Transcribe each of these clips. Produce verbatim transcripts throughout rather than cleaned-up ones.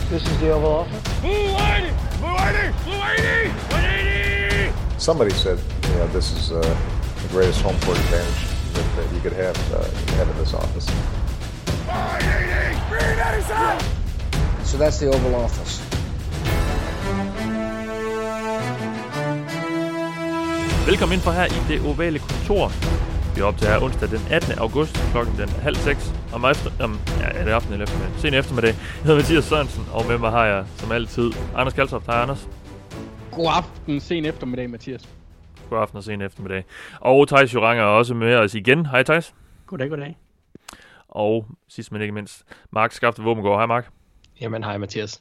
This is the Oval Office. Blue eighty! Blue eighty! Blue eighty! one eighty! Somebody said, you know, this is uh, the greatest home court advantage that, that you could have, uh, have in this office. one eighty! three ninety-seven! So that's the Oval Office. Velkommen ind for her i det ovale kontor. Vi er op til her onsdag den attende august, klokken den halv seks. Om efter, om, ja, det er aften eller eftermiddag. Sen eftermiddag. Jeg hedder Mathias Sørensen, og med mig har jeg som altid Anders Kaltoft. Hej Anders. God aften, sen eftermiddag, Mathias. God aften og sen eftermiddag. Og Theis Joranger er også med os igen. Hej Theis. Goddag, goddag. Og sidst men ikke mindst, Mark Skafte Våbengård. Hej Mark. Jamen, hej Mathias.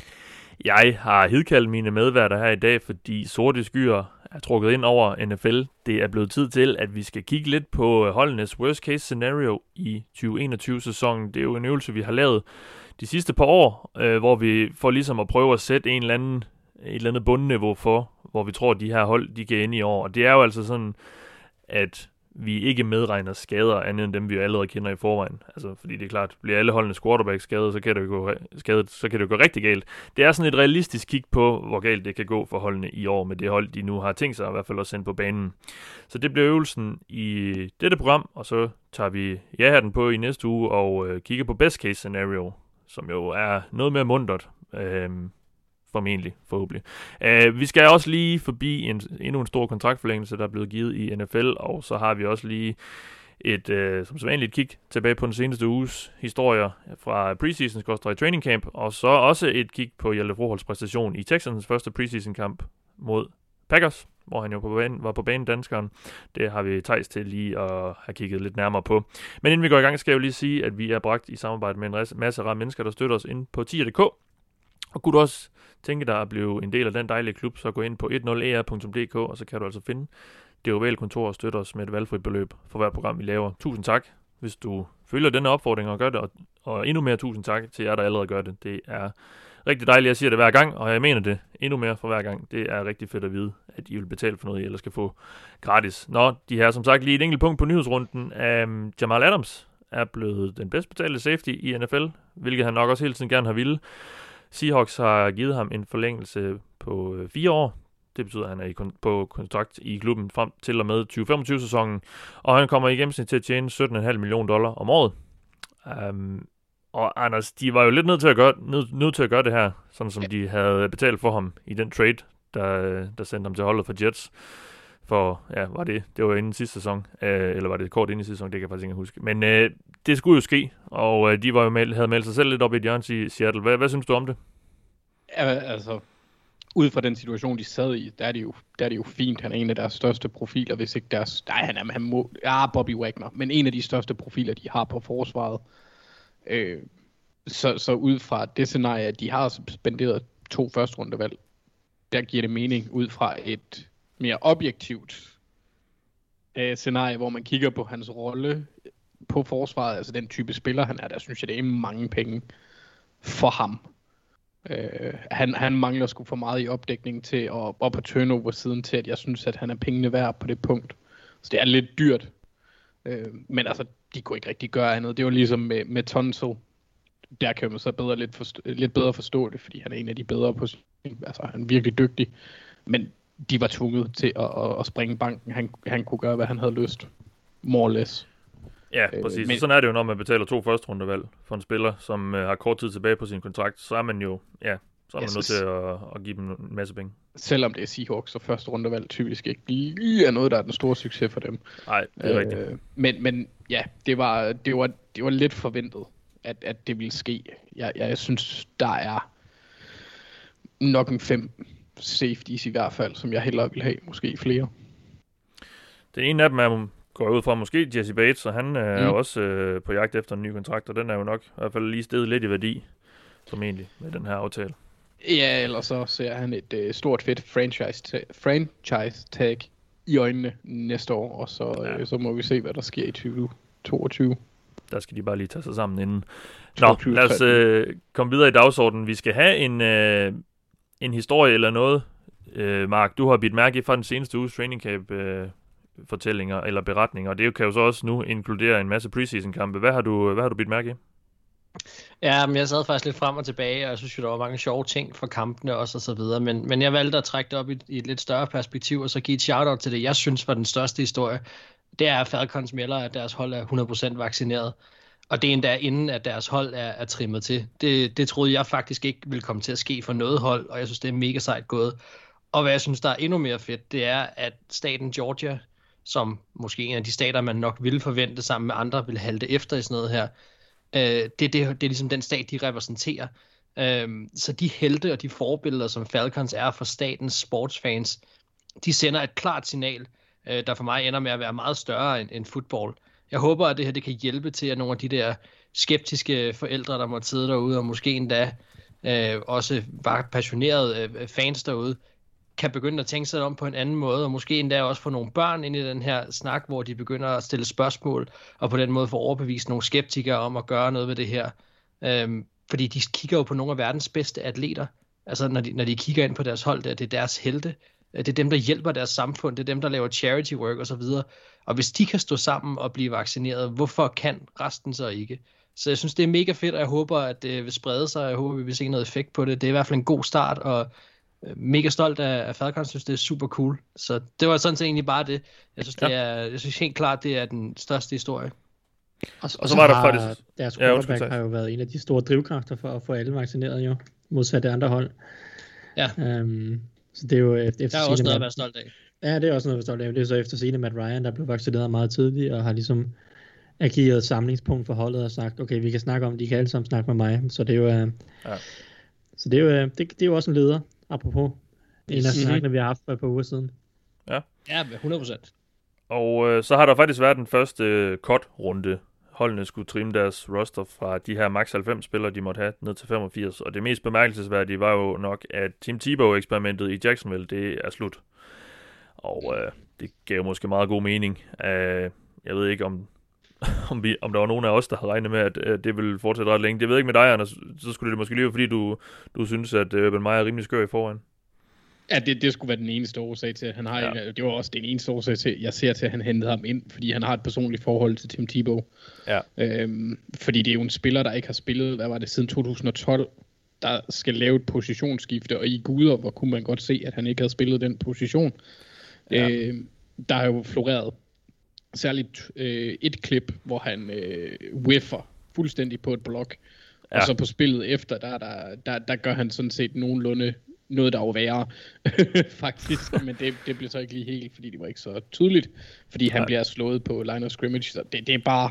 Jeg har hidkaldt mine medværter her i dag, fordi sorte skyer er trukket ind over N F L. Det er blevet tid til, at vi skal kigge lidt på holdenes worst case scenario i tyve enogtyve-sæsonen. Det er jo en øvelse, vi har lavet de sidste par år, øh, hvor vi får ligesom at prøve at sætte en eller anden, et eller andet bundniveau for, hvor vi tror, at de her hold de kan ende i år. Og det er jo altså sådan, at vi ikke medregner skader andet end dem, vi allerede kender i forvejen. Altså, fordi det er klart, bliver alle holdene quarterback skadet, så kan det jo gå, skadet, så kan det jo gå rigtig galt. Det er sådan et realistisk kig på, hvor galt det kan gå for holdene i år med det hold, de nu har tænkt sig i hvert fald at sende på banen. Så det bliver øvelsen i dette program, og så tager vi ja-hatten på i næste uge og øh, kigger på best case scenario, som jo er noget mere muntert. Øh, formentlig, forhåbentlig. Uh, vi skal også lige forbi en, endnu en stor kontraktforlængelse, der er blevet givet i N F L, og så har vi også lige et, uh, som sædvanligt, kig tilbage på den seneste uges historier fra preseason-training camp, og så også et kig på Hjalte Froholts præstation i Texans første preseason-kamp mod Packers, hvor han jo på banen, var på banen, danskeren. Det har vi Theis til lige at have kigget lidt nærmere på. Men inden vi går i gang, skal jeg jo lige sige, at vi er bragt i samarbejde med en masse rare mennesker, der støtter os ind på tier punktum d k. Og kunne du også tænke dig at blive en del af den dejlige klub, så gå ind på ti nul e r punktum d k, og så kan du altså finde det ovale kontor og støtte os med et valgfrit beløb for hvert program, vi laver. Tusind tak, hvis du følger denne opfordring og gør det, og, og endnu mere tusind tak til jer, der allerede gør det. Det er rigtig dejligt, jeg siger det hver gang, og jeg mener det endnu mere for hver gang. Det er rigtig fedt at vide, at I vil betale for noget, I ellers skal få gratis. Nå, de her som sagt lige et enkelt punkt på nyhedsrunden. Um, Jamal Adams er blevet den bedst betalte safety i N F L, hvilket han nok også hele tiden gerne har ville. Seahawks har givet ham en forlængelse på øh, fire år. Det betyder, at han er i kon- på kontrakt i klubben frem til og med tyve femogtyve-sæsonen. Og han kommer i gennemsnit til at tjene sytten komma fem millioner dollar om året. Um, og Anders, de var jo lidt nødt til at gøre, nød, nødt til at gøre det her, sådan som ja. de havde betalt for ham i den trade, der, der sendte ham til holdet for Jets. For, ja, var det, det var inden sidste sæson, øh, eller var det kort inden sidste sæson, det kan jeg faktisk ikke huske. Men øh, det skulle jo ske, og øh, de var jo med, havde meldt sig selv lidt op i et hjørne i Seattle. Hvad, hvad synes du om det? Ja, altså, ud fra den situation, de sad i, der er det jo, der er det jo fint. Han er en af deres største profiler, hvis ikke deres... Nej, han er han må, ja, Bobby Wagner, men en af de største profiler, de har på forsvaret. Øh, så, så ud fra det scenarie, at de har spenderet to første rundevalg, der giver det mening ud fra et mere objektivt øh, scenarie, hvor man kigger på hans rolle på forsvaret, altså den type spiller han er, der synes jeg, det er mange penge for ham. Øh, han, han mangler sgu for meget i opdækning til, og, og på turnover-siden til, at jeg synes, at han er pengene værd på det punkt. Så det er lidt dyrt. Øh, men altså, de kunne ikke rigtig gøre andet. Det var ligesom med, med Tunsil. Der kan man så bedre, lidt, forstå, lidt bedre forstå det, fordi han er en af de bedre på, altså han er virkelig dygtig. Men de var tvunget til at, at, at springe banken. Han, han kunne gøre, hvad han havde lyst. More or less. Ja, præcis. Øh, men sådan er det jo, når man betaler to første rundevalg for en spiller, som uh, har kort tid tilbage på sin kontrakt. Så er man jo, ja, så er man yes. nødt til at, at give dem en masse penge. Selvom det er Seahawks, så første rundevalg typisk ikke lige er noget, der er den store succes for dem. Nej, det er øh, rigtigt. Men, men ja, det var, det var, det var lidt forventet, at, at det ville ske. Jeg, jeg, jeg synes, der er nok en fem safeties i hvert fald, som jeg hellere vil have, måske flere. Den ene af dem er, går ud fra måske Jesse Bates, og han er mm. også øh, på jagt efter en ny kontrakt, og den er jo nok i hvert fald lige steget lidt i værdi, formentlig, med den her aftale. Ja, ellers så ser han et øh, stort fedt franchise, ta- franchise tag i øjnene næste år, og så, ja. øh, så må vi se, hvad der sker i tyve toogtyve. Der skal de bare lige tage sig sammen inden. Nå, lad os øh, komme videre i dagsordenen. Vi skal have en, øh, en historie eller noget. Øh, Mark, du har bidt mærke i fra den seneste uges training camp øh, fortællinger eller beretninger, og det kan jo så også nu inkludere en masse preseason kampe. Hvad har du, hvad har du bidt mærke i? Ja, men jeg sad faktisk lidt frem og tilbage, og jeg synes jo, der var mange sjove ting for kampene også og så videre, men, men jeg valgte at trække det op i, i et lidt større perspektiv, og så give et shout-out til det, jeg synes var den største historie. Det er, at Falcons melder, at deres hold er hundrede procent vaccineret, og det er endda inden, at deres hold er, er trimmet til. Det, det troede jeg faktisk ikke ville komme til at ske for noget hold, og jeg synes, det er mega sejt gået. Og hvad jeg synes, der er endnu mere fedt, det er, at staten Georgia, som måske en af de stater, man nok ville forvente sammen med andre, vil halte efter i sådan noget her, Øh, det, det, det er ligesom den stat, de repræsenterer. Øh, så de helte og de forbilleder, som Falcons er for statens sportsfans, de sender et klart signal, øh, der for mig ender med at være meget større end, end fodbold. Jeg håber, at det her det kan hjælpe til, at nogle af de der skeptiske forældre, der måtte sidde derude, og måske endda øh, også bare passionerede øh, fans derude, kan begynde at tænke sig om på en anden måde, og måske endda også få nogle børn ind i den her snak, hvor de begynder at stille spørgsmål, og på den måde få overbevist nogle skeptikere om at gøre noget ved det her. Øhm, fordi de kigger jo på nogle af verdens bedste atleter. Altså når de, når de kigger ind på deres hold, det er deres helte. Det er dem, der hjælper deres samfund. Det er dem, der laver charity work osv. Og hvis de kan stå sammen og blive vaccineret, hvorfor kan resten så ikke? Så jeg synes, det er mega fedt, og jeg håber, at det vil sprede sig. Jeg håber, vi vil se noget effekt på det. Det er i hvert fald en god start, og mega stolt af, af Falcons, synes det er super cool. Så det var sådan set egentlig bare det. Jeg synes, det er, jeg synes helt klart, det er den største historie. Og, og så, og så var der har faktisk... deres quarterback ja, har jo været en af de store drivkræfter for at få alle vaccineret, jo, modsat det andre hold. Ja. Um, så det er jo efter der er også noget at være stolt af. Ja, det er også noget at være stolt af. Det er så efter sigende Matt Ryan, der blev vaccineret meget tidligt, og har ligesom ageret samlingspunkt for holdet og sagt, okay, vi kan snakke om, de kan alle sammen snakke med mig. Så det er jo... Uh, ja. Så det er jo, det, det er jo også en leder, apropos en af snakkene, vi har haft for et par uger siden. Ja, ja hundrede procent. Og øh, så har der faktisk været den første øh, cut-runde. Holdene skulle trimme deres roster fra de her max halvfems spillere, de måtte have, ned til femogfirs. Og det mest bemærkelsesværdige var jo nok, at Tim Tebow-eksperimentet i Jacksonville, det er slut. Og øh, det gav måske meget god mening. Uh, jeg ved ikke, om, om, vi, om der var nogen af os, der havde regnet med, at uh, det ville fortsætte ret længe. Det ved jeg ikke med dig, Anders. Så skulle det måske lige være, fordi du, du synes, at uh, Urban Meyer er rimelig skør i forvejen. Ja, det, det skulle være den eneste årsag til, at han har ja. en, det var også den eneste årsag til, jeg ser til, at han hentede ham ind, fordi han har et personligt forhold til Tim Tebow. Ja. Øhm, fordi det er jo en spiller, der ikke har spillet, hvad var det, siden to tusind og tolv, der skal lave et positionsskifte, og i guder, hvor kunne man godt se, at han ikke havde spillet den position. Ja. Øhm, der har jo floreret særligt øh, et klip, hvor han øh, whiffer fuldstændig på et blok, ja. Og så på spillet efter, der, der, der, der gør han sådan set nogenlunde noget, der var værre, faktisk. Men det, det blev så ikke lige helt, fordi det var ikke så tydeligt. Fordi han Nej. bliver slået på line of scrimmage. Så det, det er bare...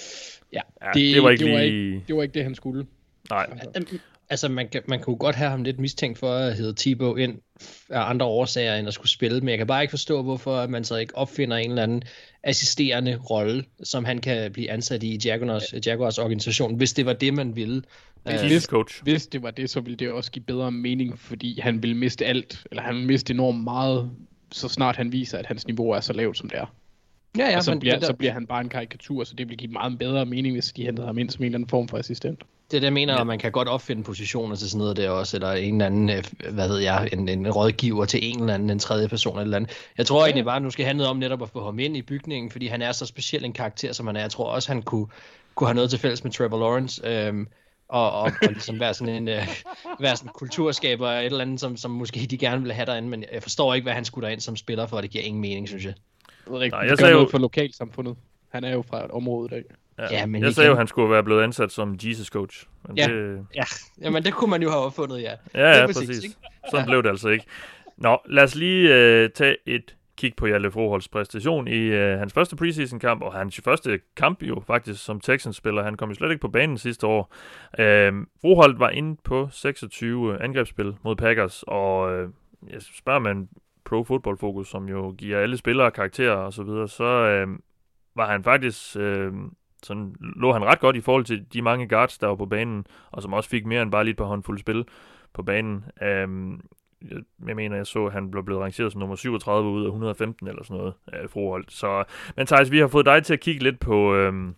Ja, ja det, det, var ikke det, var lige... ikke, det var ikke det, han skulle. Nej. Altså, altså man, kan, man kunne godt have ham lidt mistænkt for at hedde Tebow ind af andre årsager, end at skulle spille. Men jeg kan bare ikke forstå, hvorfor man så ikke opfinder en eller anden assisterende rolle, som han kan blive ansat i Jaguars, Jaguars organisation, hvis det var det, man ville. Hvis, coach. hvis det var det, så ville det også give bedre mening, fordi han ville miste alt, eller han ville miste enormt meget, så snart han viser, at hans niveau er så lavt, som det er. Ja, ja, og så, men bliver, der... så bliver han bare en karikatur, så det vil give meget bedre mening, hvis de hentede ham ind som en eller anden form for assistent. Det er det, jeg mener, ja. At man kan godt opfinde positioner til sådan noget der også, eller en eller anden, hvad ved jeg, en, en rådgiver til en eller anden, en tredje person eller andet. Jeg tror ja. egentlig bare, at nu skal handle om netop at få ham ind i bygningen, fordi han er så speciel en karakter, som han er. Jeg tror også, han kunne, kunne have noget til fælles med Trevor Lawrence, øhm, og, og, og ligesom være sådan en øh, være sådan en kulturskaber eller et eller andet, som, som måske de gerne vil have derinde, men jeg forstår ikke, hvad han skulle derind som spiller, for det giver ingen mening, synes jeg. Det er Nej, jeg gør noget jo... for lokalsamfundet. Han er jo fra et område der. Ja. Ja, men jeg sagde jo, at han skulle være blevet ansat som Jesus coach. Men ja, det... ja. Jamen det kunne man jo have opfundet, ja. Ja, ja, præcis. præcis. Sådan ja. blev det altså ikke. Nå, lad os lige øh, tage et kig på Hjalte Froholts præstation i øh, hans første preseason-kamp, og hans første kamp jo faktisk som Texans-spiller. Han kom jo slet ikke på banen sidste år. Øh, Froholt var inde på seksogtyve angrebsspil mod Packers, og øh, jeg spørger man Pro Football Focus, som jo giver alle spillere karakterer og så videre, så øh, var han faktisk... Øh, sådan lå han ret godt i forhold til de mange guards, der var på banen, og som også fik mere end bare lige et par håndfulde spil på banen. Um, jeg, jeg mener, jeg så, at han blev blevet rangeret som nummer syvogtredive ud af et hundrede og femten eller sådan noget, uh, Froholt. Så, men Thijs, vi har fået dig til at kigge lidt på, um,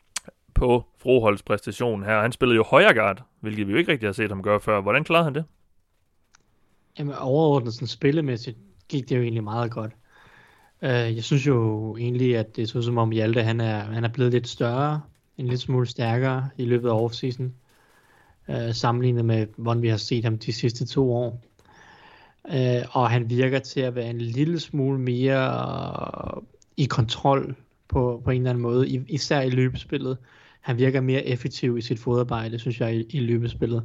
på Froholts præstation her. Han spillede jo højre guard, hvilket vi jo ikke rigtig har set ham gøre før. Hvordan klarede han det? Jamen overordnet sådan spillemæssigt gik det jo egentlig meget godt. Uh, jeg synes jo egentlig, at det så som om Hjalte, han er, han er blevet lidt større, en lidt smule stærkere i løbet af offseason, øh, sammenlignet med, hvordan vi har set ham de sidste to år. Øh, og han virker til at være en lille smule mere øh, i kontrol på, på en eller anden måde, I, især i løbespillet. Han virker mere effektiv i sit fodarbejde, synes jeg, i, i løbespillet.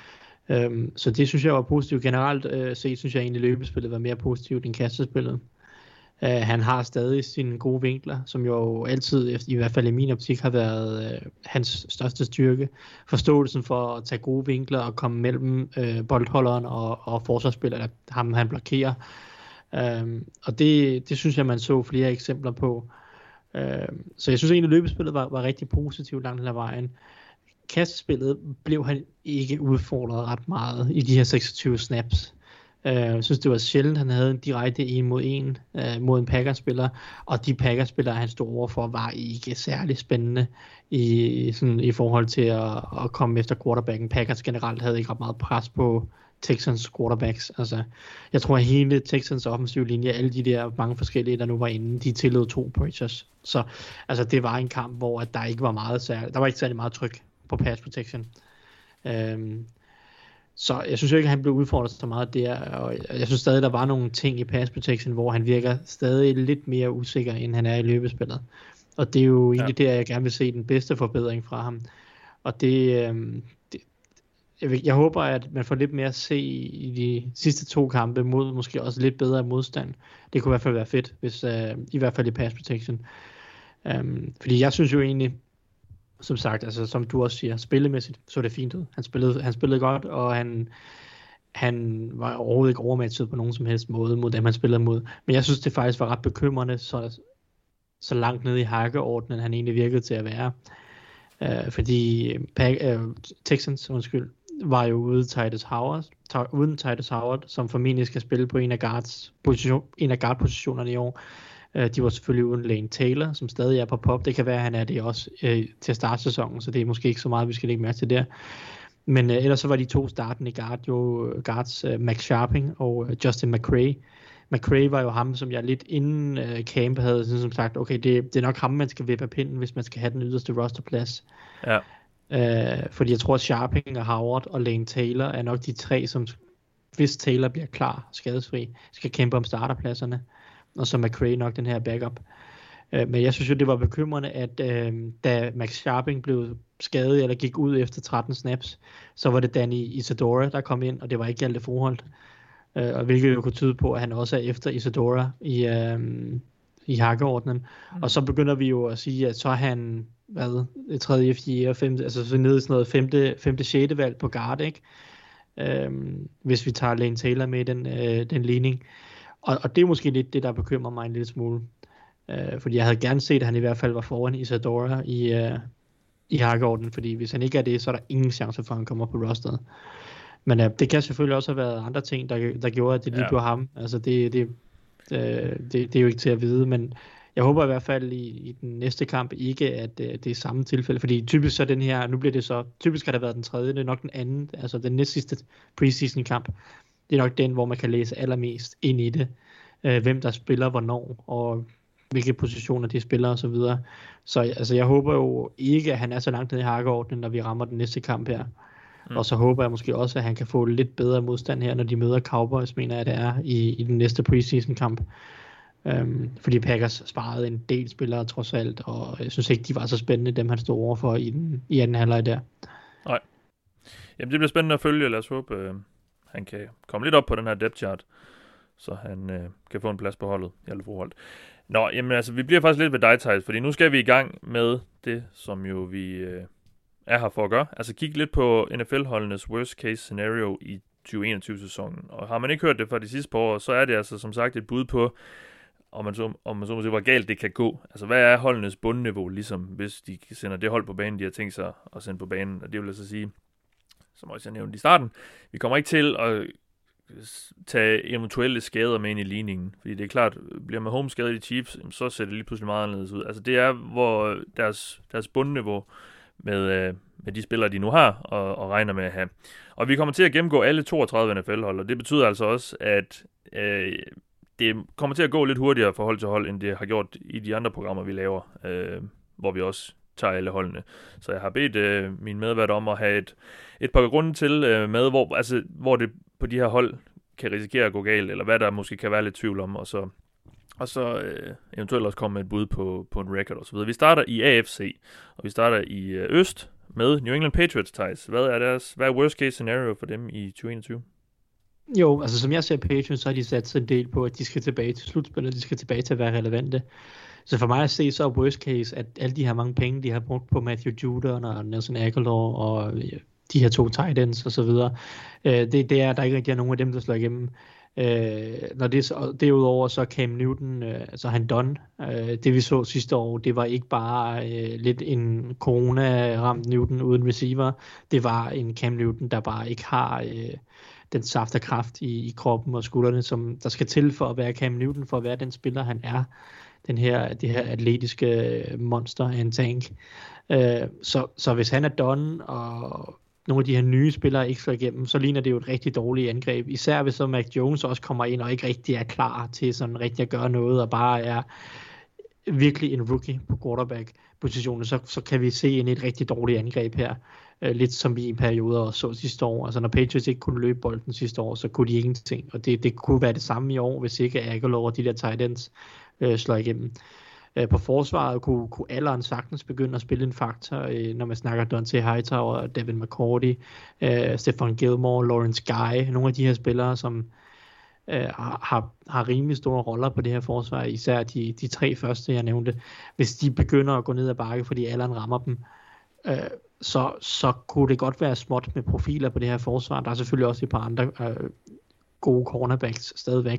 Um, så det synes jeg var positivt. Generelt uh, set, synes jeg egentlig, løbespillet var mere positivt end kastespillet. Uh, han har stadig sine gode vinkler, som jo altid, i hvert fald i min optik, har været uh, hans største styrke. Forståelsen for at tage gode vinkler og komme mellem uh, boldholderen og, og forsvarsspilleren, ham han blokerer. Um, og det, det synes jeg, man så flere eksempler på. Uh, så jeg synes egentlig, løbespillet var, var rigtig positivt langt den ad vejen. Kastespillet blev han ikke udfordret ret meget i de her seksogtyve snaps. Uh, jeg synes, det var sjældent, han havde en direkte en mod en uh, mod en Packers-spiller, og de Packers-spillere, han stod overfor, var ikke særlig spændende i, sådan, i forhold til at, at komme efter quarterbacken. Packers generelt havde ikke ret meget pres på Texans quarterbacks. Altså, jeg tror, at hele Texans offensive linje, alle de der mange forskellige, der nu var inde, de tillod to pressures. Så altså, det var en kamp, hvor at der ikke var meget særlig, der var ikke særlig meget tryk på pass protection. Um, så jeg synes ikke, at han blev udfordret så meget der, og jeg synes stadig, der var nogle ting i pass protection, hvor han virker stadig lidt mere usikker, end han er i løbespillet. Og det er jo egentlig ja. der, jeg gerne vil se den bedste forbedring fra ham. Og det, um, det jeg, jeg håber, at man får lidt mere at se i de sidste to kampe, mod måske også lidt bedre modstand. Det kunne i hvert fald være fedt, hvis, uh, i hvert fald i pass protection. Um, fordi jeg synes jo egentlig, som sagt, altså som du også siger, spillemæssigt så det fint ud. Han spillede, han spillede godt, og han, han var overhovedet ikke overmatchet på nogen som helst måde mod dem, han spillede mod. Men jeg synes, det faktisk var ret bekymrende, så, så langt nede i hakkeordenen, han egentlig virkede til at være. Uh, fordi uh, Texans, undskyld, var jo ude Titus Howard, uden Titus Howard, som formentlig skal spille på en af guards position, en af guard-positionerne i år. De var selvfølgelig uden Lane Taylor, som stadig er på pop. Det kan være, at han er det også øh, til at starte sæsonen, så det er måske ikke så meget, vi skal lægge mærke til der. Men øh, ellers så var de to startende guard, jo guards øh, Max Sharping og øh, Justin McCray. McCray var jo ham, som jeg lidt inden øh, camp havde sådan, som sagt, okay, det, det er nok ham, man skal vippe af pinden, hvis man skal have den yderste rosterplads. Ja. Øh, fordi jeg tror, at Sharping og Howard og Lane Taylor er nok de tre, som hvis Taylor bliver klar, skadesfri, skal kæmpe om starterpladserne. Og så McCray nok den her backup. Uh, men jeg synes jo, det var bekymrende, at uh, da Max Sharping blev skadet, eller gik ud efter tretten snaps, så var det Danny Isadora, der kom ind, og det var ikke Hjalte Froholt. Uh, og hvilket jo kunne tyde på, at han også er efter Isadora i, uh, i hakkeordenen. Mm. Og så begynder vi jo at sige, at så er han, hvad, tredje, fjerde, femte, altså så nede i sådan noget femte, femte, sjette valg på guard, ikke? Uh, hvis vi tager Lane Taylor med i den, uh, den ligning. Og, og det er måske lidt det, der bekymrer mig en lille smule. Uh, fordi jeg havde gerne set, at han i hvert fald var foran Isadora i, uh, i hakkeordenen. Fordi hvis han ikke er det, så er der ingen chance for, at han kommer på rosteret. Men uh, det kan selvfølgelig også have været andre ting, der, der gjorde, at det lige ja. blev ham. Altså det, det, uh, det, det er jo ikke til at vide, men jeg håber i hvert fald i, i den næste kamp ikke, at uh, det er samme tilfælde. Fordi typisk så den her, nu bliver det så, typisk har det været den tredje, det er nok den anden, altså den næst sidste preseason kamp. Det er nok den, hvor man kan læse allermest ind i det. Øh, hvem der spiller, hvornår, og hvilke positioner de spiller osv. Så, videre. så altså, jeg håber jo ikke, at han er så langt nede i hakkeordenen, når vi rammer den næste kamp her. Mm. Og så håber jeg måske også, at han kan få lidt bedre modstand her, når de møder Cowboys, mener jeg, det er i, i den næste preseason kamp. Um, fordi Packers sparede en del spillere trods alt, og jeg synes ikke, de var så spændende, dem han stod overfor i, den, i anden halvleg der. Nej. Jamen det bliver spændende at følge, lad os håbe, øh, han kan komme lidt op på den her depth chart, så han øh, kan få en plads på holdet, i alle forhold. Nå, jamen altså, vi bliver faktisk lidt ved dig, Thijs, fordi nu skal vi i gang med det, som jo vi øh, er her for at gøre. Altså kigge lidt på N F L-holdenes worst case scenario i tyve enogtyve-sæsonen. Og har man ikke hørt det fra de sidste par år, så er det altså som sagt et bud på, om man så, om man så må sige, hvor galt det kan gå. Altså, hvad er holdenes bundniveau, ligesom hvis de sender det hold på banen, de har tænkt sig at sende på banen. Og det vil altså sige, som også jeg nævnte i starten, vi kommer ikke til at tage eventuelle skader med ind i ligningen. Fordi det er klart, bliver man home skadet i Chiefs, så ser det lige pludselig meget anderledes ud. Altså, det er, hvor deres, deres bundniveau med, med de spillere, de nu har, og, og regner med at have. Og vi kommer til at gennemgå alle toogtredive N F L-hold, og det betyder altså også, at øh, det kommer til at gå lidt hurtigere fra hold til hold, end det har gjort i de andre programmer, vi laver, øh, hvor vi også tager alle holdene. Så jeg har bedt øh, min medvært om at have et, et par grunde til øh, med, hvor, altså, hvor det på de her hold kan risikere at gå galt, eller hvad der måske kan være lidt tvivl om, og så, og så øh, eventuelt også komme med et bud på, på en record og så videre. Vi starter i A F C, og vi starter i øh, Øst med New England Patriots, Thijs. Hvad er deres, hvad er worst case scenario for dem i tyve enogtyve? Jo, altså som jeg ser Patriots, så har de sat sig en del på, at de skal tilbage til slutspillet, de skal tilbage til at være relevante. Så for mig at se, så er worst case, at alle de her mange penge, de har brugt på Matthew Judon og Nelson Aguilar og de her to tight ends og så videre, øh, det, det er, der ikke rigtig er nogen af dem, der slår igennem. Øh, når det så, derudover så Cam Newton, øh, altså han done. Øh, det vi så sidste år, det var ikke bare øh, lidt en corona-ramt Newton uden receiver, det var en Cam Newton, der bare ikke har øh, den saft og kraft i, i kroppen og skuldrene, som der skal til for at være Cam Newton, for at være den spiller, han er. Den her, det her atletiske monster af en tank. Øh, så, så hvis han er done, og nogle af de her nye spillere ikke slår igennem, så ligner det jo et rigtig dårligt angreb. Især hvis så Mac Jones også kommer ind og ikke rigtig er klar til sådan rigtig at gøre noget, og bare er virkelig en rookie på quarterback-positionen, så, så kan vi se ind i et rigtig dårligt angreb her. Uh, lidt som vi i perioder så sidste år. Altså når Patriots ikke kunne løbe bolden sidste år, så kunne de ingenting. Og det, det kunne være det samme i år, hvis ikke Aguilar og de der tight ends uh, slår igennem. Uh, på forsvaret kunne, kunne Allen sagtens begynde at spille en faktor, uh, når man snakker Dante Hightower, Devin McCourty, uh, Stephon Gilmore, Lawrence Guy, nogle af de her spillere, som uh, har, har rimelig store roller på det her forsvar, især de, de tre første, jeg nævnte. Hvis de begynder at gå ned ad bakke, fordi Allen rammer dem, uh, Så, så kunne det godt være småt med profiler på det her forsvar. Der er selvfølgelig også et par andre øh, gode cornerbacks stadigvæk.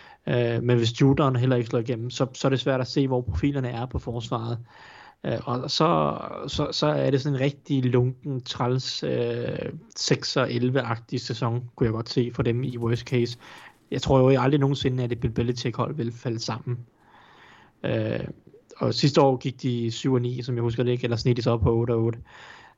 Øh, men hvis Judon heller ikke slår igennem, så, så er det svært at se, hvor profilerne er på forsvaret. Øh, og så, så, så er det sådan en rigtig lunken, træls øh, seks og elleve-agtig sæson, kunne jeg godt se for dem i worst case. Jeg tror jo aldrig nogensinde, at det Bill Belichick-hold vil falde sammen. Øh, og sidste år gik de syv og ni, som jeg husker det ikke, eller snit de så op på otte og otte.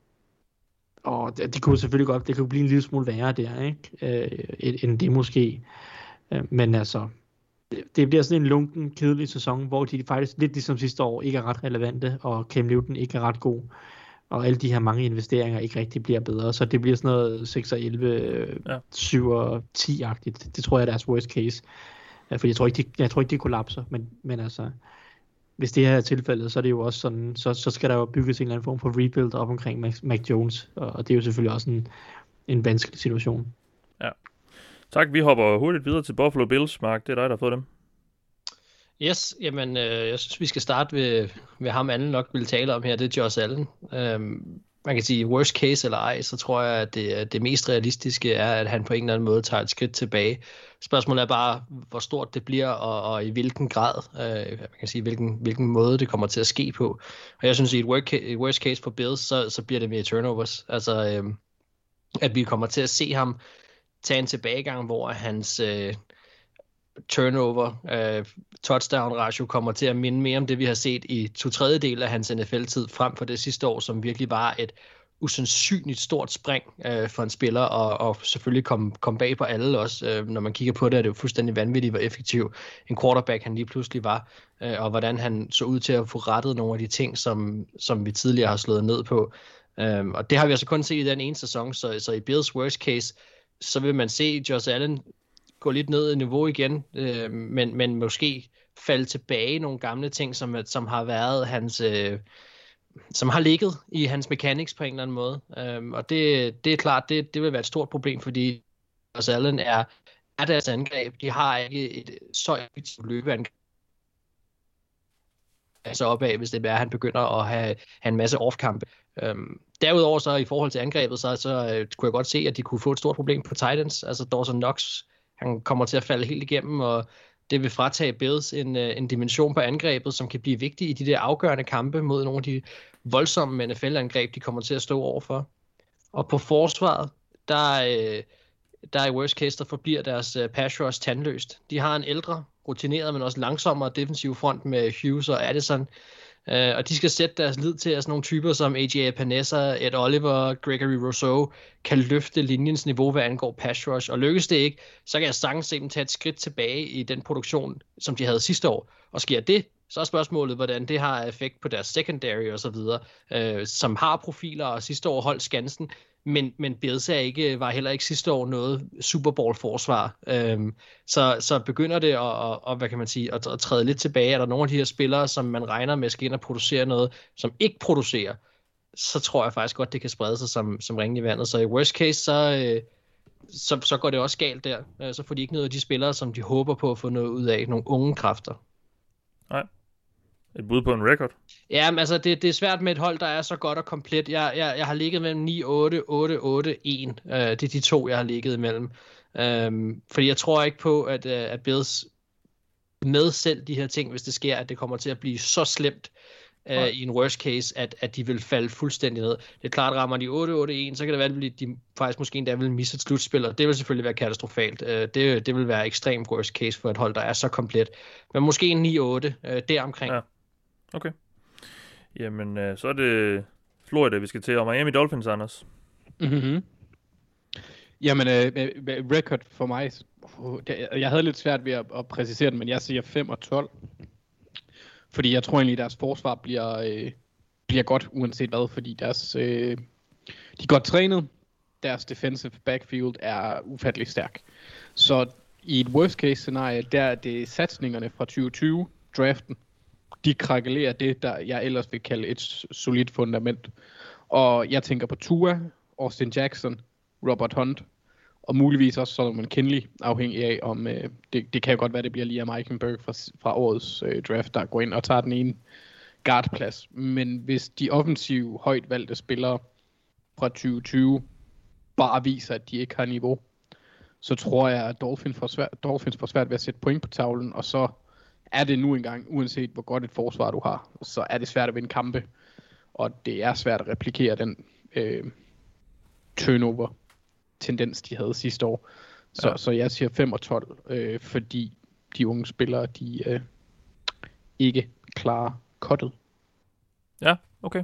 Og det, det kunne selvfølgelig godt, det kunne blive en lille smule værre der, ikke? Øh, end det måske. Øh, men altså, det, det bliver sådan en lunken, kedelig sæson, hvor de faktisk lidt ligesom sidste år ikke er ret relevante, og Cam Newton ikke er ret god, og alle de her mange investeringer ikke rigtig bliver bedre. Så det bliver sådan noget seks og elleve, ja. syv og ti-agtigt. Det tror jeg er deres worst case. Øh, for jeg tror ikke, de, jeg tror ikke, de kollapser, men, men altså... Hvis det her er tilfældet, så er det jo også sådan, så, så skal der jo bygges en eller anden form for rebuild op omkring Mac, Mac Jones, og det er jo selvfølgelig også en, en vanskelig situation. Ja. Tak, vi hopper hurtigt videre til Buffalo Bills, Mark. Det er dig, der har fået dem. Yes, jamen øh, jeg synes, vi skal starte ved, ved ham, Allen nok ville tale om her, det er Josh Allen. Øhm, man kan sige, worst case eller ej, så tror jeg, at det, det mest realistiske er, at han på en eller anden måde tager et skridt tilbage. Spørgsmålet er bare, hvor stort det bliver, og, og i hvilken grad, øh, man kan sige, hvilken, hvilken måde det kommer til at ske på. Og jeg synes, at i et worst case, et worst case for Bills, så, så bliver det mere turnovers. Altså, øh, at vi kommer til at se ham tage en tilbagegang, hvor hans øh, turnover, øh, touchdown ratio kommer til at minde mere om det, vi har set i to tredjedel af hans N F L-tid, frem for det sidste år, som virkelig var et usandsynligt stort spring øh, for en spiller, og, og selvfølgelig komme kom bag på alle også. Øh, når man kigger på det, er det jo fuldstændig vanvittigt, hvor effektiv en quarterback han lige pludselig var, øh, og hvordan han så ud til at få rettet nogle af de ting, som, som vi tidligere har slået ned på. Øh, og det har vi altså kun set i den ene sæson, så, så i Bills worst case, så vil man se Josh Allen gå lidt ned i niveau igen, øh, men, men måske falde tilbage i nogle gamle ting, som, som har været hans... Øh, som har ligget i hans mechanics på en eller anden måde. Øhm, og det, det er klart, det, det vil være et stort problem, fordi Josh Allen er, er deres angreb. De har ikke et så effektivt løbeangreb altså opad, hvis det er, at han begynder at have, have en masse off-kampe. Øhm, derudover så i forhold til angrebet, så, så øh, kunne jeg godt se, at de kunne få et stort problem på Titans. Altså Dawson Knox, han kommer til at falde helt igennem, og det vil fratage Bills en, en dimension på angrebet, som kan blive vigtig i de der afgørende kampe mod nogle af de voldsomme N F L-angreb, de kommer til at stå overfor. Og på forsvaret, der, der i worst case, der forbliver deres pass rush tandløst. De har en ældre, rutineret, men også langsommere defensiv front med Hughes og Addison. Uh, og de skal sætte deres lid til, at sådan nogle typer som A J Epinesa, Ed Oliver, Gregory Rousseau kan løfte linjens niveau, hvad angår pass rush. Og lykkes det ikke, så kan jeg sagtens se dem tage et skridt tilbage i den produktion, som de havde sidste år. Og sker det, Så er spørgsmålet, hvordan det har effekt på deres secondary og så videre, øh, som har profiler, og sidste år holdt skansen, men, men Bills er ikke, var heller ikke sidste år noget Super Bowl-forsvar. Øhm, så, så begynder det at, at, at, hvad kan man sige, at, at træde lidt tilbage. Er der nogle af de her spillere, som man regner med skal ind og producere noget, som ikke producerer, så tror jeg faktisk godt, det kan sprede sig som, som ringen i vandet. Så i worst case, så, øh, så, så går det også galt der. Øh, så får de ikke noget af de spillere, som de håber på at få noget ud af. Nogle unge kræfter. Nej. Et bud på en record? Ja, men altså, det, det er svært med et hold, der er så godt og komplet. Jeg, jeg, jeg har ligget mellem ni otte, otte otte, en. Uh, det er de to, jeg har ligget imellem. Um, fordi jeg tror ikke på, at, uh, at Bills med selv de her ting, hvis det sker, at det kommer til at blive så slemt uh, ja. i en worst case, at, at de vil falde fuldstændig ned. Det er klart, rammer de otte otte, en, så kan det være, at de faktisk måske endda vil misse et slutspil, og det vil selvfølgelig være katastrofalt. Uh, det, det vil være ekstremt worst case for et hold, der er så komplet. Men måske en ni otte, uh, deromkring. Ja. Okay. Jamen, øh, så er det Florida, vi skal til, og Miami Dolphins, Anders. Mm-hmm. Jamen, øh, record for mig, jeg havde lidt svært ved at, at præcisere den, men jeg siger fem og tolv. Fordi jeg tror egentlig, at deres forsvar bliver, øh, bliver godt, uanset hvad, fordi deres, øh, de er godt trænet. Deres defensive backfield er ufattelig stærk. Så i et worst case scenarie, der er det satsningerne fra tyve tyve, draften, de krakelerer det, der jeg ellers vil kalde et solidt fundament. Og jeg tænker på Tua, Austin Jackson, Robert Hunt, og muligvis også Solomon Kindley, afhængig af om, øh, det, det kan jo godt være, det bliver Liam Eichenberg fra, fra årets øh, draft, der går ind og tager den ene guardplads. Men hvis de offensive, højt valgte spillere fra tyve tyve bare viser, at de ikke har niveau, så tror jeg, at Dolphins får svært, Dolphins får svært ved at sætte point på tavlen, og så er det nu engang, uanset hvor godt et forsvar du har, så er det svært at vinde kampe, og det er svært at replikere den øh, turnover-tendens, de havde sidste år. Så, ja. så jeg siger fem og tolv, øh, fordi de unge spillere, de øh, ikke klarer cuttet. Ja, okay.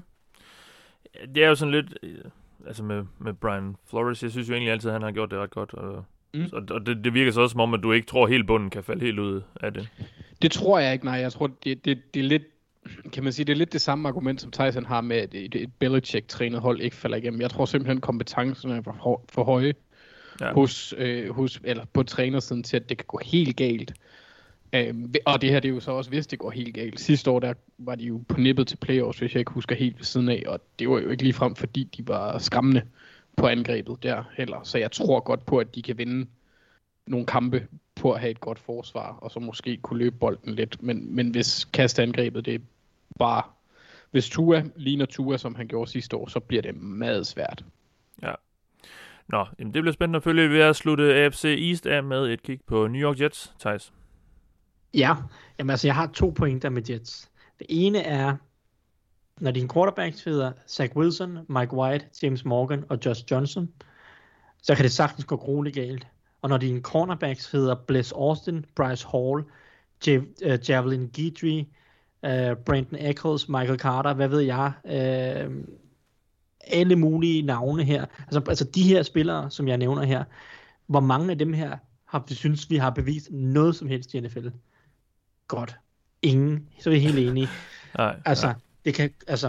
Det er jo sådan lidt, øh, altså med, med Brian Flores, jeg synes jo egentlig altid, at han har gjort det ret godt, og, mm. og, og det, det virker så også som om, at du ikke tror, at hele bunden kan falde helt ud af det. Det tror jeg ikke, nej. Jeg tror, det, det, det er lidt, kan man sige, det er lidt det samme argument, som Tyson har med, at et, et Belichick-trænet hold ikke falder igennem. Jeg tror simpelthen, kompetencerne er for, for høje ja. hos, øh, hos, eller på trænersiden til, at det kan gå helt galt. Øhm, og det her, det er jo så også, hvis det går helt galt. Sidste år, der var de jo på nippet til playoffs, hvis jeg ikke husker helt ved siden af, og det var jo ikke ligefrem, fordi de var skræmmende på angrebet der heller. Så jeg tror godt på, at de kan vinde nogle kampe på at have et godt forsvar, og så måske kunne løbe bolden lidt. Men, men hvis kasteangrebet, det er bare... Hvis Tua ligner Tua, som han gjorde sidste år, så bliver det meget svært. Ja. Nå, jamen det bliver spændende at følge ved at slutte A F C East af med et kig på New York Jets, Thijs. Ja, jamen altså jeg har to pointer med Jets. Det ene er, når dine quarterbacks hedder Zach Wilson, Mike White, James Morgan og Josh Johnson, så kan det sagtens gå grueligt galt. Og når dine cornerbacks hedder Bless Austin, Bryce Hall, J- uh, Javelin Guidry, uh, Brandon Eccles, Michael Carter, hvad ved jeg, uh, alle mulige navne her. Altså, altså de her spillere, som jeg nævner her, hvor mange af dem her har vi synes, vi har bevist noget som helst i N F L? Godt. Ingen. Så er vi helt enige. Nej, altså, nej. det kan, altså,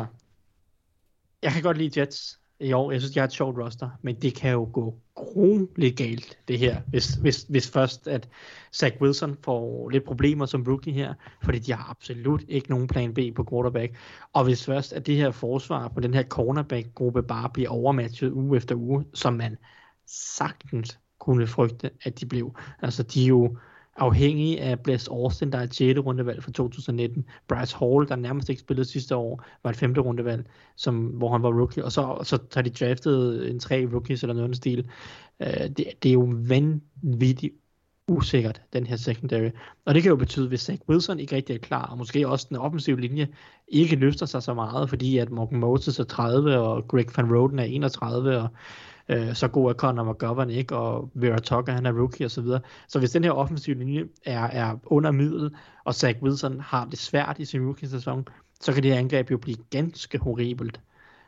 jeg kan godt lide Jets i år. Jeg synes, de har et sjovt roster, men det kan jo gå grueligt galt, det her, hvis, hvis, hvis først, at Zach Wilson får lidt problemer som rookie her, fordi de har absolut ikke nogen plan B på quarterback, og hvis først, at det her forsvar på den her cornerback-gruppe bare bliver overmatchet uge efter uge, som man sagtens kunne frygte, at de blev. Altså, de er jo afhængige af Bless Austin, der er et sjette rundevalg fra to tusind nitten. Bryce Hall, der nærmest ikke spillede sidste år, var et femte rundevalg, som, hvor han var rookie. Og så, så har de draftet en tre rookies eller noget stil. Uh, det, det er jo vanvittigt usikkert, den her secondary. Og det kan jo betyde, hvis Zach Wilson ikke rigtig er klar, og måske også den offensive linje ikke løfter sig så meget, fordi at Morgan Moses er tredive, og Greg Van Roten er enogtredive, og øh, så god er Connor McGovern ikke, og Vera Tucker, han er rookie og så videre. Så hvis den her offensive linje er, er under middel, og Zach Wilson har det svært i sin rookie-sæson, så kan det her angreb jo blive ganske horribelt.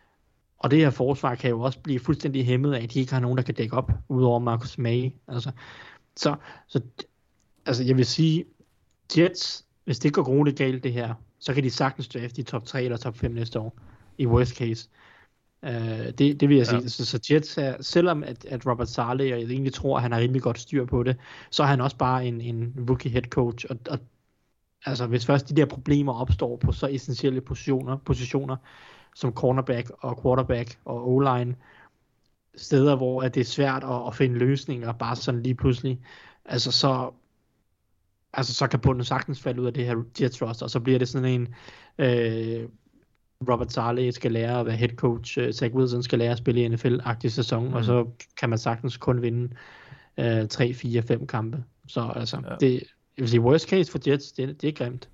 Og det her forsvar kan jo også blive fuldstændig hæmmet af, at de ikke har nogen, der kan dække op, udover Marcus May. Altså, så, så altså jeg vil sige, Jets hvis det går grueligt galt det her, så kan de sagtens drafte i top tre eller top fem næste år, i worst case. Uh, det, det vil jeg sige. Ja. Så, så Jets er, selvom at, at Robert Saleh, og jeg egentlig tror, at han har rimelig godt styr på det, så er han også bare en, en rookie head coach, og, og altså hvis først de der problemer opstår på så essentielle positioner, positioner som cornerback og quarterback og O-line, steder hvor at det er svært at, at finde løsninger bare sådan lige pludselig, altså så altså så kan bunden sagtens falde ud af det her Jets roster, og så bliver det sådan en øh, Robert Saleh skal lære at være head coach, uh, Zach Wilson skal lære at spille i N F L-agtig sæson, mm. og så kan man sagtens kun vinde uh, tre, fire, fem kampe. Så altså, ja. det, jeg vil sige, worst case for Jets, det, det er grimt.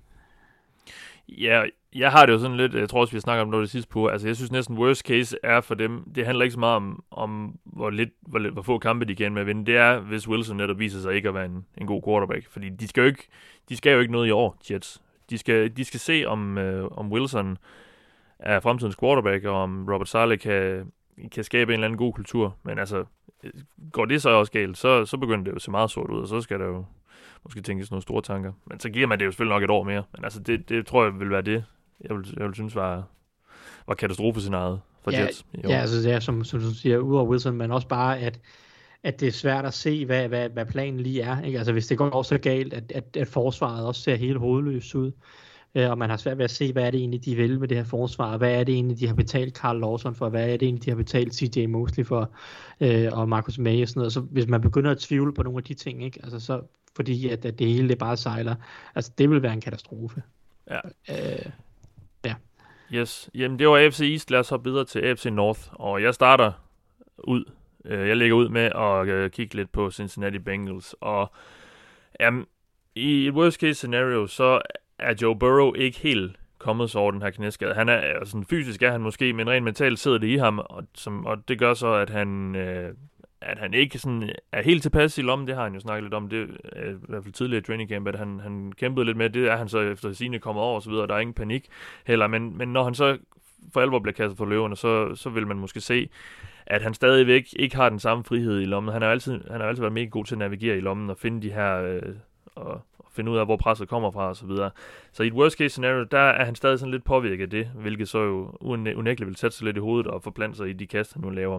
Ja, jeg har det jo sådan lidt, jeg tror også, vi snakker om noget det sidste på, altså jeg synes næsten worst case er for dem, det handler ikke så meget om, om hvor, lidt, hvor, lidt, hvor få kampe de kan med at vinde, det er, hvis Wilson netop viser sig ikke at være en, en god quarterback, fordi de skal jo ikke, de skal jo ikke noget i år, Jets. De skal, de skal se, om, øh, om Wilson er fremtidens quarterback, og om Robert Saleh kan, kan skabe en eller anden god kultur. Men altså, går det så også galt, så, så begynder det jo at se meget sort ud, og så skal der jo måske tænkes nogle store tanker. Men så giver man det jo selvfølgelig nok et år mere. Men altså, det, det tror jeg vil være det, jeg vil, jeg vil synes var, var katastrofescenariet for ja, Jets. Ja, altså det er, som, som du siger, ud over Wilson, men også bare, at, at det er svært at se, hvad, hvad, hvad planen lige er. Ikke? Altså hvis det går så galt, at, at, at forsvaret også ser helt hovedløst ud, og man har svært ved at se, hvad er det egentlig, de vil med det her forsvar, hvad er det egentlig, de har betalt Carl Lawson for, hvad er det egentlig, de har betalt C J Mosley for, øh, og Marcus May og sådan noget. Så hvis man begynder at tvivle på nogle af de ting, ikke? Altså så, fordi at, at det hele det bare sejler, altså det vil være en katastrofe. Ja. Øh, ja. Yes, jamen det var A F C East, lad os hoppe videre til A F C North, og jeg starter ud, jeg lægger ud med at kigge lidt på Cincinnati Bengals, og jamen, i et worst case scenario, så er Joe Burrow ikke helt kommet så over den her knæskade. Han er sådan fysisk er han måske, men rent mentalt sidder det i ham, og, som, og det gør så, at han, øh, at han ikke sådan er helt tilpas i lommen. Det har han jo snakket lidt om, det er i hvert fald tidligere i training camp, at han, han kæmpede lidt med. Det er han så efter sine kommet over og så videre, der er ingen panik heller, men, men når han så for alvor bliver kastet for løverne, så, så vil man måske se, at han stadigvæk ikke har den samme frihed i lommen. Han har altid, han har altid været mega god til at navigere i lommen og finde de her øh, og finde ud af, hvor presset kommer fra og så videre. Så i et worst case scenario, der er han stadig sådan lidt påvirket af det, hvilket så jo unægteligt vil sætte sig lidt i hovedet og forplante sig i de kast, han nu laver.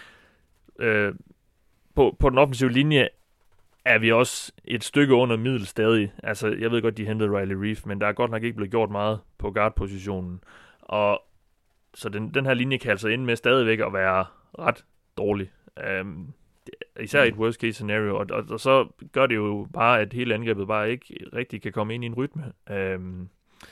Øh, på, på den offensive linje er vi også et stykke under middel stadig. Altså, jeg ved godt, de hentede Riley Reef, men der er godt nok ikke blevet gjort meget på guard-positionen. Og så den, den her linje kan altså ende med stadigvæk at være ret dårlig. Um, især i et worst case scenario, og, og, og så gør det jo bare, at hele angrebet bare ikke rigtig kan komme ind i en rytme. Um,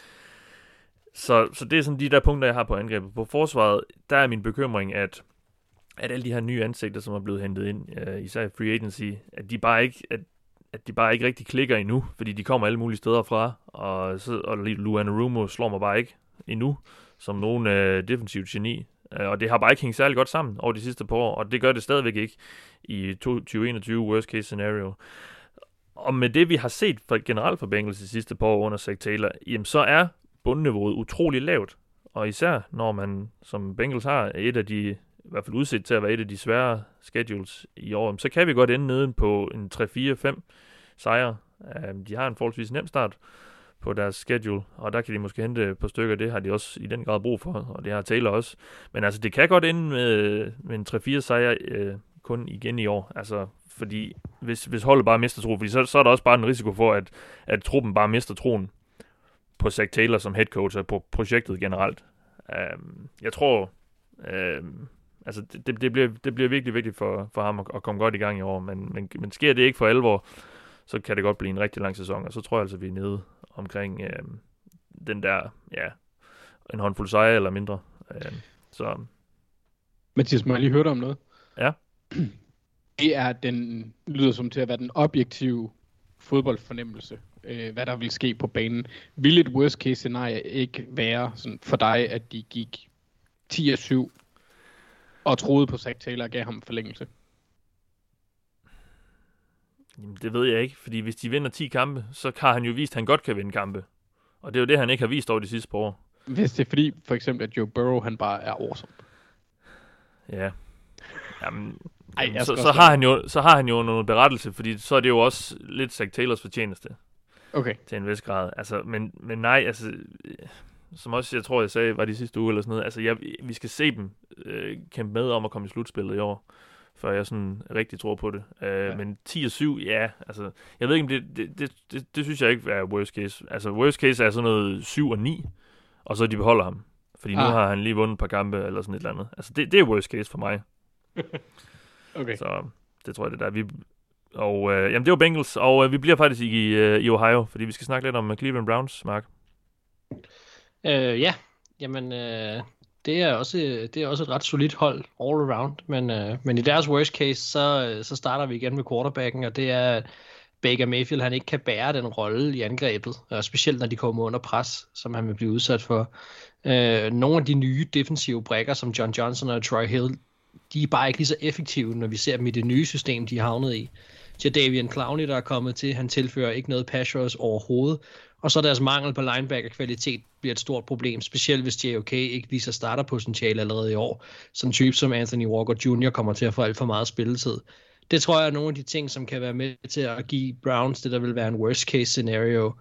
så, så det er sådan de der punkter, jeg har på angrebet. På forsvaret, der er min bekymring, at, at alle de her nye ansigter, som er blevet hentet ind, uh, især i free agency, at de bare ikke, at, at de bare ikke rigtig klikker endnu, fordi de kommer alle mulige steder fra, og, så, og Lou Anarumo slår mig bare ikke endnu, som nogen uh, defensivt geni. Og det har bare ikke hængt særlig godt sammen over de sidste par år, og det gør det stadigvæk ikke i tyve enogtyve worst case scenario. Og med det, vi har set for, generelt for Bengals de sidste par år under Zach Taylor, jamen så er bundniveauet utrolig lavt. Og især når man som Bengals har et af de, i hvert fald udsigt til at være et af de svære schedules i år, så kan vi godt ende nede på en tre fire fem sejre. De har en forholdsvis nem start på deres schedule, og der kan de måske hente på stykker, det har de også i den grad brug for, og det har Taylor også. Men altså, det kan godt ende med, med en tre fire sejr øh, kun igen i år, altså, fordi hvis, hvis holdet bare mister tro, fordi så, så er der også bare en risiko for, at, at truppen bare mister troen på Zach Taylor som head coach og på projektet generelt. Um, jeg tror, um, altså, det, det, bliver, det bliver virkelig vigtigt for, for ham at, at komme godt i gang i år, men, men, men sker det ikke for alvor, så kan det godt blive en rigtig lang sæson, og så tror jeg altså, vi er nede omkring øh, den der, ja, en håndfuld sejre eller mindre. Øh, så. Mathias, må jeg lige høre dig om noget? Ja. Det er den, lyder som til at være den objektive fodboldfornemmelse, øh, hvad der vil ske på banen. Vil et worst case scenarie ikke være sådan for dig, at de gik ti af syv og troede på Zach Taylor og gav ham forlængelse? Jamen, det ved jeg ikke, fordi hvis de vinder ti kampe, så har han jo vist, at han godt kan vinde kampe. Og det er jo det, han ikke har vist over de sidste par år. Hvis det er fordi, for eksempel, at Joe Burrow, han bare er awesome. Ja. Jamen, Ej, jamen så, så, har han jo, så har han jo noget berettelse, fordi så er det jo også lidt Zach Taylors fortjeneste. Okay. Til en vis grad. Altså, men, men nej, altså, som også jeg tror, jeg sagde, var de sidste uge eller sådan noget, altså, jeg, vi skal se dem øh, kæmpe med om at komme i slutspillet i år, før jeg sådan rigtig tror på det. Øh, ja. Men ti og syv, ja, altså, jeg ved ikke, om det, det, det, det, det synes jeg ikke er worst case. Altså, worst case er sådan noget syv og ni, og så de beholder ham. Fordi ah. nu har han lige vundet et par kampe, eller sådan et eller andet. Altså, det, det er worst case for mig. Okay. Så det tror jeg, det der. Vi, og øh, jamen, det var Bengals, og øh, vi bliver faktisk i, øh, i Ohio, fordi vi skal snakke lidt om Cleveland Browns, Mark. Øh, ja, jamen, øh, det, er også, det er også et ret solidt hold all around, men, øh, men i deres worst case, så, så starter vi igen med quarterbacken, og det er, Baker Mayfield, han ikke kan bære den rolle i angrebet, og specielt når de kommer under pres, som han vil blive udsat for. Øh, nogle af de nye defensive brækker, som John Johnson og Troy Hill, de er bare ikke lige så effektive, når vi ser dem i det nye system, de er havnet i. Jadeveon Clowney, der er kommet til, han tilfører ikke noget pass rush overhovedet, og så deres mangel på linebacker-kvalitet bliver et stort problem, specielt hvis J O K ikke viser starterpotentiale allerede i år. Sådan en type som Anthony Walker junior kommer til at få alt for meget spilletid. Det tror jeg er nogle af de ting, som kan være med til at give Browns det, der vil være en worst case scenario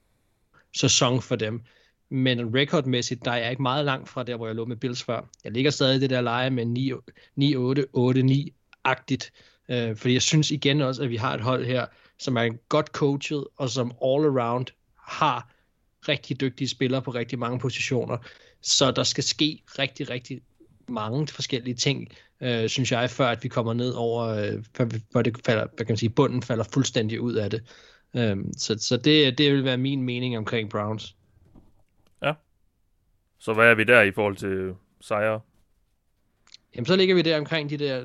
sæson for dem. Men recordmæssigt, der er jeg ikke meget langt fra der, hvor jeg lå med Bills før. Jeg ligger stadig i det der leje med ni otte, otte ni-agtigt. Øh, fordi jeg synes igen også, at vi har et hold her, som er godt coachet, og som all around har rigtig dygtige spillere på rigtig mange positioner. Så der skal ske rigtig, rigtig mange forskellige ting, øh, synes jeg, før at vi kommer ned over, øh, hvor det falder, hvad kan man sige, bunden falder fuldstændig ud af det. Øh, så så det, det vil være min mening omkring Browns. Ja. Så hvad er vi der i forhold til sejre? Jamen, så ligger vi der omkring de der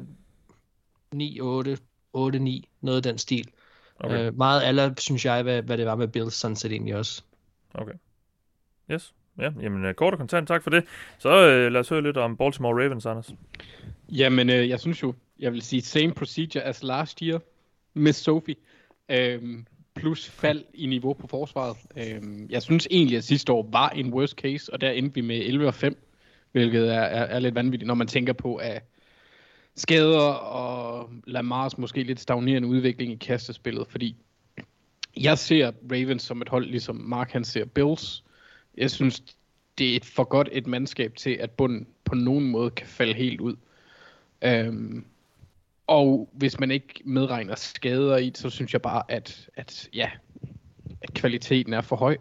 ni otte, otte ni, noget af den stil. Okay. Øh, meget aller, synes jeg, hvad, hvad det var med Bills, sådan set egentlig også. Okay. Yes. Ja, jamen kort og kontant, tak for det. Så øh, lad os høre lidt om Baltimore Ravens, Anders. Jamen, øh, jeg synes jo, jeg vil sige same procedure as last year, Miss Sophie. Øhm, plus fald i niveau på forsvaret. Øhm, jeg synes egentlig, at sidste år var en worst case, og der endte vi med elleve og fem, hvilket er, er, er lidt vanvittigt, når man tænker på, at skader og Lamars måske lidt stagnerende udvikling i kastespillet, fordi jeg ser Ravens som et hold, ligesom Mark han ser Bills. Jeg synes, det er et for godt et mandskab til, at bunden på nogen måde kan falde helt ud. Øhm, og hvis man ikke medregner skader i, så synes jeg bare, at, at, ja, at kvaliteten er for høj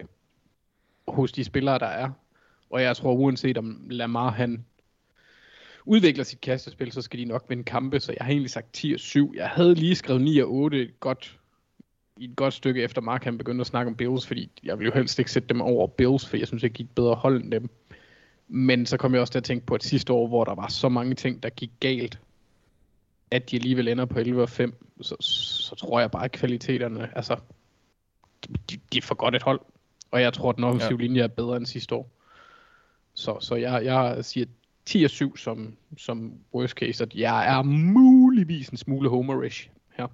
hos de spillere, der er. Og jeg tror, uanset om Lamar han udvikler sit kastespil, så skal de nok vinde kampe. Så jeg har egentlig sagt ti og syv. Jeg havde lige skrevet ni og otte et godt, i et godt stykke efter Mark han begyndte at snakke om Bills, fordi jeg ville jo helst ikke sætte dem over Bills, for jeg synes ikke, de gik bedre hold end dem. Men så kom jeg også til at tænke på, at sidste år, hvor der var så mange ting, der gik galt, at de alligevel ender på elleve og fem, så, så tror jeg bare, at kvaliteterne, altså, de, de er for godt et hold. Og jeg tror, at den offensive ja. linje er bedre end sidste år. Så, så jeg, jeg siger ti og syv som, som worst case, at jeg er muligvis en smule homerish her.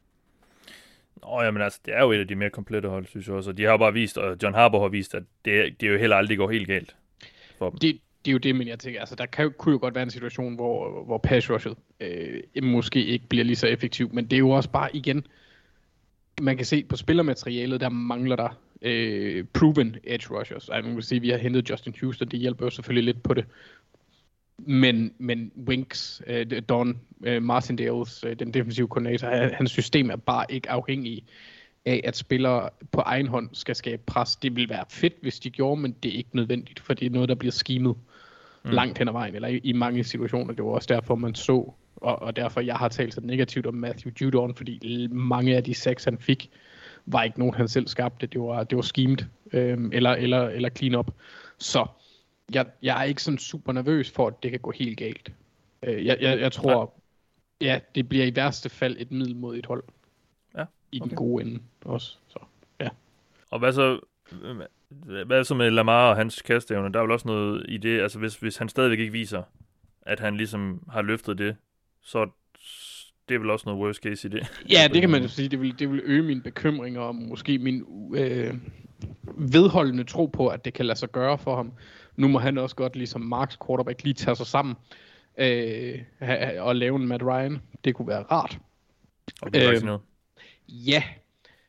Nå, jamen altså, det er jo et af de mere komplette hold, synes jeg også. Og de har jo bare vist, og John Harbaugh har vist, at det, det jo heller aldrig går helt galt for dem. Det, det er jo det, men jeg tænker, altså der kan, kunne jo godt være en situation, hvor, hvor pass rushet øh, måske ikke bliver lige så effektiv, men det er jo også bare igen, man kan se på spillermaterialet, der mangler der øh, proven edge rushers. Altså, man kan sige, at vi har hentet Justin Houston, det hjælper jo selvfølgelig lidt på det. Men, men Winks, øh, Don øh, Martindales, øh, den defensive koordinator, hans system er bare ikke afhængig af, at spillere på egen hånd skal skabe pres. Det ville være fedt, hvis de gjorde, men det er ikke nødvendigt, for det er noget, der bliver schemet mm. langt hen ad vejen, eller i, i mange situationer. Det var også derfor, man så, og, og derfor jeg har talt så negativt om Matthew Judon, fordi mange af de seks, han fik, var ikke nogen, han selv skabte. Det var, det var schemet, øh, eller, eller, eller clean up. Så jeg, jeg er ikke sådan super nervøs for, at det kan gå helt galt. Øh, jeg, jeg, jeg tror, ja. ja, det bliver i værste fald et middelmodigt hold. Ja, i okay. den gode ende også. Så, ja. Og hvad så, hvad så med Lamar og hans kastevne? Der er vel også noget i det, altså hvis, hvis han stadigvæk ikke viser, at han ligesom har løftet det, så det er vel også noget worst case i det. Ja, det kan man jo sige. Det vil, det vil øge mine bekymringer og måske min øh, vedholdende tro på, at det kan lade sig gøre for ham. Nu må han også godt, ligesom Marks quarterback, lige tage sig sammen øh, og lave en Matt Ryan. Det kunne være rart. Og det er øh, noget. Ja,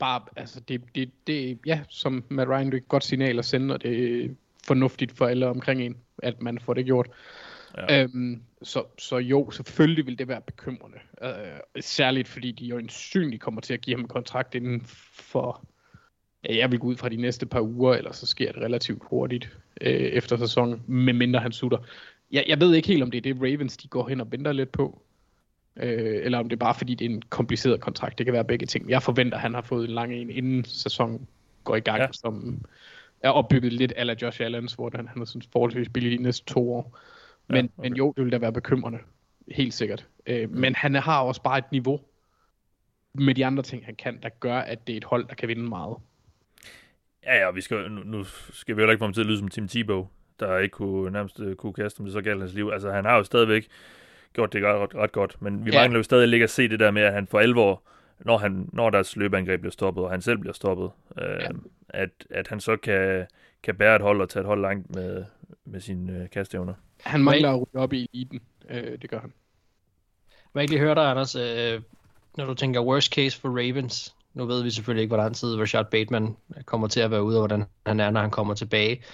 bare, altså det, det, det, ja, som Matt Ryan, det er et godt signal at sende, og det er fornuftigt for alle omkring en, at man får det gjort. Ja. Øhm, så, så jo, selvfølgelig vil det være bekymrende. Øh, særligt fordi de jo ensynligt kommer til at give ham en kontrakt inden for, ja, jeg vil gå ud fra de næste par uger, eller så sker det relativt hurtigt øh, efter sæsonen, medmindre han sutter. Jeg, jeg ved ikke helt, om det er det Ravens, de går hen og venter lidt på. Øh, eller om det er bare fordi, det er en kompliceret kontrakt. Det kan være begge ting. Jeg forventer, at han har fået en lang en, inden sæsonen går i gang, ja. Som er opbygget lidt a la Josh Allens, hvor han, han er sådan forholdsvis billig de næste to år. Men, ja, okay. men jo, det vil da være bekymrende. Helt sikkert. Øh, mm. Men han har også bare et niveau med de andre ting, han kan, der gør, at det er et hold, der kan vinde meget. Ja, ja, vi skal, nu, nu skal vi jo ikke få ham til at lyde som Tim Tebow, der ikke kunne nærmest kunne kaste, om det så galt hans liv. Altså, han har jo stadigvæk gjort det ret, ret godt, men vi ja. mangler jo stadig ligge at se det der med, at han for alvor, når, han, når deres løbeangreb bliver stoppet, og han selv bliver stoppet, øh, ja. at, at han så kan, kan bære et hold og tage et hold langt med, med sine øh, kasteevner. Han mangler at ryge op i eliten, øh, det gør han. Må jeg ikke lige høre dig, Anders, øh, når du tænker worst case for Ravens, nu ved vi selvfølgelig ikke, hvor lang tid Rashad Bateman kommer til at være ude, og hvordan han er, når han kommer tilbage.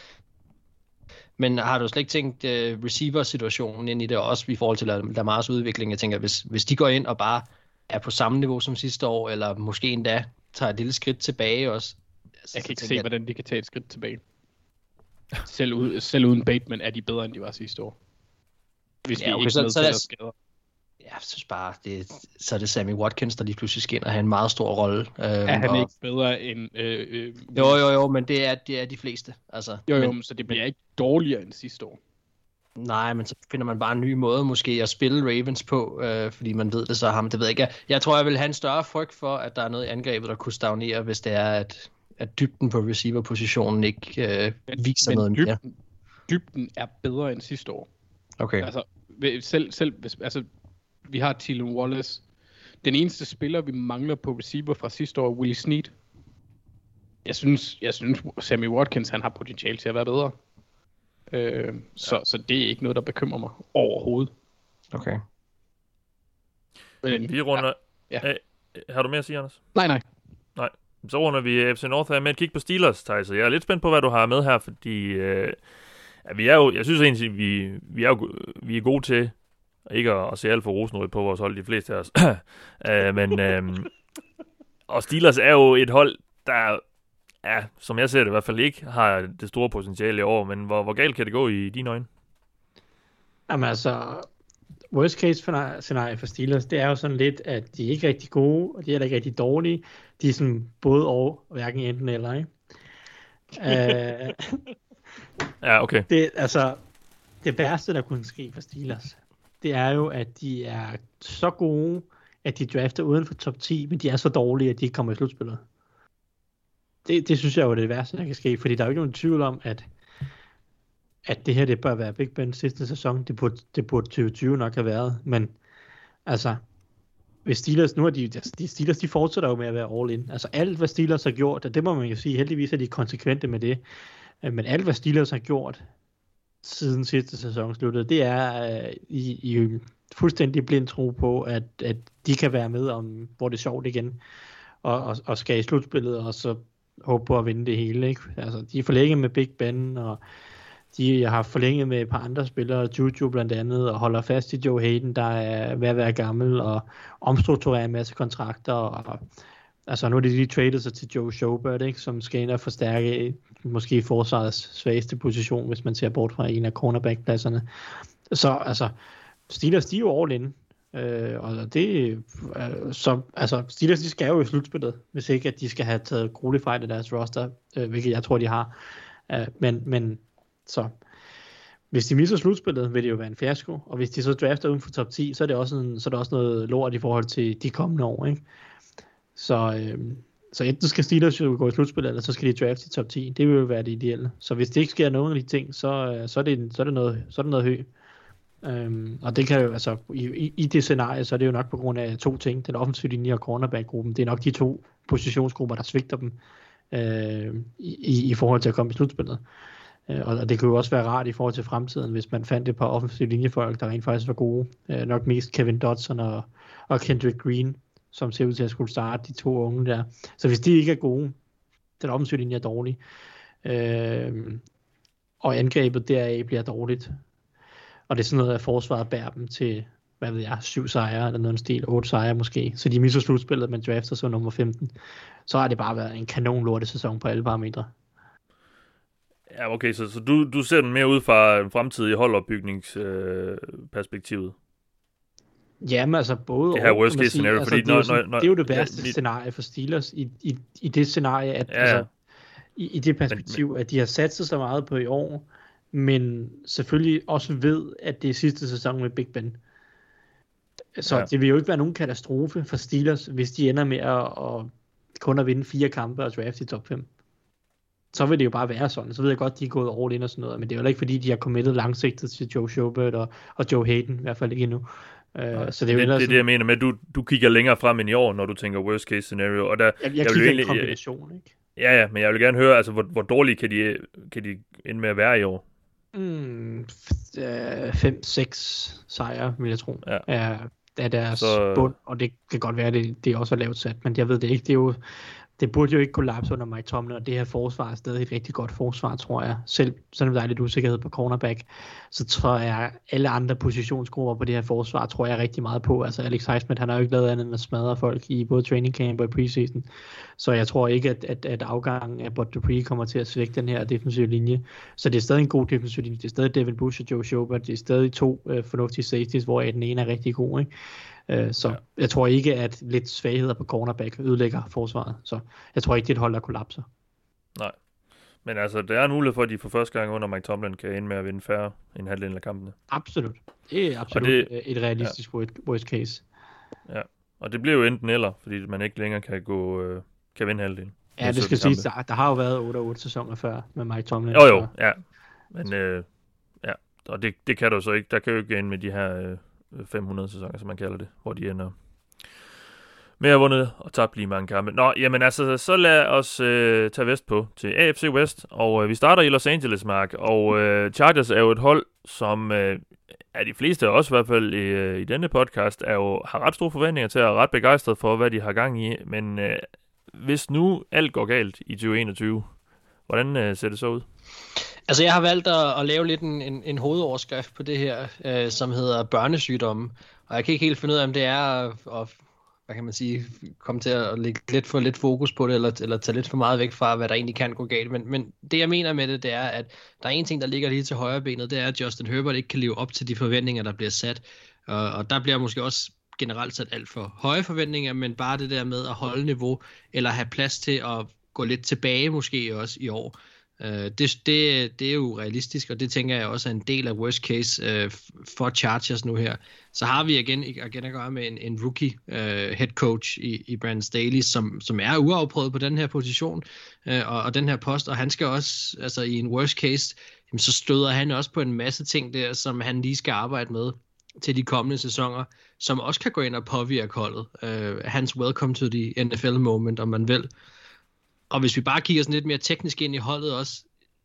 Men har du slet ikke tænkt uh, receiver-situationen ind i det, også i forhold til Lamars udvikling? Jeg tænker, hvis, hvis de går ind og bare er på samme niveau som sidste år, eller måske endda tager et lille skridt tilbage også. Jeg kan ikke se, at... hvordan de kan tage et skridt tilbage. Selv, ud, selv uden Bateman er de bedre, end de var sidste år. Hvis ja, vi okay, ikke så, med så, til så, skader. Jeg synes bare, det, så er det Sammy Watkins, der lige pludselig skal ind og have en meget stor rolle. Øhm, er han og... ikke bedre end... Øh, øh, jo, jo, jo, men det er, det er de fleste. Altså, jo, jo, men, så det bliver ikke dårligere end sidste år. Nej, men så finder man bare en ny måde måske at spille Ravens på, øh, fordi man ved det så ham. Det ved jeg ikke. Jeg, jeg tror, jeg vil have en større frygt for, at der er noget i angrebet, der kunne stagnere, hvis det er, at, at dybden på receiver-positionen ikke øh, men, viser men noget dybden, mere. Dybden er bedre end sidste år. Okay. Altså, selv, selv hvis, altså, vi har Tylan Wallace. Den eneste spiller, vi mangler på receiver fra sidste år, Willie Snead. Jeg synes, jeg synes Sammy Watkins, han har potentiale til at være bedre. Øh, så, ja. så det er ikke noget, der bekymrer mig overhovedet. Okay. Men, vi runder... Ja. Ja. Æ, har du mere at sige, Anders? Nej, nej. Nej. Så runder vi F C North her med et kig på Steelers, Thijs. Jeg er lidt spændt på, hvad du har med her, fordi... Øh, ja, vi er jo... Jeg synes egentlig, vi, vi, er jo, vi er gode til... Ikke at, at se alt for rosenrødt på vores hold, de fleste af os. uh, men, um, og Steelers er jo et hold, der, ja, som jeg ser det i hvert fald ikke, har det store potentiale i år. Men hvor, hvor galt kan det gå i dine øjne? Jamen altså, worst case scenario for Steelers, det er jo sådan lidt, at de er ikke rigtig gode, og de er ikke rigtig dårlige. De er sådan både og, hverken enten eller, ikke? uh, ja, okay. Det, altså, det værste, der kunne ske for Steelers, det er jo, at de er så gode, at de drafter uden for top ti, men de er så dårlige, at de ikke kommer i slutspillet. Det, det synes jeg jo er det værste, der kan ske, fordi der er jo ikke nogen tvivl om, at, at det her, det bør være Big Bens sidste sæson. Det burde, det burde tyve tyve nok have været, men altså, hvis Steelers, nu er de, de Steelers, de fortsætter jo med at være all in. Altså alt, hvad Steelers har gjort, og det må man jo sige, heldigvis er de konsekvente med det, men alt, hvad Steelers har gjort, siden sidste sæson sluttede, det er uh, i, i fuldstændig blind tro på, at, at de kan være med om, hvor det er sjovt igen, og, og, og skal i slutspillet, og så håbe på at vinde det hele, ikke? Altså, de er forlænget med Big Ben, og de har forlænget med et par andre spillere, Juju blandt andet, og holder fast i Joe Hayden, der er ved at være gammel, og omstrukturerer en masse kontrakter, og altså nu er de lige traded sig til Joe Schobert, ikke, som skal ind og forstærke måske forsvarets svageste position, hvis man ser bort fra en af cornerback-pladserne. Så altså, Steelers, de er jo all in. Øh, og det øh, så, altså, Steelers, de skal jo i slutspillet, hvis ikke at de skal have taget grueligt fejl af deres roster, øh, hvilket jeg tror, de har. Øh, men, men så, hvis de misser slutspillet, vil det jo være en fiasko, og hvis de så drafter uden for top ti, så er det også, en, så er det også noget lort i forhold til de kommende år, ikke? Så, øh, så enten skal Steelers jo gå i slutspillet, eller så skal de draft i top ti. Det vil jo være det ideelle. Så hvis det ikke sker nogen af de ting, så, så, er, det, så er det noget, så er det noget høj. Um, og det kan jo, altså, i, i det scenarie, så er det jo nok på grund af to ting. Den offensive linje og cornerback-gruppen. Det er nok de to positionsgrupper, der svigter dem øh, i, i forhold til at komme i slutspillet. Uh, og det kunne jo også være rart i forhold til fremtiden, hvis man fandt et par offensive linjefolk, der rent faktisk var gode. Uh, nok mest Kevin Dodson og, og Kendrick Green, som ser ud til at skulle starte, de to unge der. Så hvis de ikke er gode, den offensive linje er dårlig, øh, og angrebet deraf bliver dårligt, og det er sådan noget, at forsvaret bærer dem til, hvad ved jeg, syv sejre, eller noget stil, otte sejre måske, så de misser slutspillet, men drafter så nummer femten, så har det bare været en kanon lortesæson på alle parametre. Ja, okay, så, så du, du ser den mere ud fra en fremtidig holdopbygningsperspektivet? Øh, Jamen altså både det her worst case scenario, altså, fordi det, er når, sådan, når, når, det er jo det værste ja, mit... scenarie for Steelers i, i, i det scenarie, at ja, altså, i, i det perspektiv, men, at de har satset så meget på i år, men selvfølgelig også ved, at det er sidste sæson med Big Ben. Så ja. Det vil jo ikke være nogen katastrofe for Steelers, hvis de ender med at, at kun at vinde fire kampe og draft i top fem. Så vil det jo bare være sådan. Så ved jeg godt, de er gået all in og sådan noget, men det er jo ikke fordi, de har committet langsigtet til Joe Schobert og, og Joe Hayden, i hvert fald ikke endnu. Uh, så det er jo det, det, det, jeg mener med, at du, du kigger længere frem end i år, når du tænker worst case scenario. Og der, jeg jeg, jeg kigger egentlig, en kombination, ikke? Ja, ja, men jeg vil gerne høre, altså, hvor, hvor dårlige kan de, kan de ende med at være i år? Mm, fem seks sejre, vil jeg tro, ja. er, er deres så... bund, og det kan godt være, at det, det er også er lavt sat, men jeg ved det ikke. Det er jo Det burde jo ikke kollapse under Mike Tomlin, og det her forsvar er stadig et rigtig godt forsvar, tror jeg. Selv selvom der er lidt usikkerhed på cornerback, så tror jeg, alle andre positionsgrupper på det her forsvar, tror jeg rigtig meget på. Altså Alex Highsmith, han har jo ikke lavet andet end at smadre folk i både training camp og i preseason. Så jeg tror ikke, at, at, at afgangen af Bud Dupree kommer til at svække den her defensive linje. Så det er stadig en god defensive linje. Det er stadig Devin Bush og Joe Schobert. Det er stadig to øh, fornuftige safeties, hvor den ene er rigtig god, ikke? Så ja. Jeg tror ikke, at lidt svagheder på cornerback ødelægger forsvaret. Så jeg tror ikke, det er et hold, der kollapser. Nej. Men altså, der er en mulighed for, at de for første gang under Mike Tomlin kan ende med at vinde færre end halvdelen af kampene. Absolut. Det er absolut det, et realistisk ja. worst case. Ja, og det bliver jo enten eller, fordi man ikke længere kan gå øh, kan vinde halvdelen. Ja, det skal siges, der, der har jo været otte og otte sæsoner før med Mike Tomlin. Jo jo, ja. Men øh, ja, og det, det kan du så ikke. Der kan jo ikke ende med de her... Øh, fem hundrede sæsoner, som man kalder det, hvor de ender med at vundet og tabt lige mange kampe. Nå, jamen altså, så lad os øh, tage vest på til A F C West, og øh, vi starter i Los Angeles, Mark, og øh, Chargers er jo et hold, som øh, er de fleste af os i hvert fald i, øh, i denne podcast, er jo, har ret store forventninger til, og er ret begejstret for, hvad de har gang i, men øh, hvis nu alt går galt i tyve enogtyve, hvordan øh, ser det så ud? Altså, jeg har valgt at, at lave lidt en, en, en hovedoverskrift på det her, øh, som hedder børnesygdomme. Og jeg kan ikke helt finde ud af, om det er at, at hvad kan man sige, komme til at lægge lidt for lidt fokus på det, eller, eller tage lidt for meget væk fra, hvad der egentlig kan gå galt. Men, men det, jeg mener med det, det er, at der er en ting, der ligger lige til højre benet, det er, at Justin Herbert ikke kan leve op til de forventninger, der bliver sat. Og, og der bliver måske også generelt sat alt for høje forventninger, men bare det der med at holde niveau, eller have plads til at gå lidt tilbage måske også i år. Uh, det, det, det er jo realistisk, og det tænker jeg også er en del af worst case uh, for Chargers nu her. Så har vi igen, igen at gøre med en, en rookie uh, head coach i, i Brandon Staley, som, som er uafprøvet på den her position uh, og, og den her post, og han skal også, altså i en worst case, jamen, så støder han også på en masse ting der, som han lige skal arbejde med til de kommende sæsoner, som også kan gå ind og påvirke holdet. Uh, hans welcome to the N F L moment, om man vil. Og hvis vi bare kigger sådan lidt mere teknisk ind i holdet også,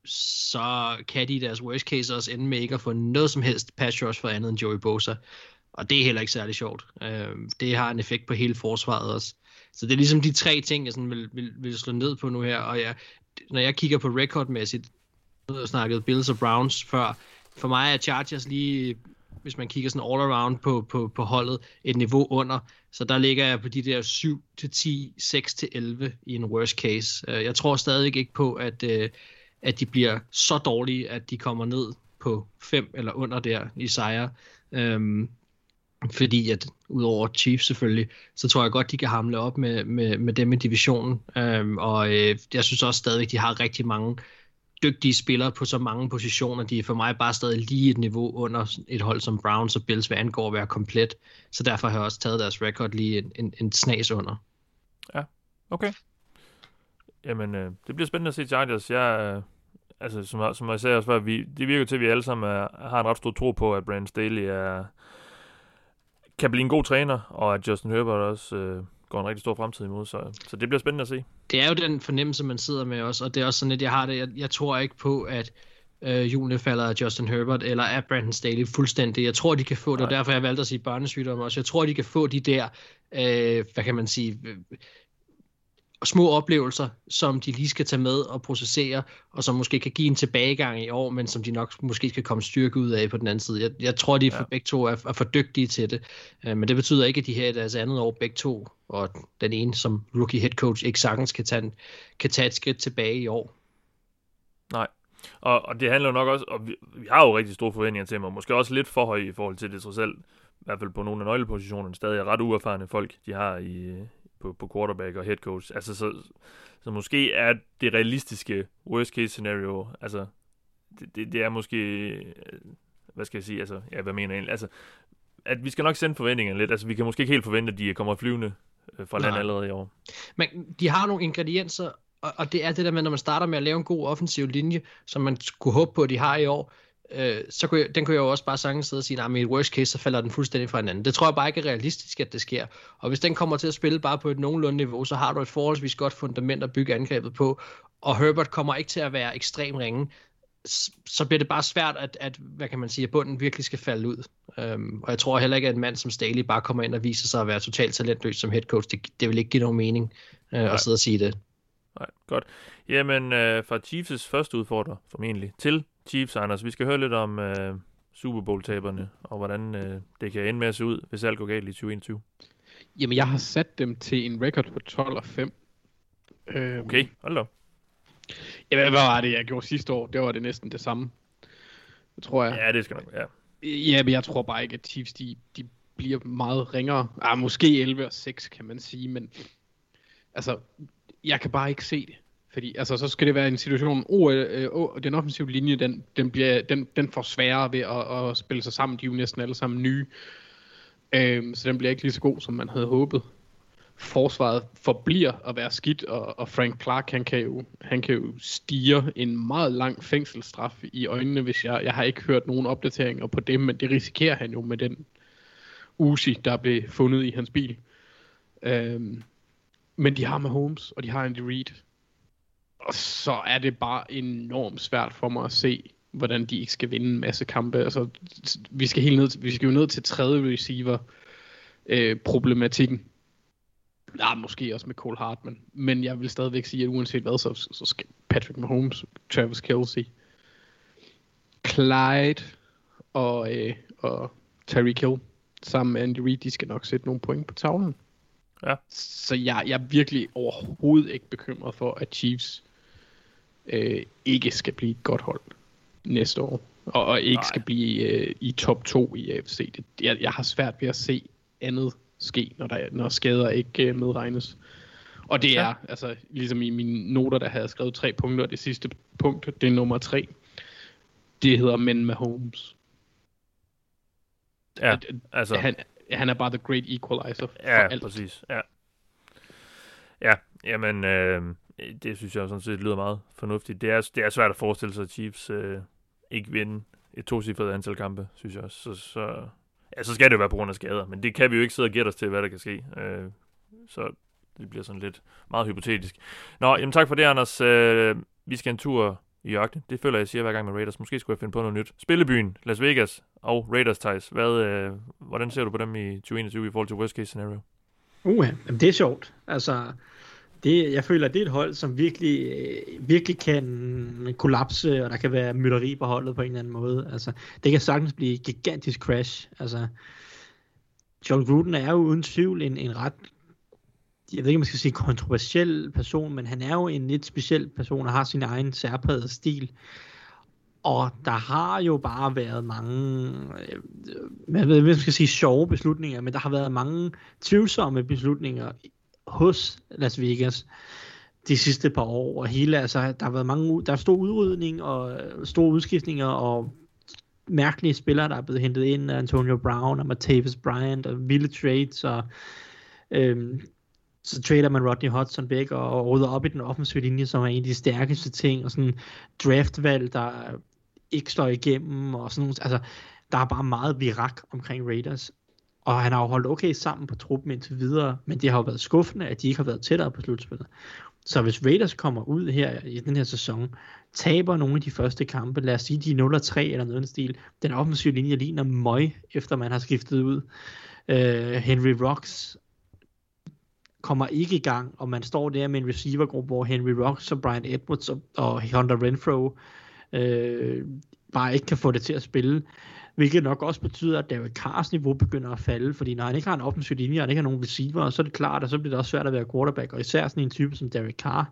så kan de i deres worst case også ende med ikke at få noget som helst pass rush for andet end Joey Bosa. Og det er heller ikke særlig sjovt. Det har en effekt på hele forsvaret også. Så det er ligesom de tre ting, jeg sådan vil, vil, vil slå ned på nu her. Og jeg, når jeg kigger på recordmæssigt, jeg har snakket Bills og Browns før, for mig er Chargers lige, hvis man kigger sådan all around på, på, på holdet, et niveau under. Så der ligger jeg på de der syv til ti, seks til elleve i en worst case. Jeg tror stadig ikke på, at, at de bliver så dårlige, at de kommer ned på fem eller under der i sejre. Um, fordi at udover Chiefs selvfølgelig, så tror jeg godt, de kan hamle op med, med, med dem i divisionen. Um, og øh, jeg synes også stadig, de har rigtig mange dygtige spillere på så mange positioner. De er for mig bare stadig lige et niveau under et hold som Browns og Bills, hvad angår at være komplet. Så derfor har jeg også taget deres record lige en, en, en snas under. Ja, okay. Jamen, øh, det bliver spændende at se Chargers. Jeg, øh, altså, som, som jeg sagde også før, vi, det virker til, at vi alle sammen er, har en ret stor tro på, at Brandon Staley er, kan blive en god træner, og at Justin Herbert også øh, går en rigtig stor fremtid imod, så, så det bliver spændende at se. Det er jo den fornemmelse, man sidder med også, og det er også sådan lidt, jeg har det, jeg, jeg tror ikke på, at øh, julene falder af Justin Herbert eller af Brandon Staley fuldstændig. Jeg tror, de kan få det, og derfor jeg valgte at sige børnesygdom også. Jeg tror, de kan få de der, øh, hvad kan man sige, øh, små oplevelser, som de lige skal tage med og processere, og som måske kan give en tilbagegang i år, men som de nok måske skal komme styrke ud af på den anden side. Jeg, jeg tror, de for ja. begge to er, er for dygtige til det, uh, men det betyder ikke, at de her i deres andet år begge to, og den ene som rookie head coach, ikke sagtens kan tage, en, kan tage et skridt tilbage i år. Nej, og, og det handler jo nok også, og vi, vi har jo rigtig store forventninger til dem, og måske også lidt for høje i forhold til det trods alt, i hvert fald på nogle af nøglepositionerne, stadig er ret uerfarne folk, de har i På, på quarterback og head coach. Altså, så, så måske er det realistiske worst case scenario, altså, det, det, det er måske, hvad skal jeg sige, altså, ja, hvad mener jeg egentlig? Altså, at vi skal nok sende forventningerne lidt, altså, vi kan måske ikke helt forvente, at de kommer flyvende fra land allerede i år. Men de har nogle ingredienser, og, og det er det der med, når man starter med at lave en god offensiv linje, som man kunne håbe på, at de har i år, øh, så kunne jeg, den kunne jeg jo også bare sagtens sidde og sige, nej, i et worst case, så falder den fuldstændig fra hinanden. Det tror jeg bare ikke er realistisk, at det sker. Og hvis den kommer til at spille bare på et nogenlunde niveau, så har du et forholdsvis godt fundament at bygge angrebet på, og Herbert kommer ikke til at være ekstrem ringe, så bliver det bare svært, at, at hvad kan man sige, at bunden virkelig skal falde ud. Um, og jeg tror heller ikke, at en mand som Staley bare kommer ind og viser sig at være totalt talentløs som head coach. Det, det vil ikke give nogen mening uh, at sidde og sige det. Nej, godt. Jamen, øh, fra Chiefs' første udfordrer, formentlig, til Chiefs, Anders. Vi skal høre lidt om øh, Super Bowl-taberne, og hvordan øh, det kan ende med at se ud, hvis alt går galt i tyve enogtyve. Jamen, jeg har sat dem til en record på tolv og fem. Øhm, okay, hold da. Jamen, hvad var det, jeg gjorde sidste år? Det var det næsten det samme. Det tror jeg. Ja, det skal nok, ja. Ja, men jeg tror bare ikke, at Chiefs, de, de bliver meget ringere. Ah, måske elleve og seks, kan man sige, men altså, jeg kan bare ikke se det. Fordi altså, så skal det være en situation, oh, øh, oh, den offensive linje, den, den, bliver, den, den får sværere ved at, at spille sig sammen. De er jo næsten alle sammen nye. Øhm, så den bliver ikke lige så god, som man havde håbet. Forsvaret forbliver at være skidt, og, og Frank Clark, han kan, jo, han kan jo stige en meget lang fængselsstraf i øjnene, hvis jeg, jeg har ikke hørt nogen opdateringer på det, men det risikerer han jo med den Uzi, der blev fundet i hans bil. Øhm, men de har Mahomes, og de har Andy Reid. Og så er det bare enormt svært for mig at se, hvordan de ikke skal vinde en masse kampe. Altså, vi skal helt ned til, vi skal jo ned til tredje receiver øh, problematikken. Ja, måske også med Cole Hartman. Men jeg vil stadigvæk sige, at uanset hvad, så, så skal Patrick Mahomes, Travis Kelce, Clyde og, øh, og Tyreek Hill sammen med Andy Reid, de skal nok sætte nogle point på tavlen. Ja. Så jeg, jeg er virkelig overhovedet ikke bekymret for, at Chiefs øh, ikke skal blive et godt hold næste år. Og, og ikke Nej. skal blive øh, i top to i A F C. Det, jeg, jeg har svært ved at se andet ske, når, der, når skader ikke øh, medregnes. Og det er, ja. altså ligesom i mine noter, der havde jeg skrevet tre punkter, og det sidste punkt, det er nummer tre. Det hedder Men Mahomes. Ja, altså... Han, han er bare the great equalizer for ja, alt. Præcis. Ja, ja, jamen, øh, det synes jeg sådan set lyder meget fornuftigt. Det er, det er svært at forestille sig, at Chiefs øh, ikke vinder et tocifret antal kampe, synes jeg også. Så, så, ja, så skal det jo være på grund af skader, men det kan vi jo ikke sidde og gætte os til, hvad der kan ske. Øh, så det bliver sådan lidt meget hypotetisk. Nå, jamen tak for det, Anders. Øh, vi skal en tur i ørkenen. Det føler jeg, jeg siger hver gang med Raiders. Måske skulle jeg finde på noget nyt. Spillebyen, Las Vegas og Raiders, Thijs. Hvad, øh, hvordan ser du på dem i tyve enogtyve i forhold til worst case scenario? Uh, jamen det er sjovt. Altså, det, jeg føler, det er et hold, som virkelig, virkelig kan kollapse, og der kan være mytteri på holdet på en eller anden måde. Altså, det kan sagtens blive et gigantisk crash. Altså, John Gruden er jo uden tvivl en, en ret, jeg ved ikke, om man skal sige kontroversiel person, men han er jo en lidt speciel person og har sin egen særprægede stil. Og der har jo bare været mange, jeg ved ikke, man skal sige sjove beslutninger, men der har været mange tvivlsomme beslutninger hos Las Vegas de sidste par år. Og hele, altså, der har været mange, der er stor udrydning og store udskiftninger og mærkelige spillere, der er blevet hentet ind, Antonio Brown og Martavis Bryant og vilde trades, og øhm, så trader man Rodney Hudson væk og rydder op i den offensive linje, som er en af de stærkeste ting, og sådan draftvalg, der ikke slår igennem, og sådan nogle, altså, der er bare meget virak omkring Raiders. og han har jo holdt okay sammen på truppen indtil videre, men det har jo været skuffende, at de ikke har været tættere på slutspillet. Så hvis Raiders kommer ud her i den her sæson, taber nogle af de første kampe, lad os sige, de er nul tre eller noget i den stil, den offensive linje ligner møg, efter man har skiftet ud. Uh, Henry Rocks kommer ikke i gang, og man står der med en receivergruppe, hvor Henry Rocks og Brian Edwards og, og Hunter Renfrow øh, bare ikke kan få det til at spille, hvilket nok også betyder, at Derek Carrs niveau begynder at falde, fordi når han ikke har en offensiv linje, og han ikke har nogen receiver, så er det klart, at så bliver det også svært at være quarterback, og især sådan en type som Derek Carr,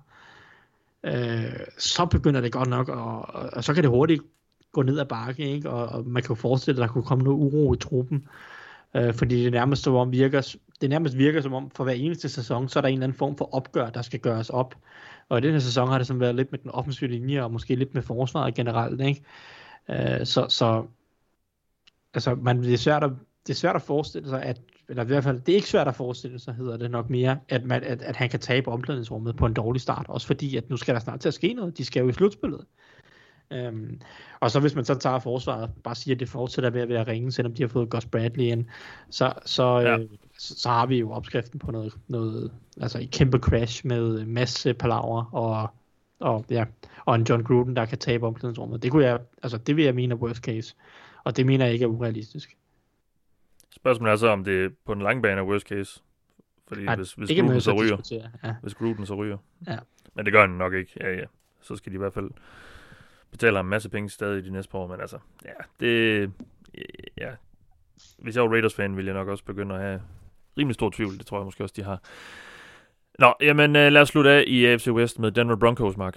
øh, så begynder det godt nok, og, og, og så kan det hurtigt gå ned ad bakke, ikke? Og, og man kan jo forestille, at der kunne komme noget uro i truppen, øh, fordi det nærmest, som om virker, det nærmest virker som om, for hver eneste sæson, så er der en eller anden form for opgør, der skal gøres op, og i den her sæson har det sådan været lidt med den offensive linje, og måske lidt med forsvaret generelt, ikke? Øh, så, så altså, man, det, er svært at, det er svært at forestille sig, at, eller i hvert fald, det er ikke svært at forestille sig, hedder det nok mere, at, man, at, at han kan tabe omklædningsrummet på en dårlig start, også fordi, at nu skal der snart til at ske noget, de skal jo i slutspillet. Um, og så hvis man så tager forsvaret, bare siger, at det fortsætter ved at være ringe, selvom de har fået Gus Bradley ind, så, så, ja. øh, så, så har vi jo opskriften på noget, noget altså et kæmpe crash med masse palaver og, og, ja, og en John Gruden, der kan tabe omklædningsrummet. Det kunne jeg, altså det vil jeg mene er worst case. Og det mener jeg ikke er urealistisk. Spørgsmålet er så, om det på den lange bane er worst case. Fordi Ej, hvis, hvis, Gruden så ryger, ja. hvis Gruden så ryger. Ja. Men det gør han nok ikke. Ja, ja. Så skal de i hvert fald betale en masse penge stadig i de næste par år. Men altså, ja, det... Ja. Hvis jeg var Raiders-fan, ville jeg nok også begynde at have rimelig stor tvivl. Det tror jeg måske også, de har. Nå, jamen lad os slutte af i A F C West med Denver Broncos, Mark.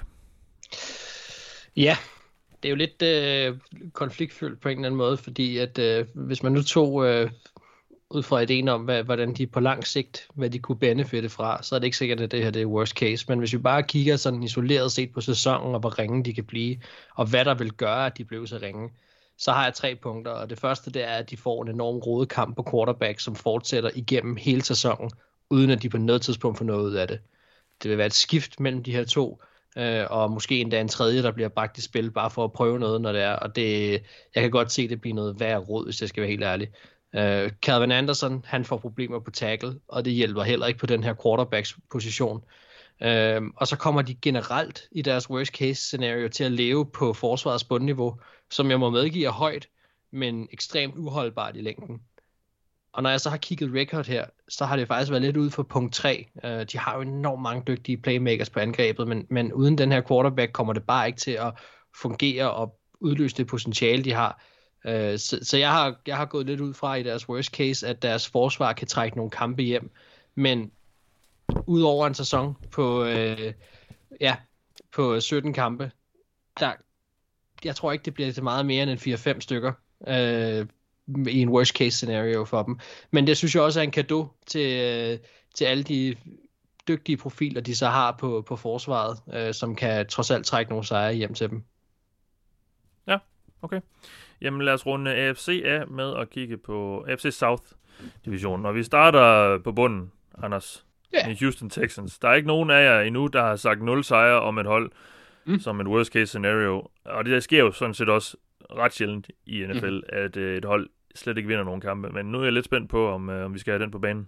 Ja. Det er jo lidt øh, konfliktfyldt på en eller anden måde, fordi at øh, hvis man nu tog øh, ud fra ideen om, hvad, hvordan de på lang sigt, hvad de kunne benefitte fra, så er det ikke sikkert, at det her det er worst case. Men hvis vi bare kigger sådan isoleret set på sæsonen, og hvor ringe de kan blive, og hvad der vil gøre, at de blev så ringe, så har jeg tre punkter. Og det første, det er, at de får en enorm rodekamp på quarterback, som fortsætter igennem hele sæsonen, uden at de på noget tidspunkt får noget ud af det. Det vil være et skift mellem de her to, Uh, og måske endda en tredje, der bliver bragt i spil, bare for at prøve noget, når det er, og det, jeg kan godt se, at det bliver noget værre råd, hvis jeg skal være helt ærlig. Uh, Calvin Anderson, han får problemer på tackle, og det hjælper heller ikke på den her quarterbacks position. Uh, og så kommer de generelt i deres worst case scenario til at leve på forsvarets bundniveau, som jeg må medgive er højt, men ekstremt uholdbart i længden. Og når jeg så har kigget record her, så har det faktisk været lidt ude for punkt tre. Uh, de har jo enormt mange dygtige playmakers på angrebet, men, men uden den her quarterback kommer det bare ikke til at fungere og udløse det potentiale, de har. Uh, så så jeg, har, jeg har gået lidt ud fra i deres worst case, at deres forsvar kan trække nogle kampe hjem. Men ud over en sæson på, uh, ja, på sytten kampe, der, jeg tror ikke, det bliver til meget mere end en fire fem stykker. Uh, i en worst case scenario for dem. Men det synes jeg også er en cadeau til, til alle de dygtige profiler, de så har på, på forsvaret, øh, som kan trods alt trække nogle sejre hjem til dem. Ja, okay. Jamen lad os runde A F C af med at kigge på A F C South-divisionen. Og vi starter på bunden, Anders, yeah. i Houston Texans. Der er ikke nogen af jer endnu, der har sagt nul sejre om et hold mm. som et worst case scenario. Og det sker jo sådan set også ret sjældent i N F L, mm. at øh, et hold slet ikke vinder nogen kampe. Men nu er jeg lidt spændt på, om, øh, om vi skal have den på banen.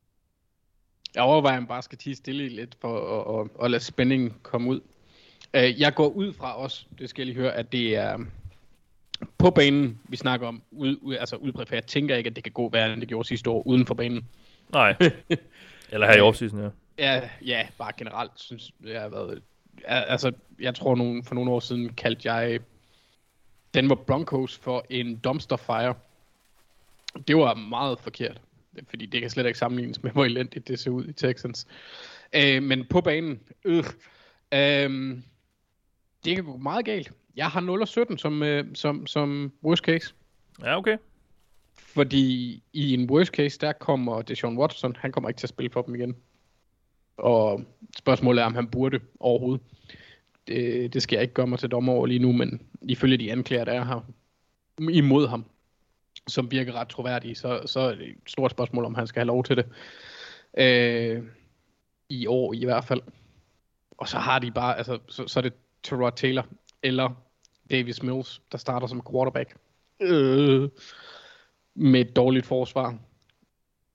Jeg overvejer, om bare skal tige stille lidt for at, at, at lade spændingen komme ud. Uh, jeg går ud fra os, det skal jeg lige høre, at det er på banen, vi snakker om, ud, ud, altså udpræfært. Jeg tænker ikke, at det kan gå værre, end det gjorde sidste år, uden for banen. Nej, eller her i offseason, ja. Ja, ja, bare generelt, synes jeg har været... Altså, jeg tror, nogen, for nogle år siden kaldte jeg Denver Broncos for en dumpster fire. Det var meget forkert, fordi det kan slet ikke sammenlignes med, hvor elendigt det ser ud i Texans. Øh, men på banen, øh, øh, det kan gå meget galt. Jeg har nul og sytten som, øh, som, som worst case. Ja, okay. Fordi i en worst case, der kommer Deshaun Watson, han kommer ikke til at spille for dem igen. Og spørgsmålet er, om han burde overhovedet. Det, det skal jeg ikke gøre mig til dommer over lige nu, men ifølge de anklager, der er her imod ham, som virker ret troværdige, så, så er det et stort spørgsmål, om han skal have lov til det. Øh, I år i hvert fald. Og så har de bare, altså, så, så er det Tyrod Taylor eller Davis Mills, der starter som quarterback. Øh, med et dårligt forsvar.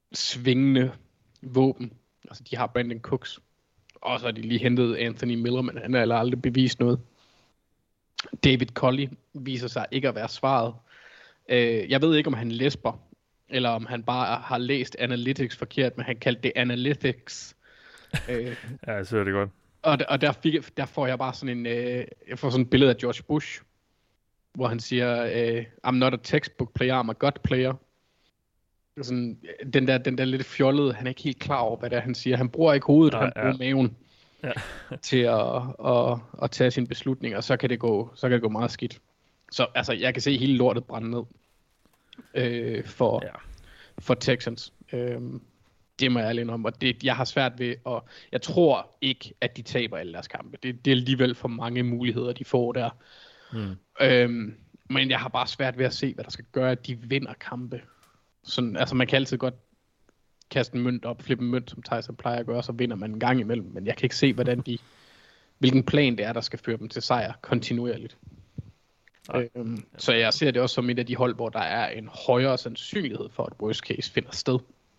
svingende våben. Altså, de har Brandon Cooks. Og så har de lige hentet Anthony Miller, men han har aldrig bevist noget. David Culley viser sig ikke at være svaret. Øh, jeg ved ikke, om han lesber, eller om han bare har læst analytics forkert, men han kaldte det analytics. øh, ja, jeg synes det godt. Og, og der, fik, der får jeg bare sådan en, øh, jeg får sådan et billede af George Bush, hvor han siger, øh, I'm not a textbook player, I'm a god player. Sådan, den, der, den der lidt fjollede, han er ikke helt klar over, hvad det er, han siger. Han bruger ikke hovedet, Nej, han bruger ja. maven ja. til at, at, at tage sine beslutninger, så kan det gå, så kan det gå meget skidt. Så altså, jeg kan se hele lortet brænde ned øh, for, ja. for Texans. Øh, det må jeg ærlig om, og det, jeg har svært ved, og jeg tror ikke, at de taber alle deres kampe. Det, det er alligevel for mange muligheder, de får der. Mm. Øh, men jeg har bare svært ved at se, hvad der skal gøre, at de vinder kampe. Sådan, altså man kan altid godt kaste en mønt op, flippe en mønt, som Tyson plejer at gøre, så vinder man en gang imellem. Men jeg kan ikke se, hvordan de, hvilken plan det er, der skal føre dem til sejr kontinuerligt. Øhm, så jeg ser det også som et af de hold, hvor der er en højere sandsynlighed for, at worst case finder sted.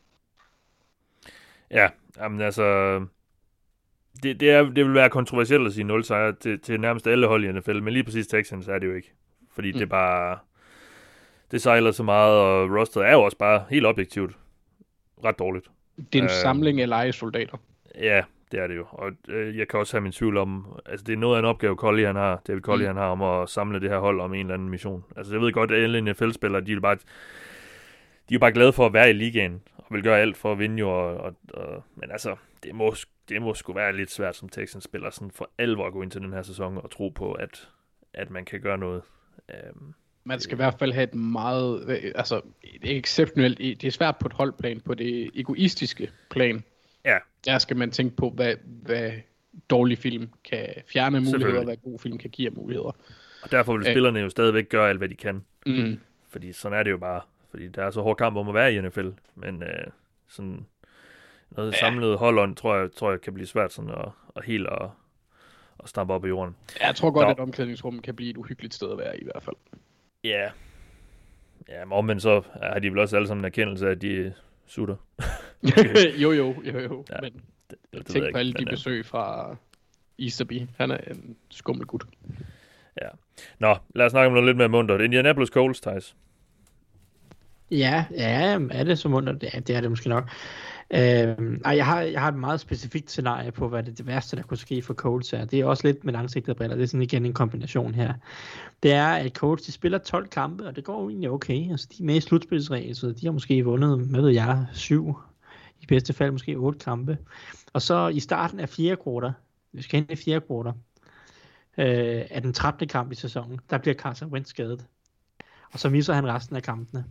Ja, jamen altså, det, det, er, det vil være kontroversielt at sige nul sejre til, til nærmest alle hold i N F L, men lige præcis Texans er det jo ikke. Fordi mm. det er bare, det sejler så meget, og rosteret er jo også bare helt objektivt ret dårligt. Det er en uh, samling af lejesoldater. Ja, det er det jo. Og øh, jeg kan også have min tvivl om, altså det er noget af en opgave, Culley han har, David Culley mm. han har om at samle det her hold om en eller anden mission. Altså jeg ved godt, at alle N F L-spillere, de er bare, de er bare glade for at være i ligaen, og vil gøre alt for at vinde jo, og, og, og, men altså, det må, det må sgu være lidt svært som Texans-spiller, sådan for alvor at gå ind til den her sæson og tro på, at, at man kan gøre noget. Um, Man skal i hvert fald have et meget, altså et exceptionelt, det er svært på et holdplan, på det egoistiske plan. Ja. Der skal man tænke på, hvad, hvad dårlig film kan fjerne muligheder, og hvad god film kan give muligheder. Og derfor vil spillerne jo stadigvæk gøre alt, hvad de kan. Mm. Fordi sådan er det jo bare. Fordi der er så hård kamp om at være i N F L. Men øh, sådan noget ja. samlet hold, tror jeg, tror jeg kan blive svært sådan at, at helt at, at stampe op i jorden. Jeg tror godt, Nå. at omklædningsrummet kan blive et uhyggeligt sted at være i, i hvert fald. Ja. Ja, men omvendt så har de vel også alle sammen en erkendelse af, at de sutter. jo, jo, jo, jo. Ja, men det, det tænk på alle ikke, de besøg fra Easterby. Han er en skummel gut. Ja. Nå, lad os snakke om noget lidt mere muntert. Indianapolis Colts, Thijs. Ja, ja, er det så muntert? Ja, det er det måske nok. Øhm, jeg, har, jeg har et meget specifikt scenarie på, hvad det, det værste, der kunne ske for Colts er. Det er også lidt med langsigtede briller. Det er sådan igen en kombination her. Det er, at Colts, de spiller tolv kampe, og det går jo egentlig okay. Altså, de er med i slutspilsræset, så de har måske vundet, hvad ved jeg, syv. I bedste fald måske otte kampe. Og så i starten af fjerde kvartal, vi skal hen i fjerde kvartal, øh, af den trettende kamp i sæsonen, der bliver Carson Wentz skadet. Og så misser han resten af kampene.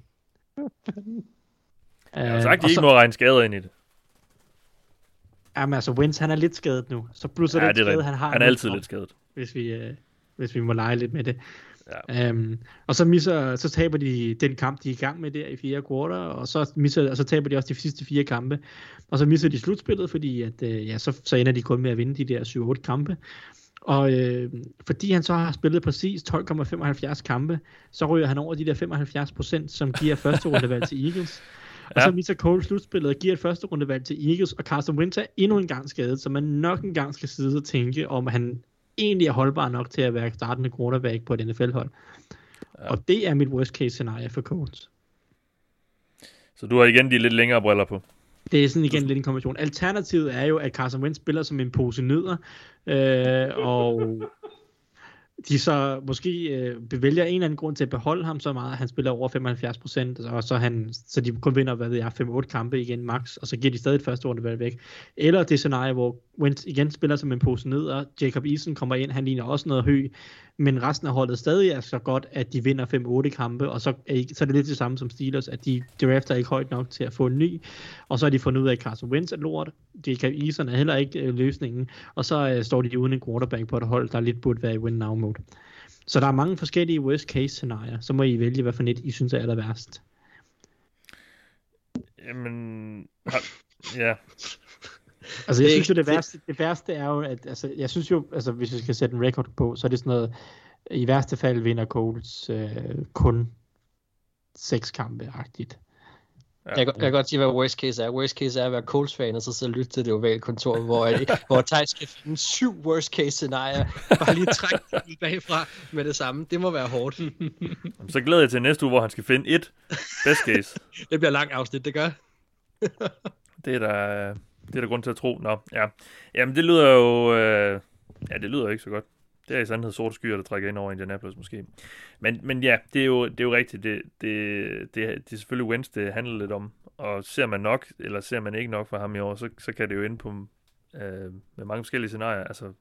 Jeg har sagt, at de ikke må regne skader ind i det. Jamen altså, Wentz, han er lidt skadet nu. Så pludselig ja, det skade, han har. Han er altid lidt skadet. Hvis vi, øh, hvis vi må lege lidt med det. Ja. Um, og så, misser, så taber de den kamp, de er i gang med der i fjerde kvartal, og så, misser, og så taber de også de sidste fire kampe. Og så misser de slutspillet, fordi at, øh, ja, så, så ender de kun med at vinde de der syv otte kampe. Og øh, fordi han så har spillet præcis tolv komma femoghalvfjerds kampe, så ryger han over de der femoghalvfjerds procent, som giver første rundevalg til Eagles. Og ja. så misser Cole slutspillet og giver et første rundevalg til Eagles, og Carson Wentz er endnu en gang skadet, så man nok en gang skal sidde og tænke, om han egentlig er holdbar nok til at være startende quarterback på et N F L-hold. Ja. Og det er mit worst case scenarie for Colts. Så du har igen de lidt længere briller på. Det er sådan igen lidt en kombination. Alternativet er jo, at Carson Wentz spiller som en pose nødder, øh, og de så måske øh, bevælger en eller anden grund til at beholde ham så meget, at han spiller over femoghalvfjerds procent, og så, han, så de kun vinder, hvad ved jeg, fem otte kampe igen max, og så giver de stadig et første rundevalg væk. Eller det scenarie, hvor Wentz igen spiller som en pose nødder, Jacob Eason kommer ind, han ligner også noget høj, men resten af holdet stadig er så godt, at de vinder fem otte kampe, og så er, så er det lidt det samme som Steelers, at de drafter ikke højt nok til at få en ny, og så er de fundet ud af, at Carson Wentz er lort, Jacob Eason er heller ikke øh, løsningen, og så øh, står de uden en quarterback på et hold, der lidt burde være i win-now-mode. Så der er mange forskellige worst case scenarier, så må I vælge, hvad for net I synes er aller værst. Jamen, ja. Altså, jeg synes jo, det værste, det værste er jo, at altså, jeg synes jo, altså, hvis vi skal sætte en record på, så er det sådan noget, i værste fald vinder Colts øh, kun seks kampe-agtigt. Jeg, jeg kan godt sige, hvad worst case er. Worst case er at være Colts-fan, og så sidde og lytte til det ovale kontor, hvor, hvor Thijs skal finde syv worst case scenarier, bare lige trække den bagfra med det samme. Det må være hårdt. Så glæder jeg til næste uge, hvor han skal finde et best case. Det bliver langt afsnit, det gør. Det er der, det er der grund til at tro. Nå, ja. Jamen, det lyder jo... Øh, ja, det lyder jo ikke så godt. Det er i sandhed sorte skyer, der trækker ind over Indianapolis måske. Men, men ja, det er jo, det er jo rigtigt. Det, det, det, det er selvfølgelig Wentz, det handler lidt om. Og ser man nok, eller ser man ikke nok for ham i år, så, så kan det jo ende på øh, med mange forskellige scenarier. Altså,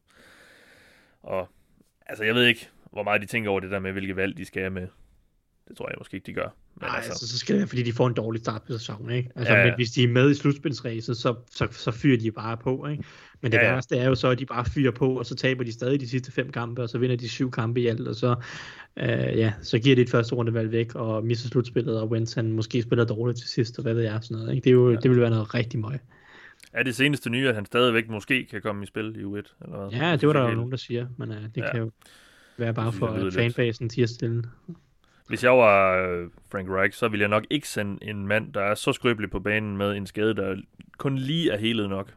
og, altså, jeg ved ikke, hvor meget de tænker over det der med, hvilke valg de skal have med. Det tror jeg måske ikke, de gør. Men Nej, altså, altså, så skal det være, fordi de får en dårlig start på sæsonen, ikke? Altså, ja, ja. Men hvis de er med i slutspilsræset, så, så, så fyrer de bare på, ikke? Men det ja, ja. værste er jo så, at de bare fyrer på, og så taber de stadig de sidste fem kampe, og så vinder de syv kampe i alt, og så, øh, ja, så giver de et første rundevalg væk, og misser slutspillet, og Wentz, han måske spiller dårligt til sidst, og hvad ved jeg, sådan noget, ikke? Det, er jo, ja. det vil være noget rigtig møg. Er det seneste nye, at han stadigvæk måske kan komme i spil i U et? Eller hvad? Ja, det var der jo nogen, der siger, men uh, det ja. kan jo være bare for det fanbasen til at stille. Hvis jeg var øh, Frank Reich, så ville jeg nok ikke sende en mand, der er så skrøbelig på banen med en skade, der kun lige er helet nok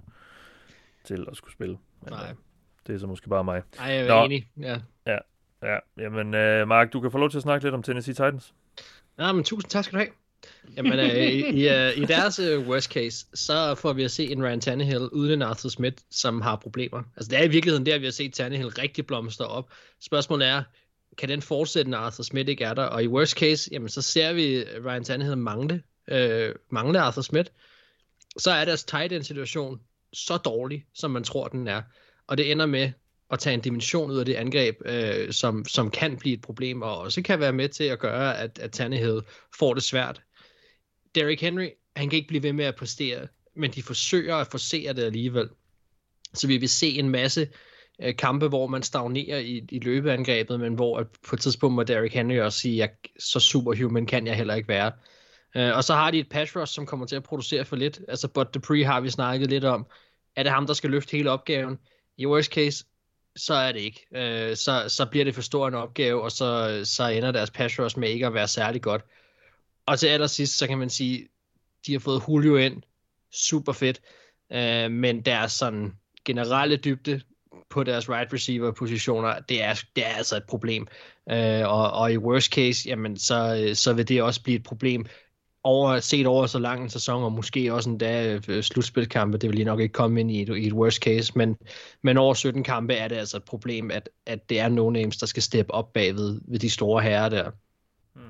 til at skulle spille. Men, Nej. Øh, det er så måske bare mig. Nej, jeg er Nå. enig. Ja. Ja, ja. Jamen, øh, Mark, du kan få lov til at snakke lidt om Tennessee Titans. Ja, men tusind tak skal du have. Jamen, øh, i, i, uh, i deres uh, worst case, så får vi at se en Ryan Tannehill uden en Arthur Smith, som har problemer. Altså, det er i virkeligheden der, vi har set Tannehill rigtig blomstre op. Spørgsmålet er, kan den fortsætte, når Arthur Smith ikke er der? Og i worst case, jamen, så ser vi Ryan Tannehill mangle, øh, mangle Arthur Smith. Så er deres tight end situation så dårlig, som man tror, den er. Og det ender med at tage en dimension ud af det angreb, øh, som, som kan blive et problem, og også kan være med til at gøre, at, at Tannehill får det svært. Derrick Henry, han kan ikke blive ved med at præstere, men de forsøger at forsere det alligevel. Så vi vil se en masse øh, kampe, hvor man stagnerer i, i løbeangrebet, men hvor at på et tidspunkt må Derrick Henry også sige, at så superhuman kan jeg heller ikke være. Øh, og så har de et pass rush, som kommer til at producere for lidt. Altså Bud Dupree har vi snakket lidt om. Er det ham, der skal løfte hele opgaven? I worst case, så er det ikke. Øh, så, så bliver det for stor en opgave, og så, så ender deres pass rush med ikke at være særlig godt. Og til allersidst, så kan man sige, de har fået Julio ind, super fedt, øh, men deres sådan generelle dybde på deres right receiver positioner, det er, det er altså et problem. Øh, og, og i worst case, jamen så, så vil det også blive et problem over, set over så lang en sæson, og måske også endda øh, slutspilkampe, det vil lige nok ikke komme ind i et, i et worst case, men, men over sytten kampe er det altså et problem, at, at det er no-names, der skal steppe op bagved ved de store herrer der. Hmm.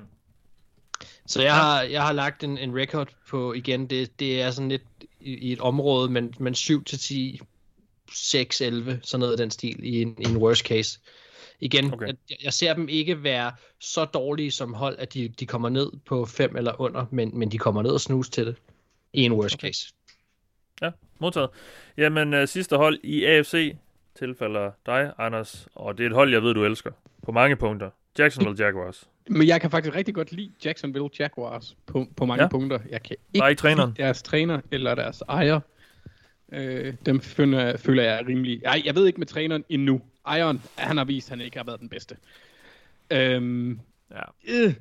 Så jeg har, jeg har lagt en, en record på, igen, det, det er sådan lidt i, i et område, men, men syv til ti, seks, elleve, sådan noget af den stil i en, i en worst case. Igen, okay. jeg, jeg ser dem ikke være så dårlige som hold, at de, de kommer ned på fem eller under, men, men de kommer ned og snuse til det i en worst okay. case. Ja, modtaget. Jamen, uh, sidste hold i A F C tilfælder dig, Anders, og det er et hold, jeg ved, du elsker på mange punkter. Jacksonville Jaguars. Men jeg kan faktisk rigtig godt lide Jacksonville Jaguars på, på mange ja. punkter. Jeg kan ikke, ikke lide deres træner eller deres ejer. Øh, dem føler, føler jeg er rimelig... Ej, jeg ved ikke med træneren endnu. Ejeren, han har vist, at han ikke har været den bedste. Øhm, ja. øh,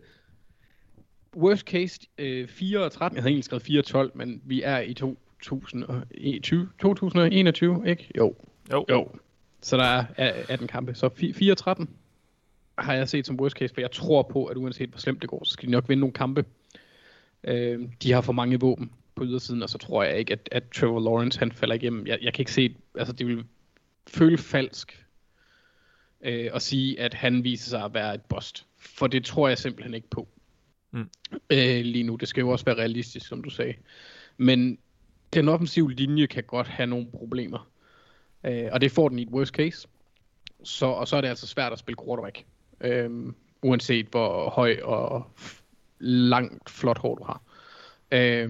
worst case øh, fire og tretten. Jeg havde egentlig skrevet fire og tolv, men vi er i to tusind og enogtyve, ikke? Jo. Jo. jo. Så der er atten kampe. Så fire og tretten har jeg set som worst case, for jeg tror på, at uanset hvor slemt det går, så skal de nok vinde nogle kampe. Øh, de har for mange våben på ydersiden, og så tror jeg ikke, at, at Trevor Lawrence han falder igennem. Jeg, jeg kan ikke se, altså det vil føle falsk øh, at sige, at han viser sig at være et bust. For det tror jeg simpelthen ikke på. Mm. Øh, lige nu. Det skal jo også være realistisk, som du sagde. Men den offensive linje kan godt have nogle problemer. Øh, og det får den i et worst case. Så, og så er det altså svært at spille quarterback. Øh, uanset hvor høj og langt, flot hår du har. Øh,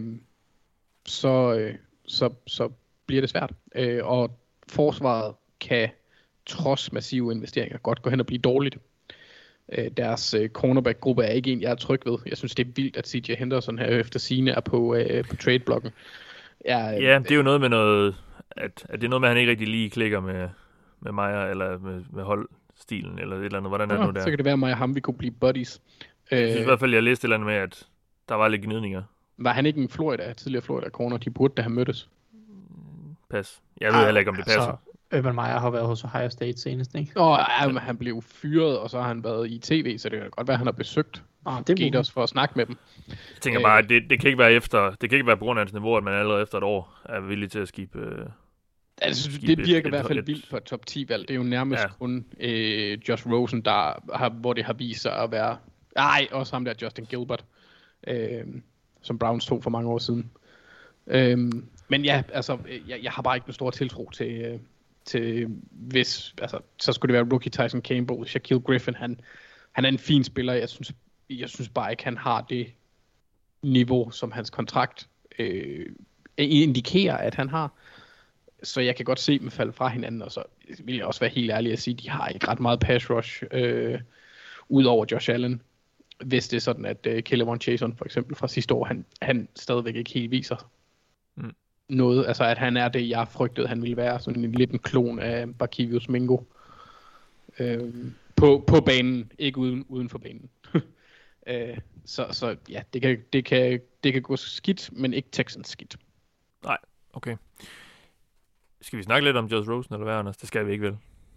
så, øh, så, så bliver det svært. Øh, og forsvaret kan trods massive investeringer godt gå hen og blive dårligt. Øh, deres øh, cornerback-gruppe er ikke en, jeg er tryg ved. Jeg synes, det er vildt, at C J Henderson her efter sigende er på, øh, på trade-blokken. Ja, øh, ja, det er jo noget med noget, at, at det er noget med, at han ikke rigtig lige klikker med, med Meyer, eller med, med holdstilen, eller et eller andet. Hvordan er det nu der? Så kan det være, at Meyer og ham vi kunne blive buddies. Jeg synes øh, i hvert fald, jeg læste et eller andet med, at der var lidt gnidninger Var han ikke en Florida, tidligere Florida corner? De burde da have mødtes. Pas. Jeg ved Ej, heller ikke, om det passer. Altså, Urban Meyer har været hos Ohio State senest, ikke? Åh, ja, men han blev fyret, og så har han været i tv, så det kan godt være, at han har besøgt oh, det Gators for at snakke med dem. Jeg tænker bare, at det, det kan ikke være efter, det kan ikke være på grund af hans niveau, at man allerede efter et år er villig til at skibe. Øh, altså, skib det virker et, i hvert fald et, vildt for et top ti-valg. Det er jo nærmest ja. kun øh, Josh Rosen, der har, hvor det har vist sig at være... Ej, også ham der, Justin Gilbert, øh, som Browns tog for mange år siden. Øh, men ja, altså, jeg, jeg har bare ikke en stor tiltro til... Øh, til hvis, altså, så skulle det være rookie Tyson Campbell. Shaquille Griffin, han, han er en fin spiller. Jeg synes, jeg synes bare ikke, han har det niveau, som hans kontrakt øh, indikerer, at han har. Så jeg kan godt se dem falde fra hinanden, og så vil jeg også være helt ærlig at sige, at de har ikke ret meget pass rush, øh, ud over Josh Allen. Hvis det er sådan, at øh, K'Lavon Chaisson for eksempel fra sidste år, han, han stadigvæk ikke helt viser mm. noget. Altså at han er det, jeg frygtede, han ville være. Sådan en lidt en klon af Barkevius Mingo. Øh, på, på banen, ikke uden, uden for banen. øh, så, så ja, det kan, det, kan, det kan gå skidt, men ikke Texans skidt. Nej, okay. Skal vi snakke lidt om Josh Rosen, eller hvad, Anders? Det skal vi ikke, vel?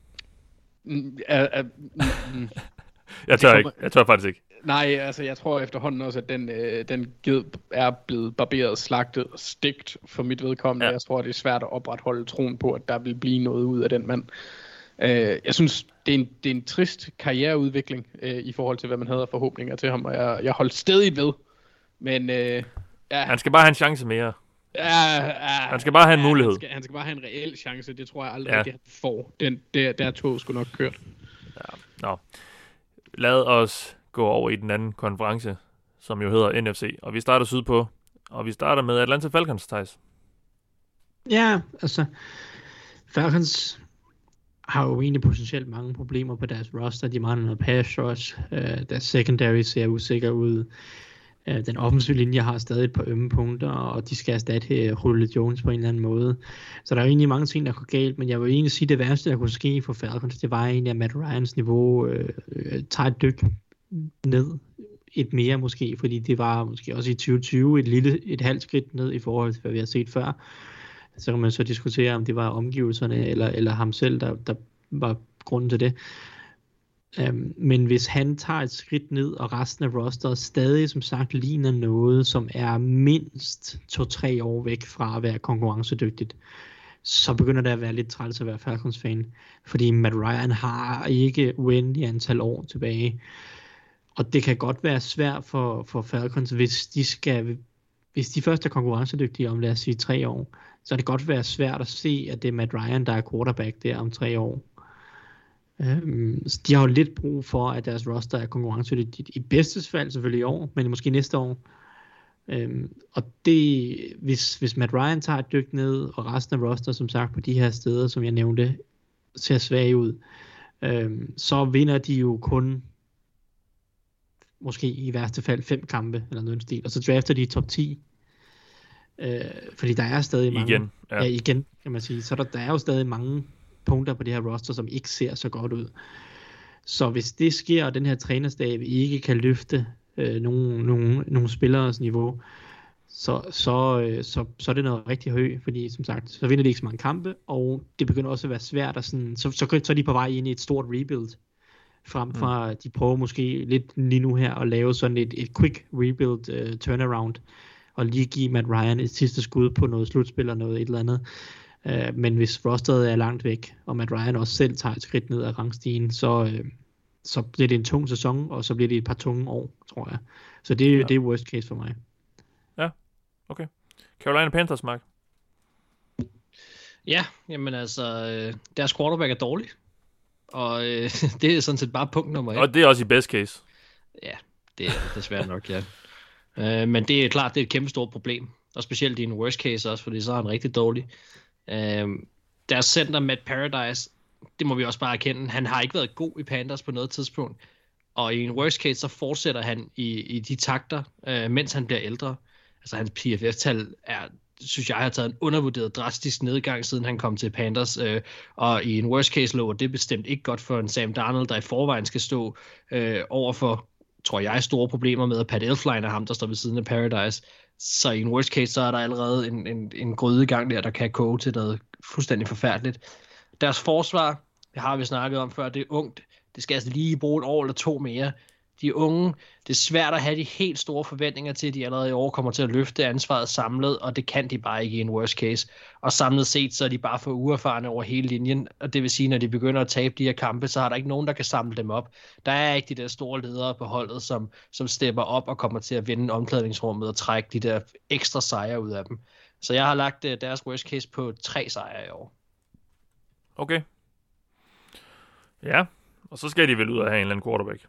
Mm, uh, uh, mm, jeg tør ikke. Jeg tør faktisk ikke. Nej, altså jeg tror efterhånden også, at den, øh, den ged er blevet barberet, slagtet og stegt for mit vedkommende. Ja. Jeg tror, det er svært at opretholde troen på, at der vil blive noget ud af den mand. Øh, jeg synes, det er en, det er en trist karriereudvikling øh, i forhold til, hvad man havde af forhåbninger til ham, og jeg, jeg holdt stadig ved. Men øh, ja. Han skal bare have en chance mere. Ja, ja, han skal bare have en ja, mulighed. Han skal, han skal bare have en reel chance. Det tror jeg aldrig, ja. at han får. Den, der, der tog sgu nok kørt. Ja. Nå. Lad os gå over i den anden konference, som jo hedder N F C. Og vi starter sydpå, og vi starter med Atlanta Falcons, Thijs. Ja, altså Falcons har jo egentlig potentielt mange problemer på deres roster. De mangler noget pass rush. Uh, deres secondary ser usikker ud. Uh, den offensive linje har stadig et par ømme punkter, og de skal erstatte uh, Julio Jones på en eller anden måde. Så der er jo egentlig mange ting, der går galt, men jeg vil egentlig sige, at det værste, der kunne ske for Falcons, det var egentlig, at Matt Ryans niveau uh, uh, tager et dyk ned. Et mere måske, fordi det var måske også i tyve tyve et lille, et halvt skridt ned i forhold til, hvad vi har set før. Så kan man så diskutere, om det var omgivelserne eller, eller ham selv, der, der var grunden til det. Um, men hvis han tager et skridt ned, og resten af rosteret stadig, som sagt, ligner noget, som er mindst to-tre år væk fra at være konkurrencedygtigt, så begynder det at være lidt træls at være Falcons-fan. Fordi Matt Ryan har ikke uendelig antal år tilbage. Og det kan godt være svært for, for Falcons, hvis de skal... Hvis de først er konkurrencedygtige om, lad os sige, tre år, så er det godt være svært at se, at det er Matt Ryan, der er quarterback der om tre år. Um, så de har jo lidt brug for, at deres roster er konkurrencedygtigt. I bedste fald selvfølgelig i år, men måske næste år. Um, og det, hvis, hvis Matt Ryan tager et dyk ned, og resten af roster, som sagt, på de her steder, som jeg nævnte, ser svage ud, um, så vinder de jo kun måske i værste fald fem kampe, eller noget stil, og så drafter de top ti, øh, fordi der er stadig mange, igen, ja. ja igen, kan man sige, så der, der er jo stadig mange punkter på det her roster, som ikke ser så godt ud. Så hvis det sker, og den her trænerstab ikke kan løfte øh, nogle, nogle, nogle spilleres niveau, så, så, øh, så, så er det noget rigtig højt, fordi som sagt, så vinder de ikke så mange kampe, og det begynder også at være svært, at sådan, så, så, så er de på vej ind i et stort rebuild, frem fra mm. de prøver måske lidt lige nu her at lave sådan et, et quick rebuild uh, turnaround, og lige give Matt Ryan et sidste skud på noget slutspil eller noget et eller andet. Uh, men hvis rosteret er langt væk, og Matt Ryan også selv tager et skridt ned ad rangstigen, så, uh, så bliver det en tung sæson, og så bliver det et par tunge år, tror jeg. Så det, ja. det er worst case for mig. Ja, okay. Carolina Panthers, Mark? Ja, jamen altså, deres quarterback er dårlig. Og øh, det er sådan set bare punkt nummer et. Og det er også i best case. Ja, det er desværre nok, ja. Øh, men det er klart, det er et kæmpe stort problem. Og specielt i en worst case også, fordi så er han rigtig dårlig. Øh, deres center, Matt Paradise, det må vi også bare erkende, han har ikke været god i Panthers på noget tidspunkt. Og i en worst case, så fortsætter han i, i de takter, øh, mens han bliver ældre. Altså hans P F F-tal er... synes jeg har taget en undervurderet drastisk nedgang, siden han kom til Panthers, øh, og i en worst case lå, det er bestemt ikke godt for en Sam Darnold, der i forvejen skal stå øh, over for, tror jeg, store problemer med, at Pat Elflein er ham, der står ved siden af Paradise, Så i en worst case, så er der allerede en, en, en gryde i gang der, der kan koge til noget fuldstændig forfærdeligt. Deres forsvar, det har vi snakket om før, det er ungt. Det skal altså lige bruge et år eller to mere. De unge, det er svært at have de helt store forventninger til, at de allerede i år kommer til at løfte ansvaret samlet, og det kan de bare ikke i en worst case. Og samlet set, så er de bare for uerfarne over hele linjen, og det vil sige, når de begynder at tabe de her kampe, så har der ikke nogen, der kan samle dem op. Der er ikke de der store ledere på holdet, som, som stepper op og kommer til at vinde omklædningsrummet og trække de der ekstra sejre ud af dem. Så jeg har lagt deres worst case på tre sejre i år. Okay. Ja, og så skal de vel ud og have en eller anden quarterback.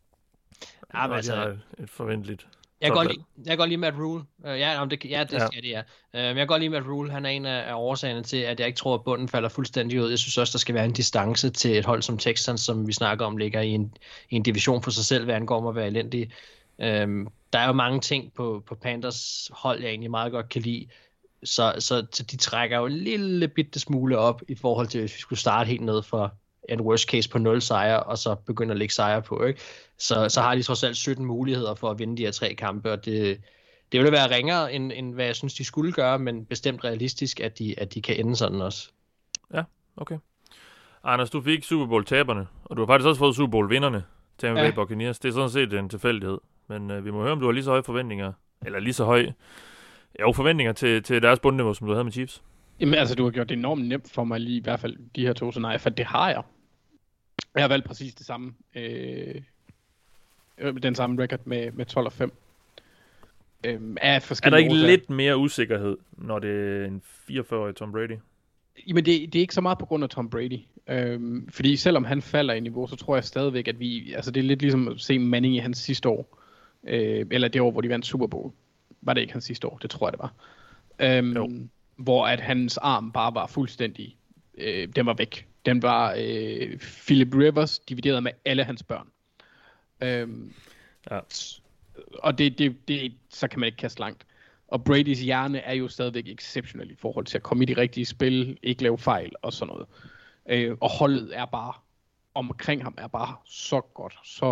Ja, men altså, et forventeligt. Jeg kan godt lide, jeg kan godt lide Matt Rule. Uh, ja, det, ja, det ja. skal det, ja. Uh, men jeg kan godt lide Matt Rule. Han er en af, af årsagerne til, at jeg ikke tror, at bunden falder fuldstændig ud. Jeg synes også, der skal være en distance til et hold som Texans, som vi snakker om, ligger i en, i en division for sig selv, hvad angår om at være elendig. Uh, der er jo mange ting på, på Panthers hold, jeg egentlig meget godt kan lide. Så, så, så de trækker jo en lille bitte smule op i forhold til, hvis vi skulle starte helt ned fra en worst case på nul sejre, og så begynde at lægge sejre på, ikke? Så, så har de trods alt sytten muligheder for at vinde de her tre kampe, og det, det ville være ringere, end, end hvad jeg synes, de skulle gøre, men bestemt realistisk, at de, at de kan ende sådan også. Ja, okay. Anders, du fik Super Bowl-taberne, og du har faktisk også fået Super Bowl-vinderne, Tampa Bay Buccaneers. Det er sådan set en tilfældighed, men øh, vi må høre, om du har lige så høje forventninger, eller lige så høje jo, forventninger til, til deres bundniveau, som du havde med Chiefs. Jamen altså, du har gjort det enormt nemt for mig lige, i hvert fald de her to scenarier, for det har jeg. Jeg har valgt præcis det samme, øh, den samme record med, med tolv og fem. Øh, er, er der ikke årsager. Lidt mere usikkerhed, når det er en fireogfyrre-årig Tom Brady? Jamen det, det er ikke så meget på grund af Tom Brady. Øh, fordi selvom han falder i niveau, så tror jeg stadigvæk, at vi, altså det er lidt ligesom at se Manning i hans sidste år. Øh, eller det år, hvor de vandt Super Bowl. Var det ikke hans sidste år? Det tror jeg, det var. Øh, hvor at hans arm bare var fuldstændig, øh, den var væk. Den var øh, Philip Rivers divideret med alle hans børn. Øhm, ja. Og det, det, det, så kan man ikke kaste langt. Og Bradys hjerne er jo stadigvæk exceptionel i forhold til at komme i de rigtige spil, ikke lave fejl og sådan noget. Øh, og holdet er bare, omkring ham er bare så godt, så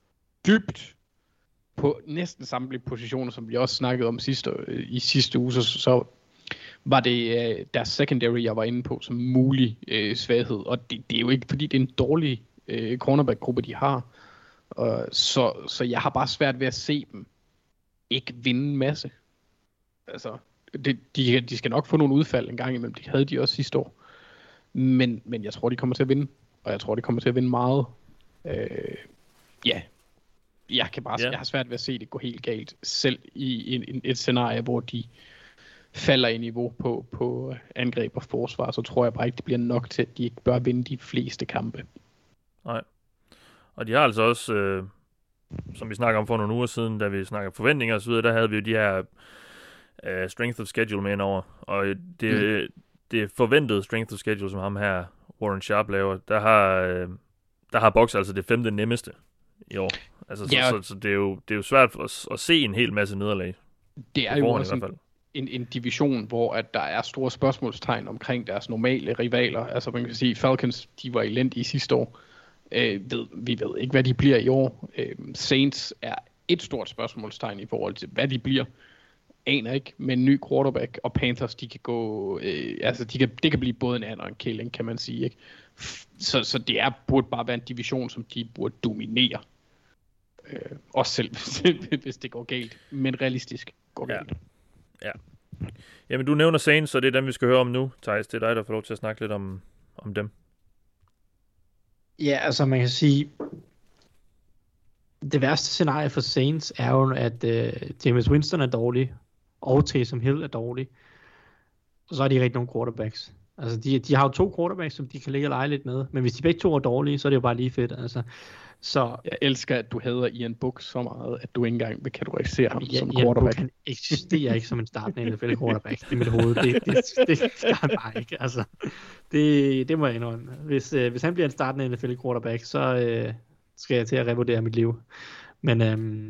dybt på næsten samtlige positioner, som vi også snakkede om sidste, i sidste uge, så, så var det øh, deres secondary, jeg var inde på, som mulig øh, svaghed. Og det, det er jo ikke, fordi det er en dårlig øh, cornerback-gruppe, de har. Uh, så, så jeg har bare svært ved at se dem ikke vinde en masse. Altså, det, de, de skal nok få nogle udfald en gang imellem. Det havde de også sidste år. Men, men jeg tror, de kommer til at vinde. Og jeg tror, de kommer til at vinde meget. Uh, ja. Jeg kan bare, yeah. jeg har svært ved at se det gå helt galt. Selv i en, en, et scenarie, hvor de falder i niveau på, på angreb og forsvar, så tror jeg bare ikke, det bliver nok til, at de ikke bør vinde de fleste kampe. Nej. Og de har altså også, øh, som vi snakker om for nogle uger siden, da vi snakker forventninger og så videre, der havde vi jo de her øh, strength of schedule med over. Og det, mm. det forventede strength of schedule, som ham her, Warren Sharp, laver, der har, øh, der har Bucs altså det femte nemmeste i år. Altså, ja, så, så, så det, er jo, det er jo svært at, at se en hel masse nederlag. Det er jo også en, en, en division, hvor at der er store spørgsmålstegn omkring deres normale rivaler. Altså man kan sige, Falcons, de var elendige sidste år. Øh, ved, vi ved ikke, hvad de bliver i år. Øh, Saints er et stort spørgsmålstegn i forhold til, hvad de bliver. Aner ikke, med en ny quarterback. Og Panthers, de kan gå... Øh, altså, de kan, det kan blive både en and og en killing, kan man sige. Ikke? Så, så det er, burde bare være en division, som de burde dominere. Øh, også selv, hvis det går galt. Men realistisk går galt. Ja. ja. Jamen, du nævner Saints, så det er dem, vi skal høre om nu. Thijs, det er dig, der får lov til at snakke lidt om, om dem. Ja, altså man kan sige, det værste scenarie for Saints er jo, at uh, Jameis Winston er dårlig, og Taysom Hill er dårlig, og så er de ikke rigtig nogle quarterbacks. Altså de, de har jo to quarterbacks, som de kan ligge og lege lidt med, men hvis de begge to er dårlige, så er det jo bare lige fedt. Altså. Så, jeg elsker, at du hader Ian Book så meget, at du ikke engang vil kategorisere ham ja, som Ian quarterback. Book, han eksisterer ikke som en startende N F L quarterback i mit hoved. Det, det, det skal han bare ikke. Altså, det, det må jeg indrømme. Hvis, øh, hvis han bliver en startende N F L quarterback, så øh, skal jeg til at revurdere mit liv. Men øhm,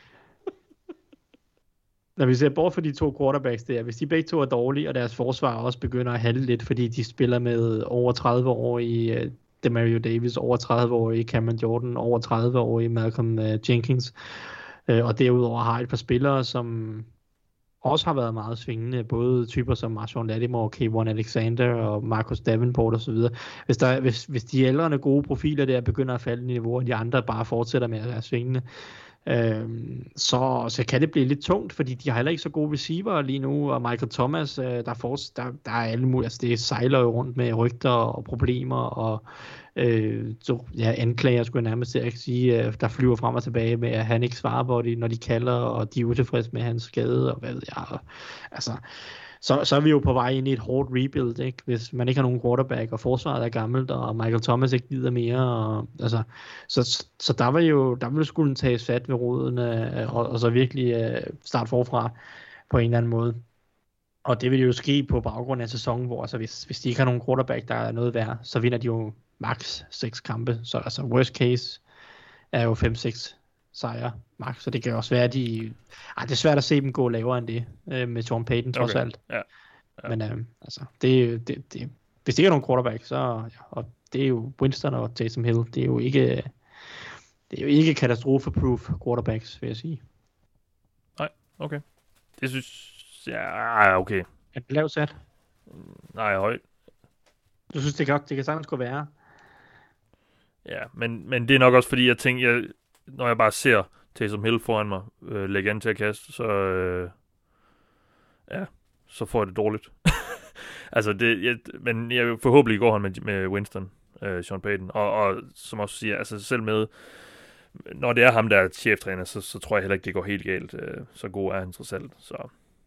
når vi ser bort for de to quarterbacks der, hvis de begge to er dårlige, og deres forsvar også begynder at halde lidt, fordi de spiller med over tredive år i øh, Demario Davis, over tredive år i Cameron Jordan, over tredive år i Malcolm uh, Jenkins, uh, og derudover har et par spillere, som også har været meget svingende, både typer som Marshawn Lattimore, Kayvon Alexander og Marcus Davenport osv. Hvis, der, hvis, hvis de ældre gode profiler der begynder at falde i niveau, og de andre bare fortsætter med at være svingende, øhm, så, så kan det blive lidt tungt, fordi de har heller ikke så gode receiver lige nu, og Michael Thomas, øh, der, for, der, der er alle mulige, altså det sejler jo rundt med rygter og problemer, og øh, så, ja, anklager skulle jeg nærmest ikke sige, øh, der flyver frem og tilbage med, at han ikke svarer på det, når de kalder, og de er utilfredse med hans skade, og hvad ved jeg, og, altså, så, så er vi jo på vej ind i et hårdt rebuild, ikke? Hvis man ikke har nogen quarterback, og forsvaret er gammelt, og Michael Thomas ikke gider mere, og, altså, så, så der var jo, der ville skulle tages fat ved roden, øh, og, og så virkelig øh, starte forfra på en eller anden måde. Og det vil jo ske på baggrund af sæsonen, hvor altså, hvis, hvis de ikke har nogen quarterback, der er noget værd, så vinder de jo max seks kampe. Så altså worst case er jo fem seks sejre max. Så det kan også være, at de... Ej, det er svært at se dem gå lavere end det, øh, med Sean Payton trods okay. alt. Ja. Ja. Men øh, altså, det, det, det, hvis det ikke er nogen quarterback, så... Ja, og det er jo Winston og Taysom Hill. Det er jo ikke... Det er jo ikke katastrofe-proof quarterbacks, vil jeg sige. Nej, okay. Det synes... Ja, okay. Er det lavt sat? Nej, højt. Du synes, det kan, det kan sagtens gå værre? Ja, men, men det er nok også fordi, jeg tænker, jeg, når jeg bare ser Taysom Hill foran mig øh, lægge an til at kaste, så, øh, ja, så får jeg det dårligt. altså, det, jeg, men jeg, forhåbentlig går han med, med Winston, øh, Sean Payton, og, og som også siger, altså selv med, når det er ham, der er cheftræner, så, så tror jeg heller ikke, det går helt galt. Øh, så god er han trods alt, så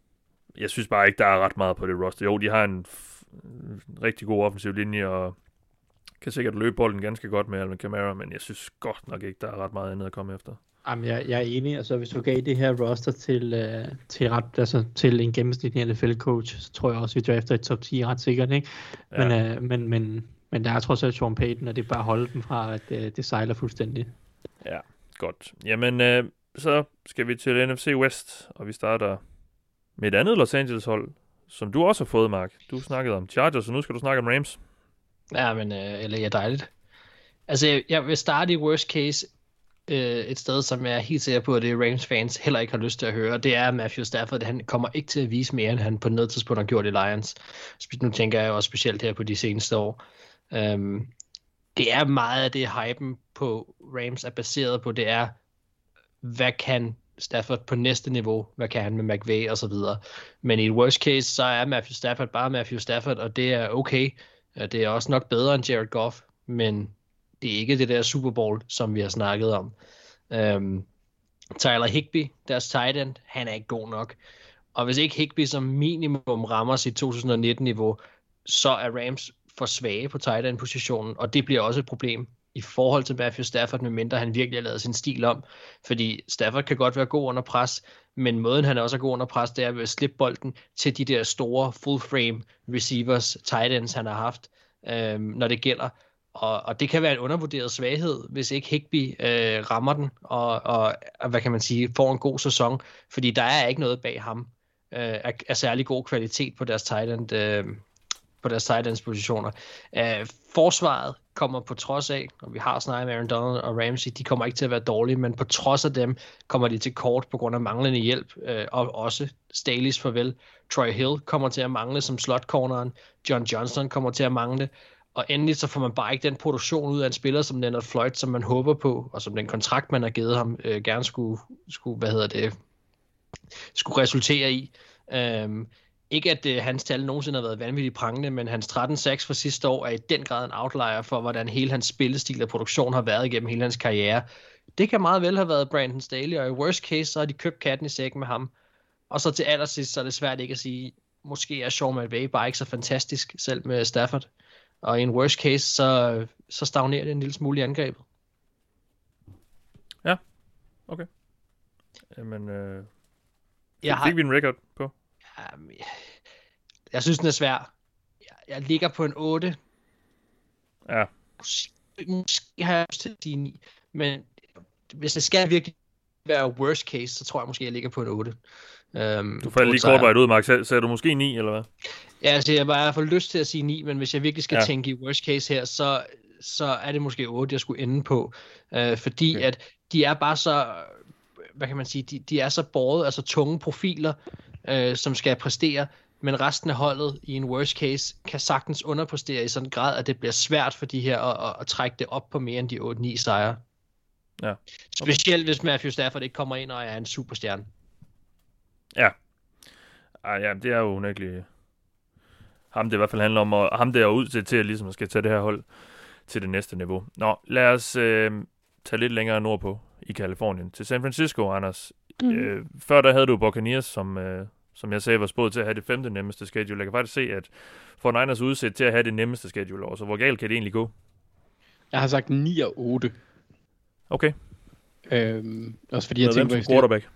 jeg synes bare ikke, der er ret meget på det roster. Jo, de har en f- rigtig god offensiv linje, og kan sikkert løbe bolden ganske godt med Alvin Kamara, men jeg synes godt nok ikke, der er ret meget andet at komme efter. Jamen, jeg, jeg er enig. Altså, hvis du gav det her roster til, uh, til, ret, altså, til en gennemsnitlig N F L-coach, så tror jeg også, vi drafter et top ti ret sikkert, ikke? Men, ja. uh, men, men, men der er trods alt Sean Payton, og det er bare at holde dem fra, at uh, det sejler fuldstændig. Ja, godt. Jamen, uh, så skal vi til N F C West, og vi starter med et andet Los Angeles-hold, som du også har fået, Mark. Du snakkede om Chargers, så nu skal du snakke om Rams. Ja, men øh, eller ja, dejligt. Altså, jeg, jeg vil starte i worst case øh, et sted, som jeg er helt sikker på, at det er Rams fans heller ikke har lyst til at høre. Det er Matthew Stafford. Han kommer ikke til at vise mere, end han på noget tidspunkt har gjort i Lions. Nu tænker jeg også specielt her på de seneste år. Um, det er meget af det, hypen på Rams er baseret på. Det er, hvad kan Stafford på næste niveau, hvad kan han med McVay og så videre. Men i et worst case, så er Matthew Stafford bare Matthew Stafford, og det er okay. Det er også nok bedre end Jared Goff, men det er ikke det der Super Bowl, som vi har snakket om. Um, Tyler Higbee, deres tight end, han er ikke god nok. Og hvis ikke Higbee som minimum rammer sit to tusind nitten-niveau, så er Rams for svage på tight end-positionen, og det bliver også et problem i forhold til Matthew Stafford, medmindre han virkelig har lavet sin stil om. Fordi Stafford kan godt være god under pres, men måden han også er god under pres, det er ved at slippe bolden til de der store full-frame receivers, tight ends, han har haft, øhm, når det gælder. Og, og det kan være en undervurderet svaghed, hvis ikke Higbee øh, rammer den, og, og, og hvad kan man sige, får en god sæson. Fordi der er ikke noget bag ham øh, af, af særlig god kvalitet på deres tight end, øh, på deres tight ends positioner. Øh, forsvaret kommer på trods af, og vi har snakket med Aaron Donald og Ramsey, de kommer ikke til at være dårlige, men på trods af dem kommer de til kort på grund af manglende hjælp, øh, og også Staley's farvel. Troy Hill kommer til at mangle som slot-corneren, John Johnson kommer til at mangle, og endelig så får man bare ikke den produktion ud af en spiller som Leonard Floyd, som man håber på, og som den kontrakt, man har givet ham, øh, gerne skulle, skulle, hvad hedder det, skulle resultere i. Um, Ikke at uh, hans tal nogensinde har været vanvittigt prangende, men hans tretten seks fra sidste år er i den grad en outlier for, hvordan hele hans spillestil og produktion har været igennem hele hans karriere. Det kan meget vel have været Brandon Staley, og i worst case, så har de købt katten i sækken med ham. Og så til allersidst, så er det svært ikke at sige, måske er Sean McVay bare ikke så fantastisk, selv med Stafford. Og i en worst case, så, så stagnerer det en lille smule i angrebet. Ja, okay. Jamen, øh, fik, har... fik vi en record på? Um, jeg, jeg synes, den er svær. Jeg, jeg ligger på en otte. Ja. Måske, måske har jeg lyst til at sige ni. Men hvis det skal virkelig være worst case, så tror jeg måske, jeg ligger på en otte. Um, du faldt lige kortvarigt ud, Mark. Sagde, sagde du måske ni, eller hvad? Ja, altså, jeg har i hvert fald lyst til at sige ni, men hvis jeg virkelig skal ja. tænke i worst case her, så, så er det måske otte, jeg skulle ende på. Uh, fordi okay. at de er bare så, hvad kan man sige, de, de er så båret, altså tunge profiler, øh, som skal præstere, men resten af holdet i en worst case kan sagtens underpræstere i sådan en grad, at det bliver svært for de her at, at, at trække det op på mere end de otte ni sejre. Ja. Okay. Specielt hvis Matthew Stafford ikke kommer ind og er en superstjerne. Ja. Ej, ja, det er jo unægteligt ham, det i hvert fald handler om, og ham der er ud til, til at ligesom skal tage det her hold til det næste niveau. Nå, lad os øh, tage lidt længere nordpå i Kalifornien, til San Francisco, Anders. Mm. Øh, før der havde du Buccaneers, som, øh, som jeg sagde, var spået til at have det femte nemmeste schedule. Jeg kan faktisk se, at for Niners udsat til at have det nemmeste schedule også. Hvor galt kan det egentlig gå? Jeg har sagt ni og otte. Okay. Øhm, også fordi jeg tænker tænker... Hvem som quarterback?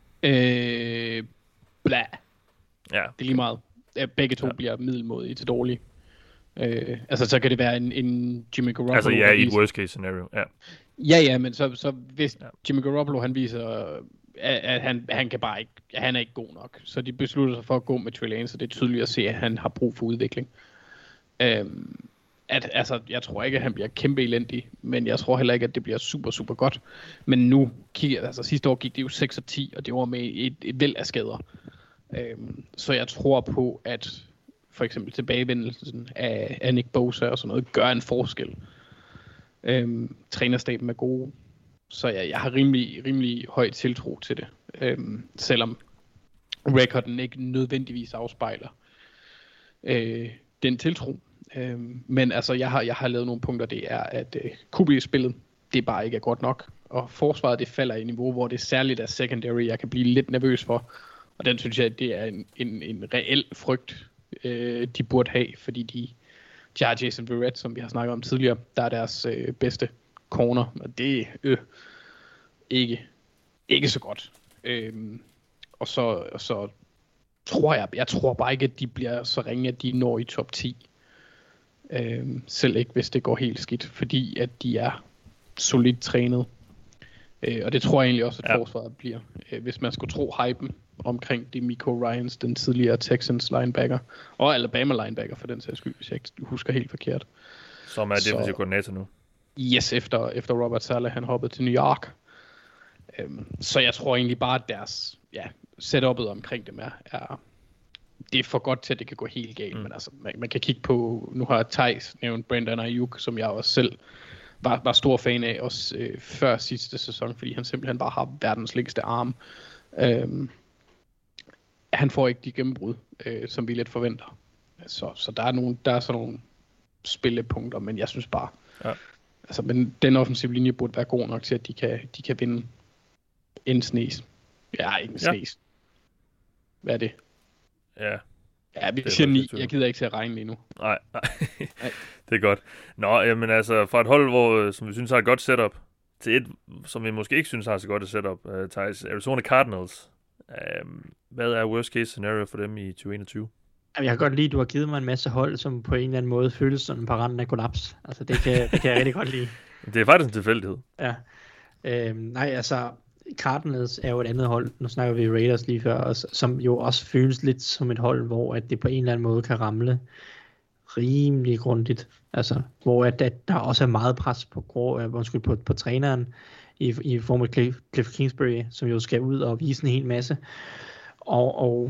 Øh, bla. Ja. Det er lige meget. Begge to ja. bliver middelmådige til dårlige. Øh, altså, så kan det være en, en Jimmy Garoppolo... Altså, ja, i et worst case scenario, ja. Ja, ja, men så, så hvis ja. Jimmy Garoppolo, han viser, at, at han, han kan bare ikke... Han er ikke god nok. Så de beslutter sig for at gå med Trey Lance, så det er tydeligt at se, at han har brug for udvikling. Øhm, at, altså, jeg tror ikke, at han bliver kæmpe elendig, men jeg tror heller ikke, at det bliver super, super godt. Men nu kigger altså sidste år gik det jo seks og ti, og det var med et, et væld af skader. Øhm, så jeg tror på, at for eksempel tilbagevendelsen af, af Nick Bosa og sådan noget gør en forskel. Øhm, trænerstaben er gode, så jeg, jeg har rimelig, rimelig høj tiltro til det. Øhm, selvom recorden ikke nødvendigvis afspejler øh, den tiltro. Øhm, men altså, jeg har, jeg har lavet nogle punkter, det er, at øh, Q B-spillet, det bare ikke er godt nok. Og forsvaret, det falder i niveau, hvor det særligt er secondary, jeg kan blive lidt nervøs for. Og den synes jeg, det er en, en, en reel frygt, øh, de burde have, fordi de, de har Jason Verrett, som vi har snakket om tidligere, der er deres øh, bedste corner, og det er øh, ikke, ikke så godt. Øhm, og, så, og så tror jeg, jeg tror bare ikke, at de bliver så ringe, at de når i top ti. Øhm, selv ikke, hvis det går helt skidt, fordi at de er solidt trænet. Øh, og det tror jeg egentlig også, at ja. forsvaret bliver. Øh, hvis man skulle tro hypen omkring DeMeco Ryans, den tidligere Texans linebacker, og Alabama linebacker for den sags skyld, hvis jeg ikke husker helt forkert. Som er defensiv koordinator nu. Yes, efter, efter Robert Saleh, han hoppede til New York. Øhm, så jeg tror egentlig bare, at deres ja, setup'et omkring dem er, er, det er for godt til, at det kan gå helt galt. Mm. Men altså, man, man kan kigge på, nu har Thijs nævnt Brandon Ayuk, som jeg også selv var, var stor fan af, også øh, før sidste sæson, fordi han simpelthen bare har verdens længste arm. Øhm, han får ikke de gennembrud, øh, som vi lidt forventer. Så, så der er nogle, der er sådan nogle spillepunkter, men jeg synes bare, ja. altså, men den offensive linje burde være god nok til, at de kan, de kan vinde en snes. Ja, ikke en ja. snes. Hvad er det? Ja. Ja, vi siger ni. Jeg gider ikke til at regne lige nu. Nej, nej. Det er godt. Nå, jamen altså, fra et hold, hvor, som vi synes har et godt setup, til et, som vi måske ikke synes har så godt et setup, uh, Thijs, Arizona Cardinals. Um, hvad er worst case scenario for dem i tyve enogtyve? Jeg kan godt lide, at du har givet mig en masse hold, som på en eller anden måde føles sådan på randen af kollaps. Altså, det kan, det kan jeg rigtig godt lide. Det er faktisk en tilfældighed. Ja. Øhm, nej, altså, Cardinals er jo et andet hold. Nu snakker vi Raiders lige før, og, som jo også føles lidt som et hold, hvor at det på en eller anden måde kan ramle rimelig grundigt. Altså, hvor at, at der også er meget pres på, uh, undskyld, på, på træneren i, i form af Cliff, Cliff Kingsbury, som jo skal ud og vise en hel masse. Og, og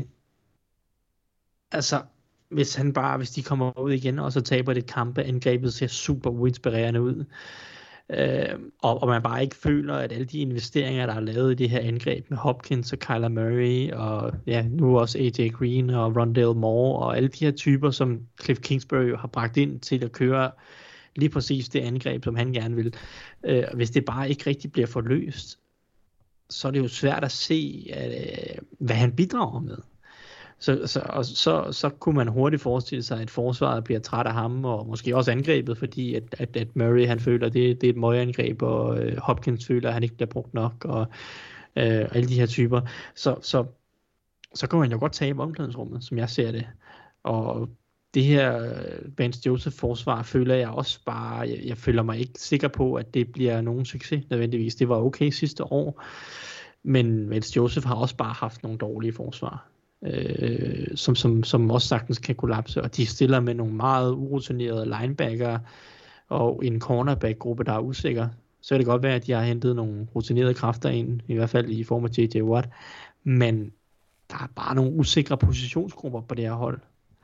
altså, hvis han bare, hvis de kommer ud igen, og så taber det kampe, angrebet ser super uinspirerende ud, øh, og, og man bare ikke føler, at alle de investeringer, der er lavet i det her angreb med Hopkins og Kyler Murray, og ja, nu også A J Green og Rondale Moore, og alle de her typer, som Cliff Kingsbury har bragt ind til at køre lige præcis det angreb, som han gerne vil. Øh, hvis det bare ikke rigtig bliver forløst, så er det jo svært at se, at, hvad han bidrager med. Så, så, og så, så kunne man hurtigt forestille sig, at forsvaret bliver træt af ham, og måske også angrebet, fordi at, at, at Murray han føler, at det, det er et møgeangreb, og øh, Hopkins føler, at han ikke bliver brugt nok, og øh, alle de her typer. Så, så, så kan man jo godt tabe omklædningsrummet, som jeg ser det. Og det her Vance Joseph forsvar føler jeg også bare, jeg, jeg føler mig ikke sikker på, at det bliver nogen succes nødvendigvis. Det var okay sidste år, men Vance Joseph har også bare haft nogle dårlige forsvar. Øh, som, som, som også sagtens kan kollapse, og de stiller med nogle meget urutinerede linebacker og en cornerback-gruppe, der er usikker. Så kan det godt være, at de har hentet nogle rutinerede kræfter ind, i hvert fald i form af J J Watt, men der er bare nogle usikre positionsgrupper på det her hold.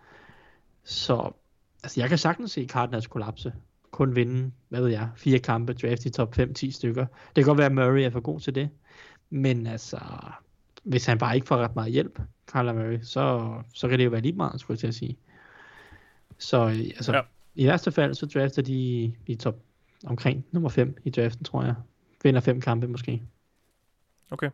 Så altså, jeg kan sagtens se Cardinals kollapse. Kun vinde, hvad ved jeg, fire kampe, draft i top fem ti stykker. Det kan godt være, at Murray er for god til det. Men altså, hvis han bare ikke får ret meget hjælp, Kyler Murray, så, så kan det jo være lige meget, skulle jeg til at sige. Så altså, ja. I værste fald, så drafter de i top omkring nummer fem i draften, tror jeg. Vinder fem kampe måske. Okay.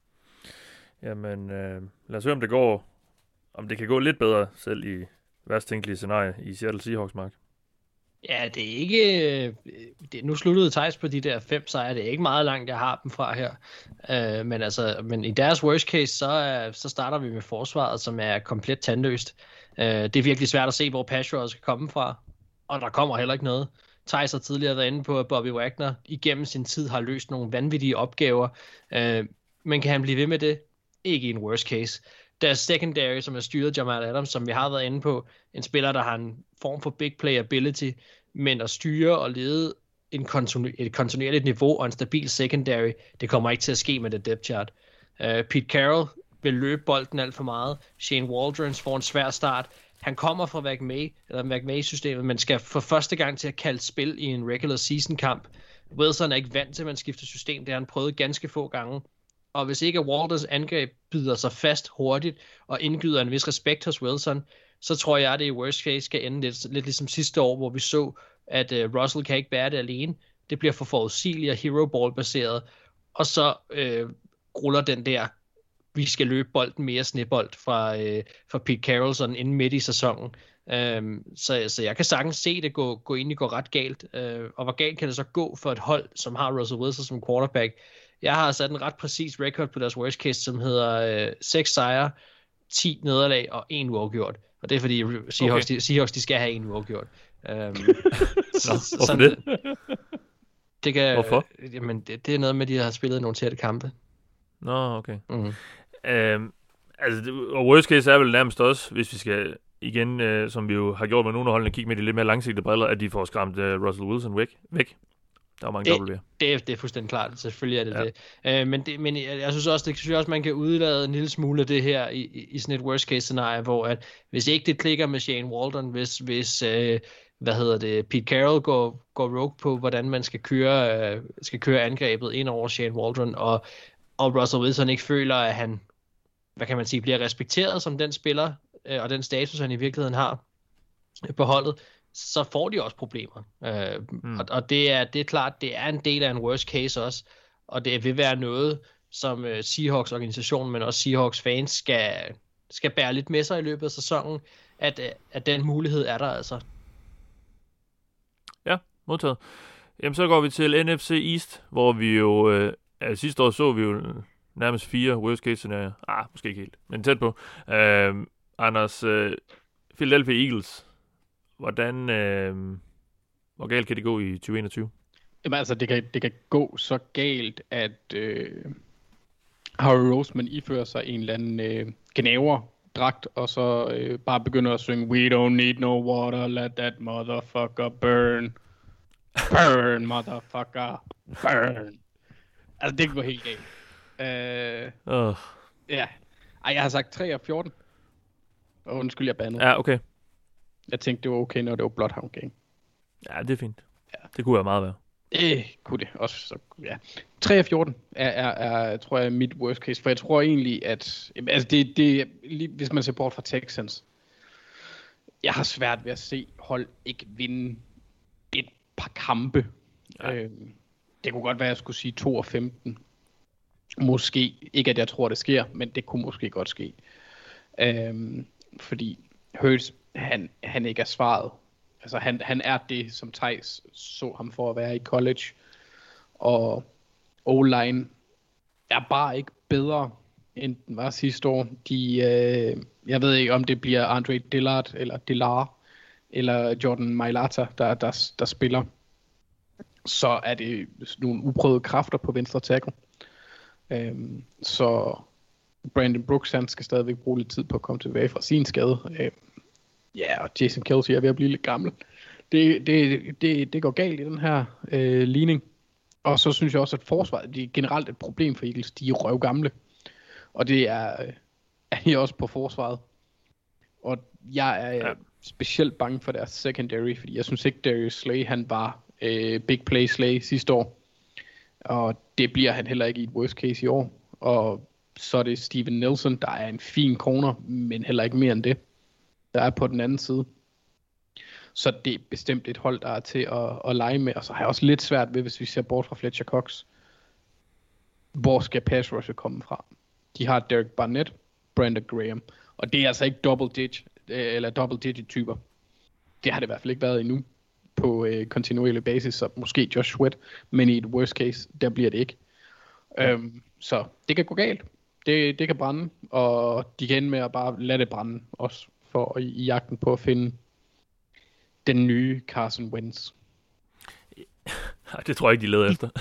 Jamen, øh, lad os høre, om det går, om det kan gå lidt bedre, selv i værst tænkelige scenarie i Seattle Seahawks, Mark. Ja, det er ikke... Det, nu sluttede Thijs på de der fem sejre. Det er ikke meget langt, jeg har dem fra her. Uh, men, altså, men i deres worst case, så, uh, så starter vi med forsvaret, som er komplet tandløst. Uh, det er virkelig svært at se, hvor pass rush skal komme fra. Og der kommer heller ikke noget. Thijs har tidligere været inde på, at Bobby Wagner igennem sin tid har løst nogle vanvittige opgaver. Uh, men kan han blive ved med det? Ikke i en worst case. Deres secondary, som er styret Jamal Adams, som vi har været inde på, en spiller, der har en form for big play ability, men at styre og lede en kontinu- et kontinuerligt niveau og en stabil secondary, det kommer ikke til at ske med det depth chart. Uh, Pete Carroll vil løbe bolden alt for meget. Shane Waldron får en svær start. Han kommer fra McVay, eller McVay-systemet, men skal for første gang til at kalde spil i en regular season kamp. Wilson er ikke vant til, at man skifter system. Det har han prøvet ganske få gange. Og hvis ikke Walders angreb bider sig fast hurtigt og indgyder en vis respekt hos Wilson, så tror jeg, at det i worst case skal ende lidt, lidt ligesom sidste år, hvor vi så, at uh, Russell kan ikke bære det alene. Det bliver for forudsigeligt og hero ball baseret. Og så øh, ruller den der, vi skal løbe bolden mere snebold fra, øh, fra Pete Carroll sådan inden midt i sæsonen. Um, så, så jeg kan sagtens se det gå, gå egentlig gå ret galt. Uh, og hvor galt kan det så gå for et hold, som har Russell Wilson som quarterback? Jeg har sat en ret præcis record på deres worst case, som hedder øh, seks sejre, ti nederlag og en uafgjort. Og det er fordi Seahawks, okay. de, Seahawks de skal have en uafgjort. Um, Nå, hvorfor sådan, det? det kan, hvorfor? Jamen, det, det er noget med, at de har spillet nogle tætte kampe. Nå, okay. Mm. Um, altså, og worst case er vel nærmest også, hvis vi skal igen, uh, som vi jo har gjort med nogle holdene, kigge med de lidt mere langsigtede briller, at de får skræmt uh, Russell Wilson væk. væk. Der er mange det, W'er. Det er, det er fuldstændig klart. Selvfølgelig er det ja. det. Uh, men det. Men jeg, jeg synes også, det synes også, man kan udlade en lille smule af det her i, i, i sådan et worst case scenarie, hvor at hvis ikke det klikker med Shane Waldron, hvis, hvis uh, hvad hedder det, Pete Carroll går, går rogue på, hvordan man skal køre, uh, skal køre angrebet ind over Shane Waldron, og, og Russell Wilson ikke føler, at han, hvad kan man sige, bliver respekteret som den spiller, uh, og den status, han i virkeligheden har på holdet, så får de også problemer. Øh, mm. og, og det er, det er klart, det er en del af en worst case også, og det vil være noget, som uh, Seahawks-organisationen, men også Seahawks-fans skal, skal bære lidt med sig i løbet af sæsonen, at, at den mulighed er der altså. Ja, modtaget. Jamen så går vi til N F C East, hvor vi jo, øh, altså, sidste år så vi jo nærmest fire worst case scenarier. Ah, måske ikke helt, men tæt på. Øh, Anders, øh, Philadelphia Eagles, Hvordan, øh, hvor galt kan det gå i tyve enogtyve? Jamen altså, det kan, det kan gå så galt, at øh, Harry Roseman ifører sig en eller anden øh, gnaver-dragt, og så øh, bare begynder at synge We don't need no water, let that motherfucker burn. Burn, motherfucker, burn. Altså, det kan gå helt galt. Øh, uh. Ja. Ej, jeg har sagt tre og fjorten. Og undskyld, jeg bandede. Ja, okay. Jeg tænkte, det var okay, når det var Bloodhound Gang. Ja, det er fint. Ja. Det kunne være meget værd. Det kunne det også. Så, ja. tre og fjorten er, er, er, tror jeg, mit worst case. For jeg tror egentlig, at altså det, det, lige, hvis man ser bort fra Texans, jeg har svært ved at se hold ikke vinde et par kampe. Øh, det kunne godt være, at jeg skulle sige to og femten. Måske. Ikke, at jeg tror, det sker, men det kunne måske godt ske. Øh, fordi Hurts, han, han ikke er svaret. Altså han, han er det, som Thijs så ham for at være i college. Og O-line er bare ikke bedre, end den var sidste år. De, øh, jeg ved ikke, om det bliver Andre Dillard, eller Dillard, eller Jordan Mailata, der, der, der spiller. Så er det nogle uprøvede kræfter på venstre tackle. Øhm, så Brandon Brooks, han skal stadigvæk bruge lidt tid på at komme tilbage fra sin skade. Øhm, Ja, yeah, og Jason Kelce er ved at blive lidt gammel. Det, det, det, det går galt i den her øh, ligning. Og så synes jeg også, at forsvaret det er generelt et problem for Eagles. De er røvgamle. Og det er, er de også på forsvaret. Og jeg er ja. specielt bange for deres secondary, fordi jeg synes ikke, Darius Slay, han var øh, big play Slay sidste år. Og det bliver han heller ikke i et worst case i år. Og så er det Steven Nelson, der er en fin corner, men heller ikke mere end det, der er på den anden side. Så det er bestemt et hold, der er til at, at lege med. Og så har jeg også lidt svært ved, hvis vi ser bort fra Fletcher Cox, hvor skal pass rusher komme fra? De har Derek Barnett, Brandon Graham, og det er altså ikke double digit, eller double digit typer. Det har det i hvert fald ikke været endnu på øh, kontinuerlig basis, så måske Josh Sweat, men i et worst case, der bliver det ikke. Ja. Øhm, så det kan gå galt. Det, det kan brænde, og de kan ende med at bare lade det brænde også, for i, i jagten på at finde den nye Carson Wentz. Nej, det tror jeg ikke, de leder efter.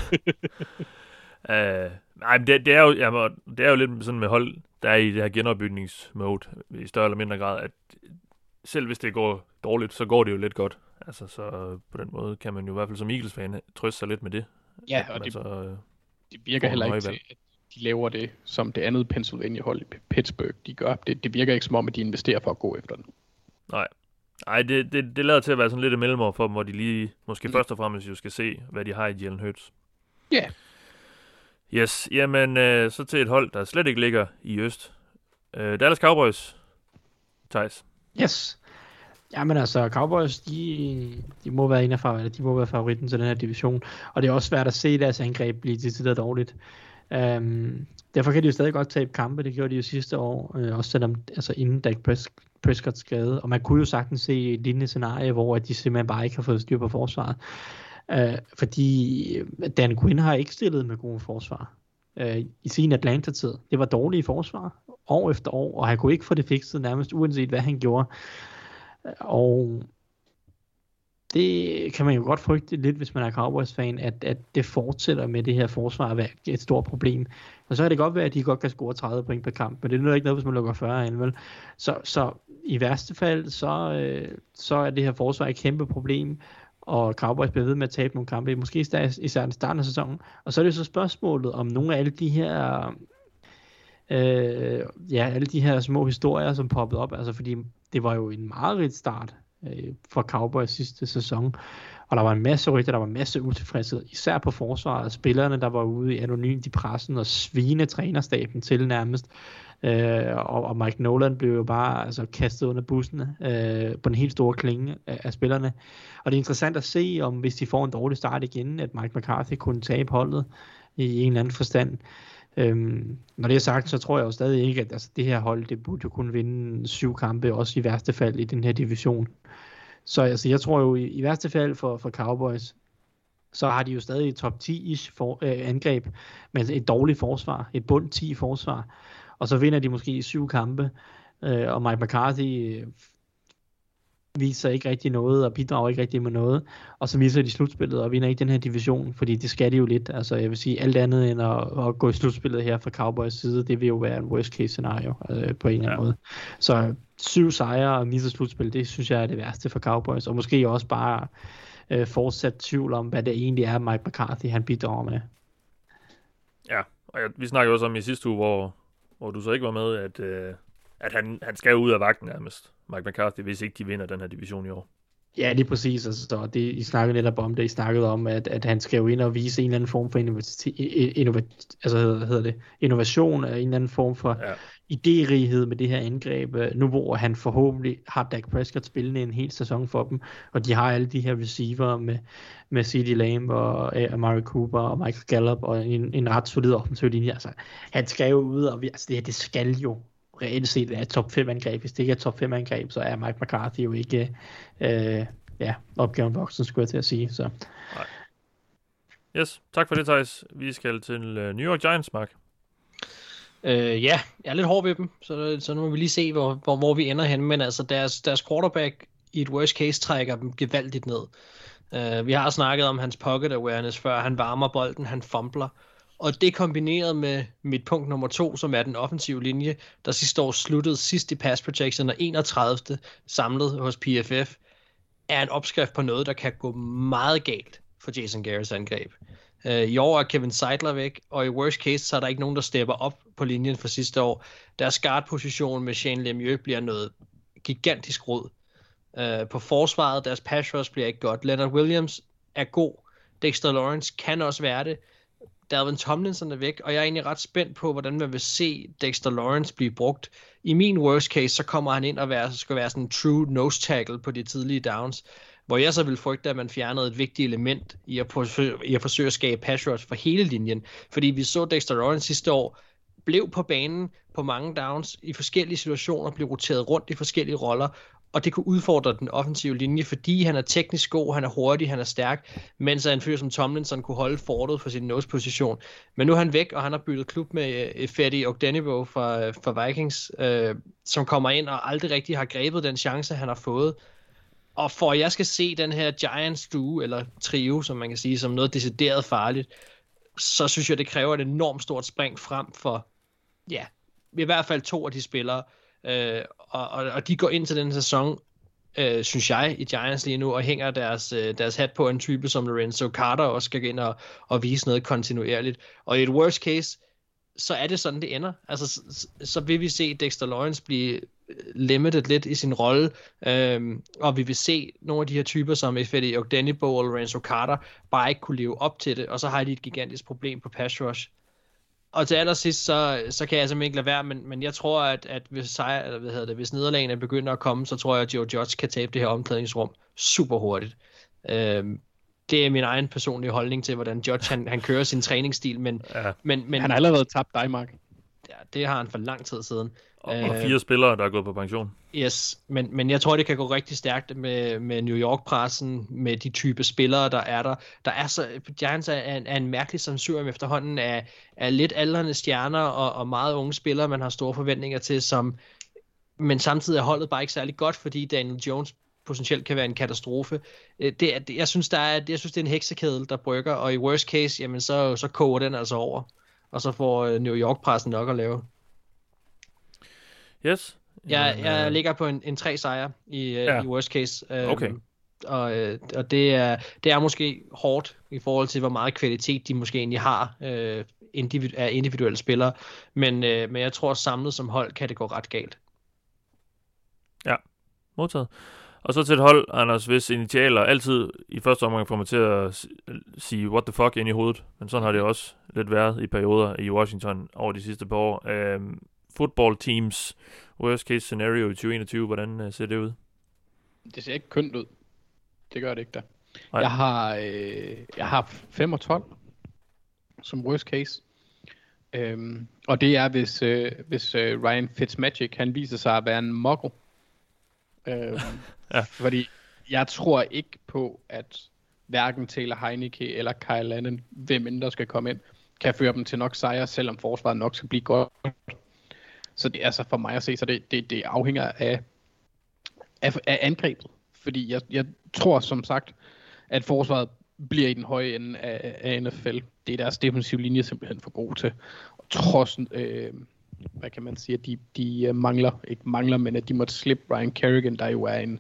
uh, nej, men det, det, er jo, jamen, det er jo lidt sådan med hold, der er i det her genopbygningsmode i større eller mindre grad, at selv hvis det går dårligt, så går det jo lidt godt. Altså, så på den måde kan man jo i hvert fald som Eagles-fan trøste sig lidt med det. Ja, og det, så, det virker heller ikke til, at de laver det som det andet Pennsylvania-hold i Pittsburgh, de gør. Det, det virker ikke som om, at de investerer for at gå efter den. Nej. Nej, det, det, det lader til at være sådan lidt et mellemår for dem, hvor de lige, måske mm. først og fremmest jo skal se, hvad de har i Jalen Hurts. Ja. Yeah. Yes, jamen øh, så til et hold, der slet ikke ligger i øst. Øh, Dallas Cowboys. Thijs. Yes. Jamen altså, Cowboys, de, de må være en af favoritter, de må være favoritten til den her division, og det er også svært at se deres angreb blive decideret dårligt. Um, derfor kan de jo stadig godt tabe kampe, det gjorde de jo sidste år, øh, også selvom, altså inden Dak Prescott skade, og man kunne jo sagtens se et lignende scenarie, hvor de simpelthen bare ikke har fået styr på forsvaret, uh, fordi Dan Quinn har ikke stillet med gode forsvar uh, i sin Atlanta-tid. Det var dårlige forsvar, år efter år, og han kunne ikke få det fikset nærmest uanset hvad han gjorde. Og det kan man jo godt frygte lidt, hvis man er Cowboys-fan, at, at det fortsætter med det her forsvar at være et stort problem. Og så kan det godt være, at de godt kan score tredive point per kamp, men det er nu ikke noget, hvis man lukker fyrre ind, vel? Så, så i værste fald, så, øh, så er det her forsvar et kæmpe problem, og Cowboys bliver ved med at tabe nogle kampe, måske især i starten af sæsonen. Og så er det så spørgsmålet, om nogle af alle de her... Øh, ja, alle de her små historier, som poppede op, altså fordi det var jo en meget rig start øh, for Cowboys sidste sæson, og der var en masse rygter, der var en masse utilfredshed, især på forsvaret, spillerne, der var ude i anonymt i pressen og svine trænerstaben til nærmest, øh, og, og Mike Nolan blev jo bare altså, kastet under bussen øh, på den helt store klinge af, af spillerne, og det er interessant at se, om hvis de får en dårlig start igen, at Mike McCarthy kunne tabe holdet i en eller anden forstand. Øhm, når det er sagt, så tror jeg jo stadig ikke, at altså, det her hold, det burde jo kunne vinde syv kampe, også i værste fald i den her division. Så altså, jeg tror jo i, i værste fald for, for Cowboys, så har de jo stadig et top ti-ish for, øh, angreb, men et dårligt forsvar, et bund ti forsvar, og så vinder de måske syv kampe, øh, og Mike McCarthy øh, viser ikke rigtig noget, og bidrager ikke rigtig med noget, og så viser de slutspillet, og vinder ikke den her division, fordi det skal de jo lidt, altså jeg vil sige, alt andet end at, at gå i slutspillet her fra Cowboys side, det vil jo være en worst case scenario, øh, på en eller anden ja. måde. Så syv sejre og misser slutspil, det synes jeg er det værste for Cowboys, og måske også bare øh, fortsat tvivl om, hvad det egentlig er, Mike McCarthy, han bidrager med. Ja, og jeg, vi snakkede også om i sidste uge, hvor, hvor du så ikke var med, at, øh, at han, han skal ud af vagten nærmest, Mike McCarthy, hvis ikke de vinder den her division i år. Ja, lige præcis. Altså, det, I snakkede netop om det. I snakkede om, at, at han skal jo ind og vise en eller anden form for innova, altså, hvad hedder det, innovation, en eller anden form for ja. idérighed med det her angreb. Nu hvor han forhåbentlig har Dak Prescott spillende en hel sæson for dem, og de har alle de her receiver med, med C D Lamb og Amari Cooper og Michael Gallup og en, en ret solid offensiv linje. Altså, han skal jo ud, og vi, altså, det her, det skal jo reelt set er et top fem angreb. Hvis det ikke er et top fem angreb, så er Mike McCarthy jo ikke øh, ja, opgaven voksen, skulle jeg til at sige. Så. Nej. Yes, tak for det, Thijs. Vi skal til New York Giants, Mark. Øh, ja, jeg er lidt hård ved dem, så, så nu må vi lige se, hvor, hvor, hvor vi ender hen. Men altså, deres, deres quarterback i et worst case trækker dem gevaldigt ned. Uh, vi har snakket om hans pocket awareness før. Han varmer bolden, han fumbler. Og det kombineret med mit punkt nummer to, som er den offensive linje, der sidste år sluttede sidst i pass protection og enogtredivte samlet hos P F F, er en opskrift på noget, der kan gå meget galt for Jason Garretts angreb. Øh, I år er Kevin Zeitler væk, og i worst case, så er der ikke nogen, der stepper op på linjen for sidste år. Deres guard-position med Shane Lemieux bliver noget gigantisk rod. Øh, på forsvaret, deres pass rush bliver ikke godt. Leonard Williams er god. Dexter Lawrence kan også være det. Dalvin Tomlinson er væk, og jeg er egentlig ret spændt på, hvordan man vil se Dexter Lawrence blive brugt. I min worst case, så kommer han ind og være, skal være sådan en true nose tackle på de tidlige downs, hvor jeg så vil frygte, at man fjernede et vigtigt element i at, forsøge, i at forsøge at skabe pass rush for hele linjen. Fordi vi så Dexter Lawrence sidste år, blev på banen på mange downs i forskellige situationer, blev roteret rundt i forskellige roller, og det kunne udfordre den offensive linje, fordi han er teknisk god, han er hurtig, han er stærk, mens en fyr som Tomlinson kunne holde fortet for sin nose-position. Men nu er han væk, og han har byttet klub med Ifeadi Ogdenigbo fra, fra Vikings, øh, som kommer ind og aldrig rigtig har grebet den chance, han har fået. Og for at jeg skal se den her Giants duo, eller trio, som man kan sige, som noget decideret farligt, så synes jeg, det kræver et enormt stort spring frem for, ja, i hvert fald to af de spillere. Øh, og, og, og de går ind til den sæson, øh, synes jeg, i Giants lige nu, og hænger deres, øh, deres hat på en type som Lorenzo Carter, også skal gå ind og, og vise noget kontinuerligt. Og i et worst case, så er det sådan, det ender. Altså, så, så vil vi se Dexter Lawrence blive limited lidt i sin rolle, øhm, og vi vil se nogle af de her typer, som Ifeadi Ogdenigbo og Lorenzo Carter, bare ikke kunne leve op til det, og så har de et gigantisk problem på pass rush. Og til allersidst, så, så kan jeg simpelthen ikke lade være, men, men jeg tror, at, at hvis, sejr, eller hvad hedder det, hvis nederlagene begynder at komme, så tror jeg, at Joe Judge kan tabe det her omklædningsrum super hurtigt. Øhm, det er min egen personlige holdning til, hvordan Judge han, han kører sin træningsstil, men, ja. men, men han har allerede tabt dig, Mark. Ja, det har han for lang tid siden. Og, og fire øh, spillere, der er gået på pension. Yes, men, men jeg tror, det kan gå rigtig stærkt med, med New York-pressen, med de type spillere, der er der. Der er så, Giants er en, er en mærkelig sammensurium efterhånden af, af lidt aldrende stjerner og, og meget unge spillere, man har store forventninger til, som, men samtidig er holdet bare ikke særlig godt, fordi Daniel Jones potentielt kan være en katastrofe. Det, det, jeg, synes, der er, jeg synes, det er en heksekedel, der brygger, og i worst case, jamen, så, så koger den altså over. Og så får New York-pressen nok at lave. Yes. Jeg, jeg ligger på en, en tre sejre i, ja. i worst case. Um, okay. Og, og det, er, det er måske hårdt i forhold til, hvor meget kvalitet de måske egentlig har uh, individu- af individuelle spillere. Men, uh, men jeg tror, samlet som hold kan det gå ret galt. Ja, modtaget. Og så til et hold, Anders, hvis initialer altid i første omgang får mig til at sige what the fuck ind i hovedet. Men sådan har det også lidt været i perioder i Washington over de sidste par år. Øhm, football teams worst case scenario i tyve enogtyve, hvordan uh, ser det ud? Det ser ikke kønt ud. Det gør det ikke da. Jeg har, øh, jeg har fem og tolv som worst case. Øhm, og det er, hvis, øh, hvis øh, Ryan Fitzmagic, han viser sig at være en muggle. Øhm, ja. Fordi jeg tror ikke på, at hverken Taylor Heineke eller Kyle Allen, hvem end der skal komme ind, kan føre dem til nok sejre, selvom forsvaret nok skal blive godt. Så det er altså for mig at se, så det, det, det afhænger af, af, af angrebet. Fordi jeg, jeg tror som sagt, at forsvaret bliver i den høje ende af, af N F L. Det er deres defensive linje simpelthen for god til. Og trods, øh, hvad kan man sige, at de, de mangler, ikke mangler, men at de måtte slippe Ryan Kerrigan, der jo er en,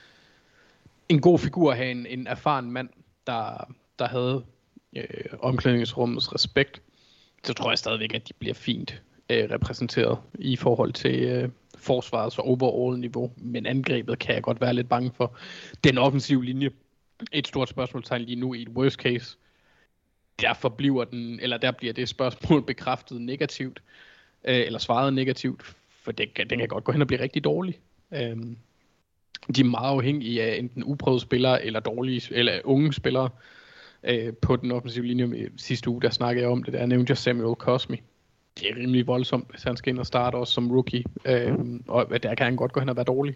en god figur at have, en, en erfaren mand, der, der havde øh, omklædningsrummets respekt. Så tror jeg stadigvæk, at de bliver fint øh, repræsenteret i forhold til øh, forsvarets og overall niveau. Men angrebet kan jeg godt være lidt bange for. Den offensive linje, et stort spørgsmålstegn lige nu i et worst case. Derfor bliver den, eller der bliver det spørgsmål bekræftet negativt, øh, eller svaret negativt, for det, den kan godt gå hen og blive rigtig dårlig. Øh, de er meget afhængige af enten uprøvede spillere, eller dårlige, eller unge spillere øh, på den offensive linje. Sidste uge, der snakkede jeg om det, der nævnte jeg Samuel Cosmi. Det er rimelig voldsomt, hvis han skal ind og starte også som rookie, øh, og der kan han godt gå hen og være dårlig.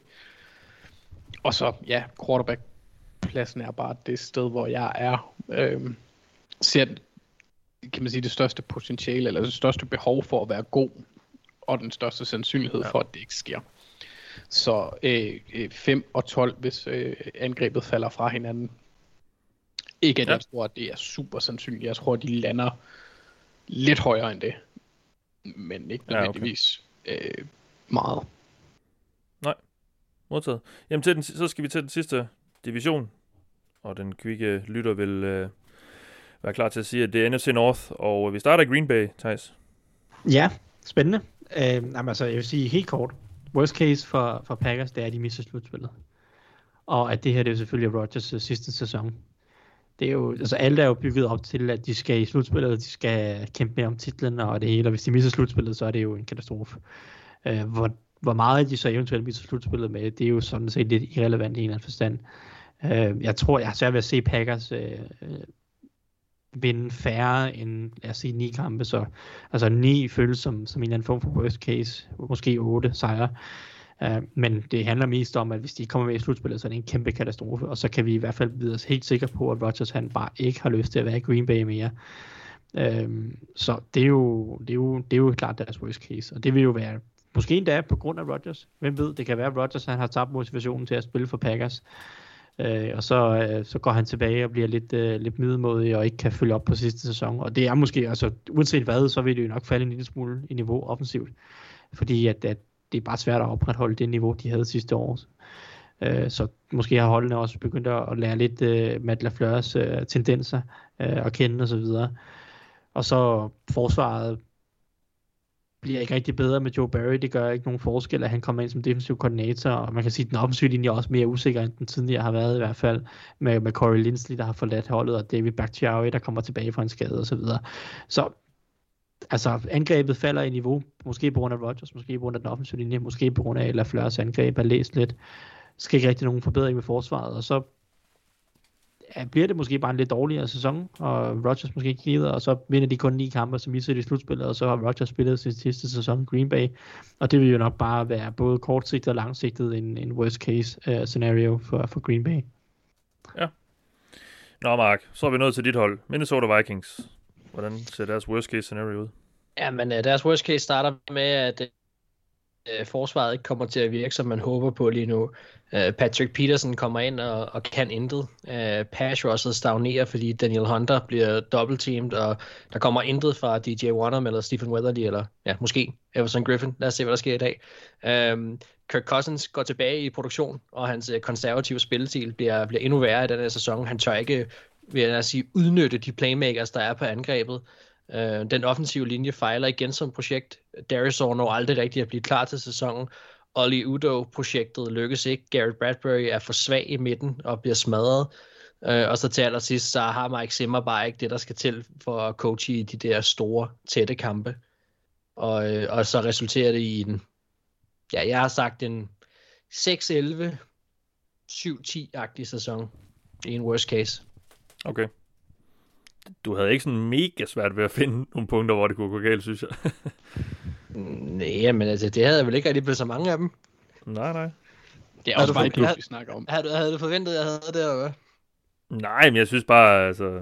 Og så, ja, quarterback pladsen er bare det sted, hvor jeg er, øh, ser, kan man sige, det største potentiale, eller det største behov for at være god, og den største sandsynlighed ja. for, at det ikke sker. Så øh, fem og tolv, hvis øh, angrebet falder fra hinanden. Ikke at ja. jeg tror, at det er super sandsynligt. Jeg tror, at de lander lidt højere end det. Men ikke nødvendigvis ja, okay. øh, meget. Nej, modtaget. Jamen, til den, så skal vi til den sidste division. Og den kvikke lytter vil, øh, være klar til at sige, at det er N F C North, og vi starter i Green Bay, Thijs. Ja, spændende. Øh, jamen, altså, jeg vil sige helt kort. Worst case for, for Packers, det er, at de mister slutspillet. Og at det her, det er jo selvfølgelig Rodgers' sidste sæson. Det er jo, altså alt er jo bygget op til, at de skal i slutspillet, og de skal kæmpe med om titlen og det hele. Og hvis de mister slutspillet, så er det jo en katastrofe. Øh, hvor, hvor meget de så eventuelt mister slutspillet med, det er jo sådan set lidt irrelevant i en eller anden forstand. Øh, jeg tror, jeg har svært ved at se Packers øh, vinde færre end, lad os sige, ni kampe. Så, altså ni føles som, som en eller anden form for worst case. Måske otte sejre. Uh, men det handler mest om, at hvis de kommer med i slutspillet, så er det en kæmpe katastrofe, og så kan vi i hvert fald vide os helt sikre på, at Rodgers han bare ikke har lyst til at være i Green Bay mere. Uh, så det er, jo, det, er jo, det er jo klart deres worst case, og det vil jo være, måske endda på grund af Rodgers. Hvem ved, det kan være, at Rodgers han har tabt motivationen til at spille for Packers, uh, og så, uh, så går han tilbage og bliver lidt, uh, lidt middelmådig og ikke kan følge op på sidste sæson, og det er måske, altså uanset hvad, så vil det jo nok falde en lille smule i niveau offensivt, fordi at, at det er bare svært at opretholde det niveau, de havde sidste år. Uh, så måske har holdene også begyndt at lære lidt uh, Matt LaFleurs uh, tendenser uh, at kende og så videre. Og så forsvaret bliver ikke rigtig bedre med Joe Barry. Det gør ikke nogen forskel, at han kommer ind som defensiv koordinator. Og man kan sige, at den offensive linje er også mere usikker, end den tidligere har været i hvert fald. Med, med Corey Linsley, der har forladt holdet, og David Bakhtiari, der kommer tilbage fra en skade og så videre. Så altså, angrebet falder i niveau, måske på grund af Rodgers, måske på grund af den offensive linje, måske på grund af LaFleurs angreb, har læst lidt. Skal ikke rigtig nogen forbedring med forsvaret, og så ja, bliver det måske bare en lidt dårligere sæson, og Rodgers måske ikke gider, og så vinder de kun ni kampe, som viser det i slutspillet, og så har Rodgers spillet sin sidste sæson Green Bay, og det vil jo nok bare være både kortsigtet og langsigtet en, en worst case uh, scenario for, for Green Bay. Ja. Nå Mark, så er vi nået til dit hold, Minnesota Vikings. Hvordan ser deres worst case scenario ud? Ja, men uh, deres worst case starter med, at uh, forsvaret ikke kommer til at virke, som man håber på lige nu. Uh, Patrick Peterson kommer ind og, og kan intet. Uh, pass rushet stagnerer, fordi Daniel Hunter bliver double-teamed, og der kommer intet fra D J Wonnum eller Stephen Weatherly, eller ja, måske Everson Griffin. Lad os se, hvad der sker i dag. Uh, Kirk Cousins går tilbage i produktion, og hans uh, konservative spillestil bliver, bliver endnu værre i den her sæson. Han tør ikke, vil jeg sige, udnytte de playmakers, der er på angrebet. Uh, den offensive linje fejler igen som projekt. Darius når aldrig rigtig at blive klar til sæsonen. Oli Udoh-projektet lykkes ikke. Garrett Bradbury er for svag i midten og bliver smadret. Uh, og så til allersidst, så har Mike Zimmer bare ikke det, der skal til for at coache i de der store, tætte kampe. Og, uh, og så resulterer det i en, ja, jeg har sagt en seks elleve, syv ti-agtig sæson. Det er en worst case. Okay. Du havde ikke sådan mega svært ved at finde nogle punkter, hvor det kunne gå galt, synes jeg. Nej, men altså, det havde jeg vel ikke rigtig blevet så mange af dem. Nej, nej. Det er også bare ikke, vi snakker om. Havde du, havde du forventet, at jeg havde det, eller hvad? Nej, men jeg synes bare, altså...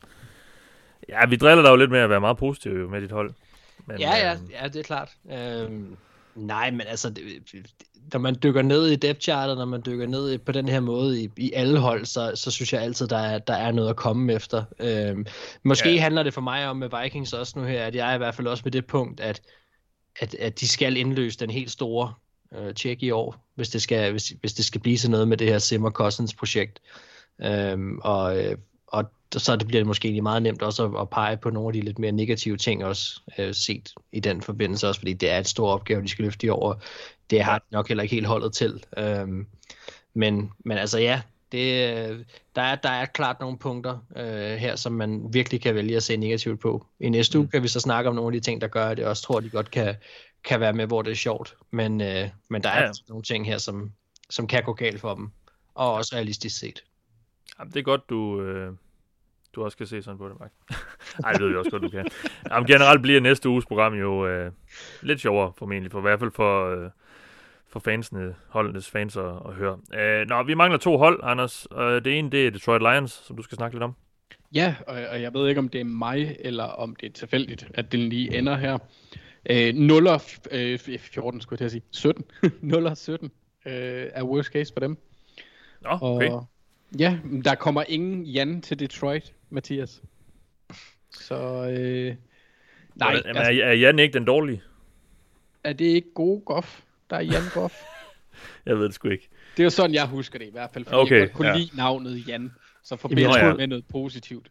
Ja, vi driller dig jo lidt med at være meget positive med dit hold. Men, ja, ja, øh... ja, det er klart. Øhm, nej, men altså, det, når man dykker ned i depth chartet, når man dykker ned i, på den her måde i, i alle hold, så, så synes jeg altid, der er, der er noget at komme efter. Øhm, måske ja. handler det for mig om med Vikings også nu her, at jeg er i hvert fald også ved det punkt, at, at, at de skal indløse den helt store øh, check i år, hvis det, skal, hvis, hvis det skal blive sådan noget med det her Zimmer Cousins projekt. Øhm, og, og så det bliver det måske meget nemt også at, at pege på nogle af de lidt mere negative ting også øh, set i den forbindelse også, fordi det er et stort opgave, de skal løfte i år. Det har nok heller ikke helt holdet til. Øhm, men, men altså ja, det, der, er, der er klart nogle punkter øh, her, som man virkelig kan vælge at se negativt på. I næste mm. uge kan vi så snakke om nogle af de ting, der gør, at jeg også tror, at de godt kan, kan være med, hvor det er sjovt. Men, øh, men der er ja. altså nogle ting her, som, som kan gå galt for dem, og også realistisk set. Jamen, det er godt, du... Øh... Du også kan se sådan på det, Mark. Nej, det ved vi også godt, du kan. Jamen, generelt bliver næste uges program jo øh, lidt sjovere, formentlig, for i hvert fald for, øh, for fansene, holdenes fans at, at høre. Øh, nå, vi mangler to hold, Anders. Øh, det ene, det er Detroit Lions, som du skal snakke lidt om. Ja, og, og jeg ved ikke, om det er mig, eller om det er tilfældigt, at den lige ender her. Øh, nul og fjorten, skulle jeg til at sige. sytten. nul og sytten øh, er worst case for dem. Nå, okay. Og ja, der kommer ingen Jan til Detroit, Mathias. Så, øh... Nej, Jamen, altså, er, er Jan ikke den dårlige? Er det ikke gode Goff, der er Jan Goff? Jeg ved det sgu ikke. Det er jo sådan, jeg husker det i hvert fald, fordi okay, jeg godt kunne ja. lide navnet Jan. Så forbinder jeg med noget positivt.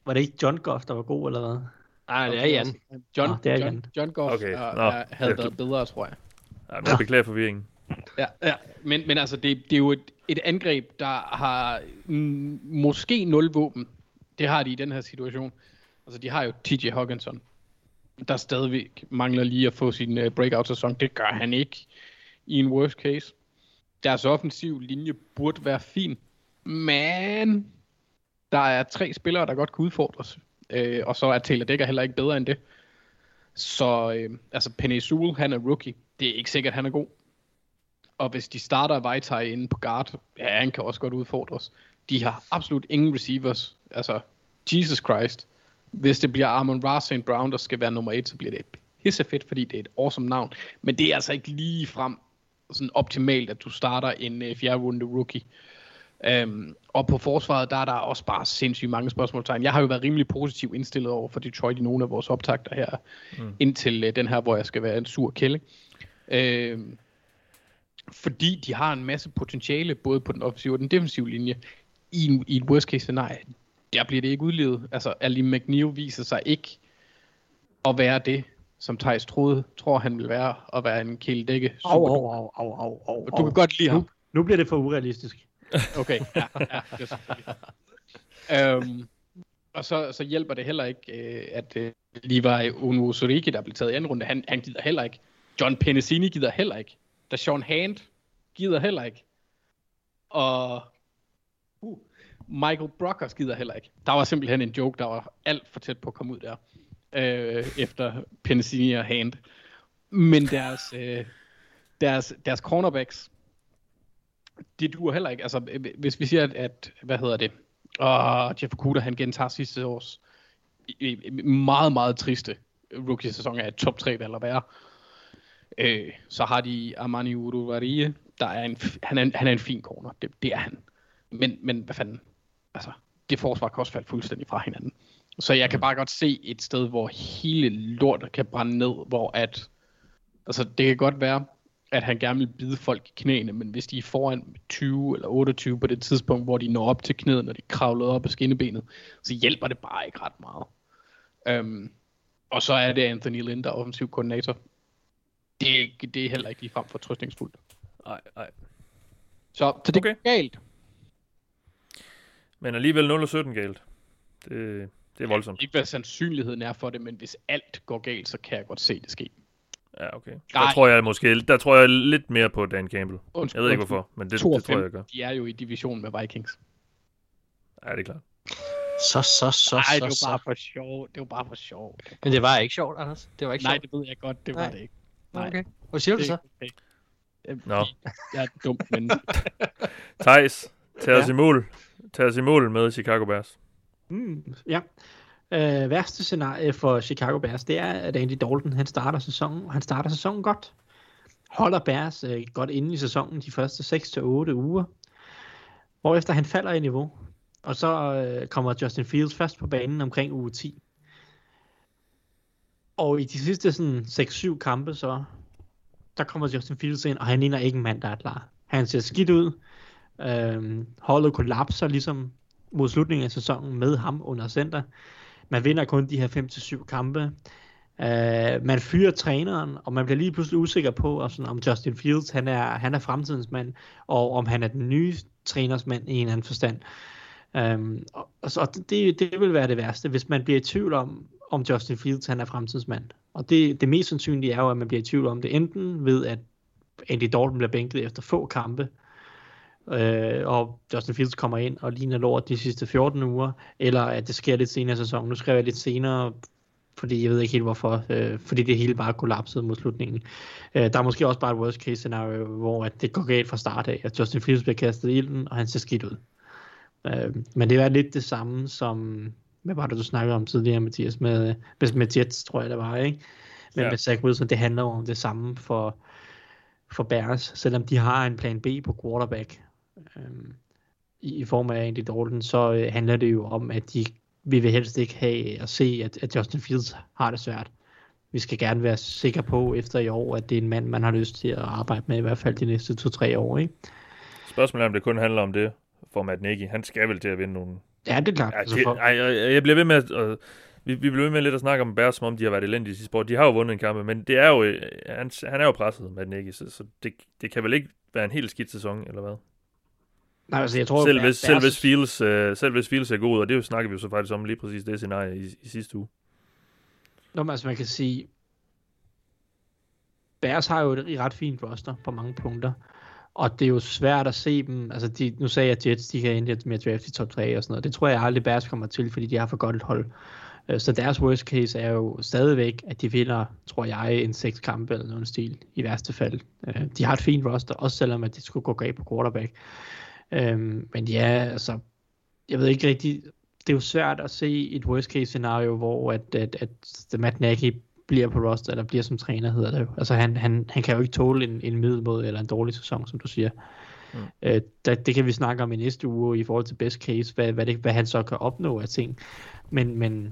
var det ikke John Goff, der var god, eller hvad? Nej, det er Jan. John, Nå, det er John, Jan. John Goff Okay. er, Nå, er, havde det- været bedre, tror jeg. Ja, men jeg beklager forvirringen. Ja, ja. Men, men altså, det, det er jo et, et angreb, der har mm, måske nul våben. Det har de i den her situation. Altså, de har jo T J Hawkinson, der stadigvæk mangler lige at få sin uh, breakout-sæson. Det gør han ikke i en worst case. Deres offensiv linje burde være fin, men der er tre spillere, der godt kan udfordres. Øh, og så er Taylor Decker heller ikke bedre end det. Så øh, altså Penei Sewell, han er rookie. Det er ikke sikkert, han er god. Og hvis de starter Vaitai inde på guard, ja, han kan også godt udfordres. De har absolut ingen receivers. Altså, Jesus Christ. Hvis det bliver Amon-Ra Saint Brown, der skal være nummer et, så bliver det pissefedt, fordi det er et awesome navn. Men det er altså ikke lige frem sådan optimalt, at du starter en uh, fjerde runde rookie. Um, og på forsvaret, der er der også bare sindssygt mange spørgsmålstegn. Jeg har jo været rimelig positiv indstillet over for Detroit i nogle af vores optagter her, mm. indtil uh, den her, hvor jeg skal være en sur kælling. Uh, fordi de har en masse potentiale, både på den offensive og den defensive linje. I, en, i et worst case scenarie, der bliver det ikke udlevet. Altså, Ali McNeil viser sig ikke at være det, som Theis troede, tror han vil være, at være en kæledække. Au, au, au, au, au, au. Du kan godt lide ham. Nu, nu bliver det for urealistisk. Okay, ja, ja, det er selvfølgelig. um, og så, så hjælper det heller ikke, øh, at øh, Levi Onuosoriki, der blev taget i anden runde, han, han gider heller ikke. John Penisini gider heller ikke. Dashawn Hand gider heller ikke. Og uh, Michael Brockers gider heller ikke. Der var simpelthen en joke, der var alt for tæt på at komme ud der, øh, efter Penisini og Hand. Men deres, øh, deres, deres cornerbacks, det duer heller ikke. Altså, hvis vi siger, at, at hvad hedder det, og Jeff Okudah, han gentager sidste års meget, meget triste rookie-sæson af et top tre valg at være, øh, så har de Amani Uruvarie, der er en, han, er en, han er en fin corner, det, det er han. Men, men hvad fanden, altså, det forsvar kan også falde fuldstændig fra hinanden. Så jeg kan bare godt se et sted, hvor hele lortet kan brænde ned, hvor at, altså det kan godt være, at han gerne vil bide folk i knæene, men hvis de er foran tyve eller otteogtyve på det tidspunkt, hvor de når op til knæet, når de kravler op af skinnebenet, så hjælper det bare ikke ret meget. Um, og så er det Anthony Lynn, der er offensiv koordinator. Det, det er heller ikke ligefrem fortrøstningsfuldt. Nej, nej. Så, så det Okay. er galt. Men alligevel nul og sytten galt. Det, det er voldsomt. Ikke hvad sandsynligheden er for det, men hvis alt går galt, så kan jeg godt se det ske. Ja, okay. Der Nej. tror jeg måske, der tror jeg lidt mere på Dan Campbell. Undskyld, Jeg ved ikke undskyld. hvorfor, men det, to og det tror jeg, fem, jeg gør. De er jo i division med Vikings. Ja, det er klart. Så, så, så, Nej, det så, var så. bare for sjov. Det var bare for sjov. Men det var ikke sjovt, Anders. Det var ikke Nej, sjovt. det ved jeg godt, det var Nej. det ikke. Nej. Okay. Hvad siger du så? Okay. Jeg, Nå. jeg er dum, men Theis, tag os Ja. i mål. Tag os i mål med Chicago Bears. Mm, ja. Øh, værste scenarie for Chicago Bears, det er, at Andy Dalton, han starter sæsonen, og han starter sæsonen godt. Holder Bears øh, godt inde i sæsonen de første seks til otte uger, hvorefter han falder i niveau. Og så øh, kommer Justin Fields først på banen omkring uge ti. Og i de sidste sådan seks syv kampe, så der kommer Justin Fields ind, og han ligner ikke en mand, der er klar. Han ser skidt ud. Øhm, holdet kollapser ligesom mod slutningen af sæsonen med ham under center. Man vinder kun de her fem til syv kampe. Øh, man fyrer træneren, og man bliver lige pludselig usikker på, og sådan, om Justin Fields han er, han er fremtidens mand, og om han er den nye træners mand i en anden forstand. Øhm, og, og så det, det vil være det værste, hvis man bliver i tvivl om, om Justin Fields han er fremtidsmand. Og det, det mest sandsynlige er jo, at man bliver i tvivl om det, enten ved, at Andy Dalton bliver bænket efter få kampe, øh, og Justin Fields kommer ind og ligner lort de sidste fjorten uger, eller at det sker lidt senere i sæsonen. Nu skriver jeg lidt senere, fordi jeg ved ikke helt hvorfor, øh, fordi det hele bare kollapsede mod slutningen. Øh, der er måske også bare et worst case scenario, hvor at det går galt fra start af, at Justin Fields bliver kastet i ilden, og han ser skidt ud. Øh, men det er lidt det samme som, hvad var det du snakkede om tidligere, Mathias, med, med, med Jets, tror jeg det var, ikke? Men Ja. med Zach Wilson, det handler om det samme for, for Bears, selvom de har en plan B på quarterback, øh, i, i form af Andy Dalton, så øh, handler det jo om, at de vi vil helst ikke have at se, at, at Justin Fields har det svært. Vi skal gerne være sikre på efter i år, at det er en mand, man har lyst til at arbejde med, i hvert fald de næste to-tre år, ikke? Spørgsmålet er, om det kun handler om det for Matt Nagy. Han skal vel til at vinde nogle, Ja, det er klart. Ja, altså det, for... ej, jeg, jeg bliver ved med at... Øh, vi, vi bliver ved med lidt at snakke om Bears, som om de har været elendige i sidste sport. De har jo vundet en kamp, men det er jo, øh, han, han er jo presset med den ikke, så, så det, det kan vel ikke være en helt skidt sæson, eller hvad? Nej, altså jeg tror... Selv hvis, selv hvis, Fields, øh, selv hvis Fields er god, og det jo snakker vi jo så faktisk om lige præcis det scenarie i, i sidste uge. Nå, men altså man kan sige... Bears har jo et ret fint roster på mange punkter. Og det er jo svært at se dem, altså de, nu sagde jeg, at Jets, de kan ende med at draft i top tre og sådan noget. Det tror jeg aldrig Bears kommer til, fordi de har for godt et hold. Så deres worst case er jo stadigvæk, at de vinder, tror jeg, en seks kampe eller noget stil, i værste fald. De har et fint roster, også selvom at de skulle gå galt på quarterback. Men ja, altså, jeg ved ikke rigtigt, det er jo svært at se et worst case scenario, hvor at, at, at Matt Nagy bliver på roster, eller bliver som træner, hedder det jo. Altså han, han, han kan jo ikke tåle en, en middelmåde eller en dårlig sæson, som du siger. Mm. Øh, der, det kan vi snakke om i næste uge i forhold til best case, hvad, hvad, det, hvad han så kan opnå af ting. Men, men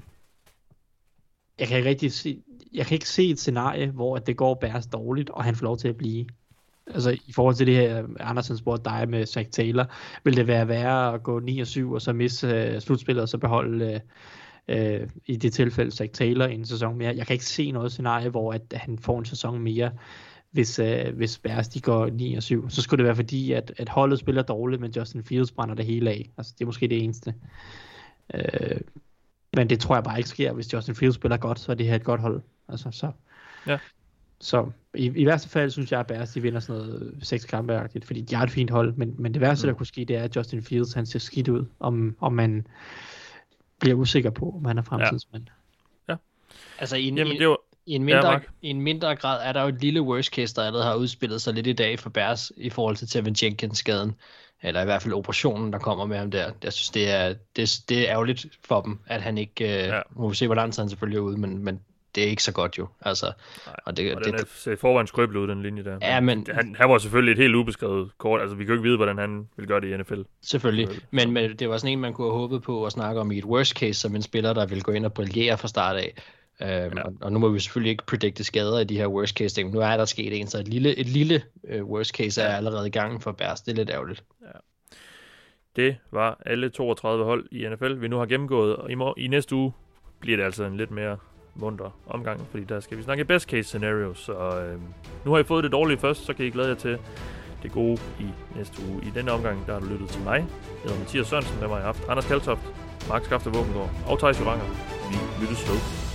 jeg kan ikke rigtig se, jeg kan ikke se et scenarie, hvor det går Bears dårligt, og han får lov til at blive. Altså i forhold til det her, Andersen spurgte dig med Zach Taylor, vil det være værre at gå ni og syv, og så misse uh, slutspillet, og så beholde... Uh, Øh, i det tilfælde Zach Taylor en sæson mere. Jeg kan ikke se noget scenarie, hvor at han får en sæson mere, hvis, øh, hvis Bears de går ni og syv. Så skulle det være fordi, at, at holdet spiller dårligt, men Justin Fields brænder det hele af. Altså, det er måske det eneste. Øh, men det tror jeg bare ikke sker. Hvis Justin Fields spiller godt, så er det her et godt hold. Altså, så ja. Så i, i værste fald synes jeg, at Bears de vinder sådan noget seks kampe-agtigt, fordi de har et fint hold. Men, men det værste, mm. der kunne ske, det er, at Justin Fields han ser skidt ud, om, om man bliver usikker på, om han er fremtidsmand. Ja. ja. Altså i en, Jamen, i, det var... i, en mindre, ja, i en mindre grad er der jo et lille worst case, der allerede har udspillet sig lidt i dag for Bears i forhold til Tevin Jenkins-skaden. Eller i hvert fald operationen, der kommer med ham der. Jeg synes, det er, det, det er ærgerligt for dem, at han ikke... Ja. Må vi se, hvor lang tid han selvfølgelig er ude, men, men det er ikke så godt jo. Altså, Nej, og det, og det, den er, ser forvejen skrøbelig ud, den linje der. Ja, men, han, han var selvfølgelig et helt ubeskrevet kort. Altså, vi kan jo ikke vide, hvordan han vil gøre det i N F L. Selvfølgelig, men, men det var sådan en, man kunne have håbet på at snakke om i et worst case, som en spiller, der vil gå ind og brillere fra start af. Øhm, ja. og, og nu må vi selvfølgelig ikke predikte skader i de her worst case ting. Nu er der sket en, så et lille, et lille uh, worst case er allerede i gang for Bears. Det er lidt ærgerligt. Ja. Det var alle toogtredive hold i N F L, vi nu har gennemgået. Og i, mor- i næste uge bliver det altså en lidt mere munter omgang, fordi der skal vi snakke best case scenario. Så øh, nu har I fået det dårlige først, så kan I glæde jer til det gode i næste uge. I denne omgang, der har du lyttet til mig. Jeg hedder Mathias Sørensen, med mig har haft Anders Kaltoft, Mark Skafte Våbengård og Thijs Joranger. Vi lyttes ved.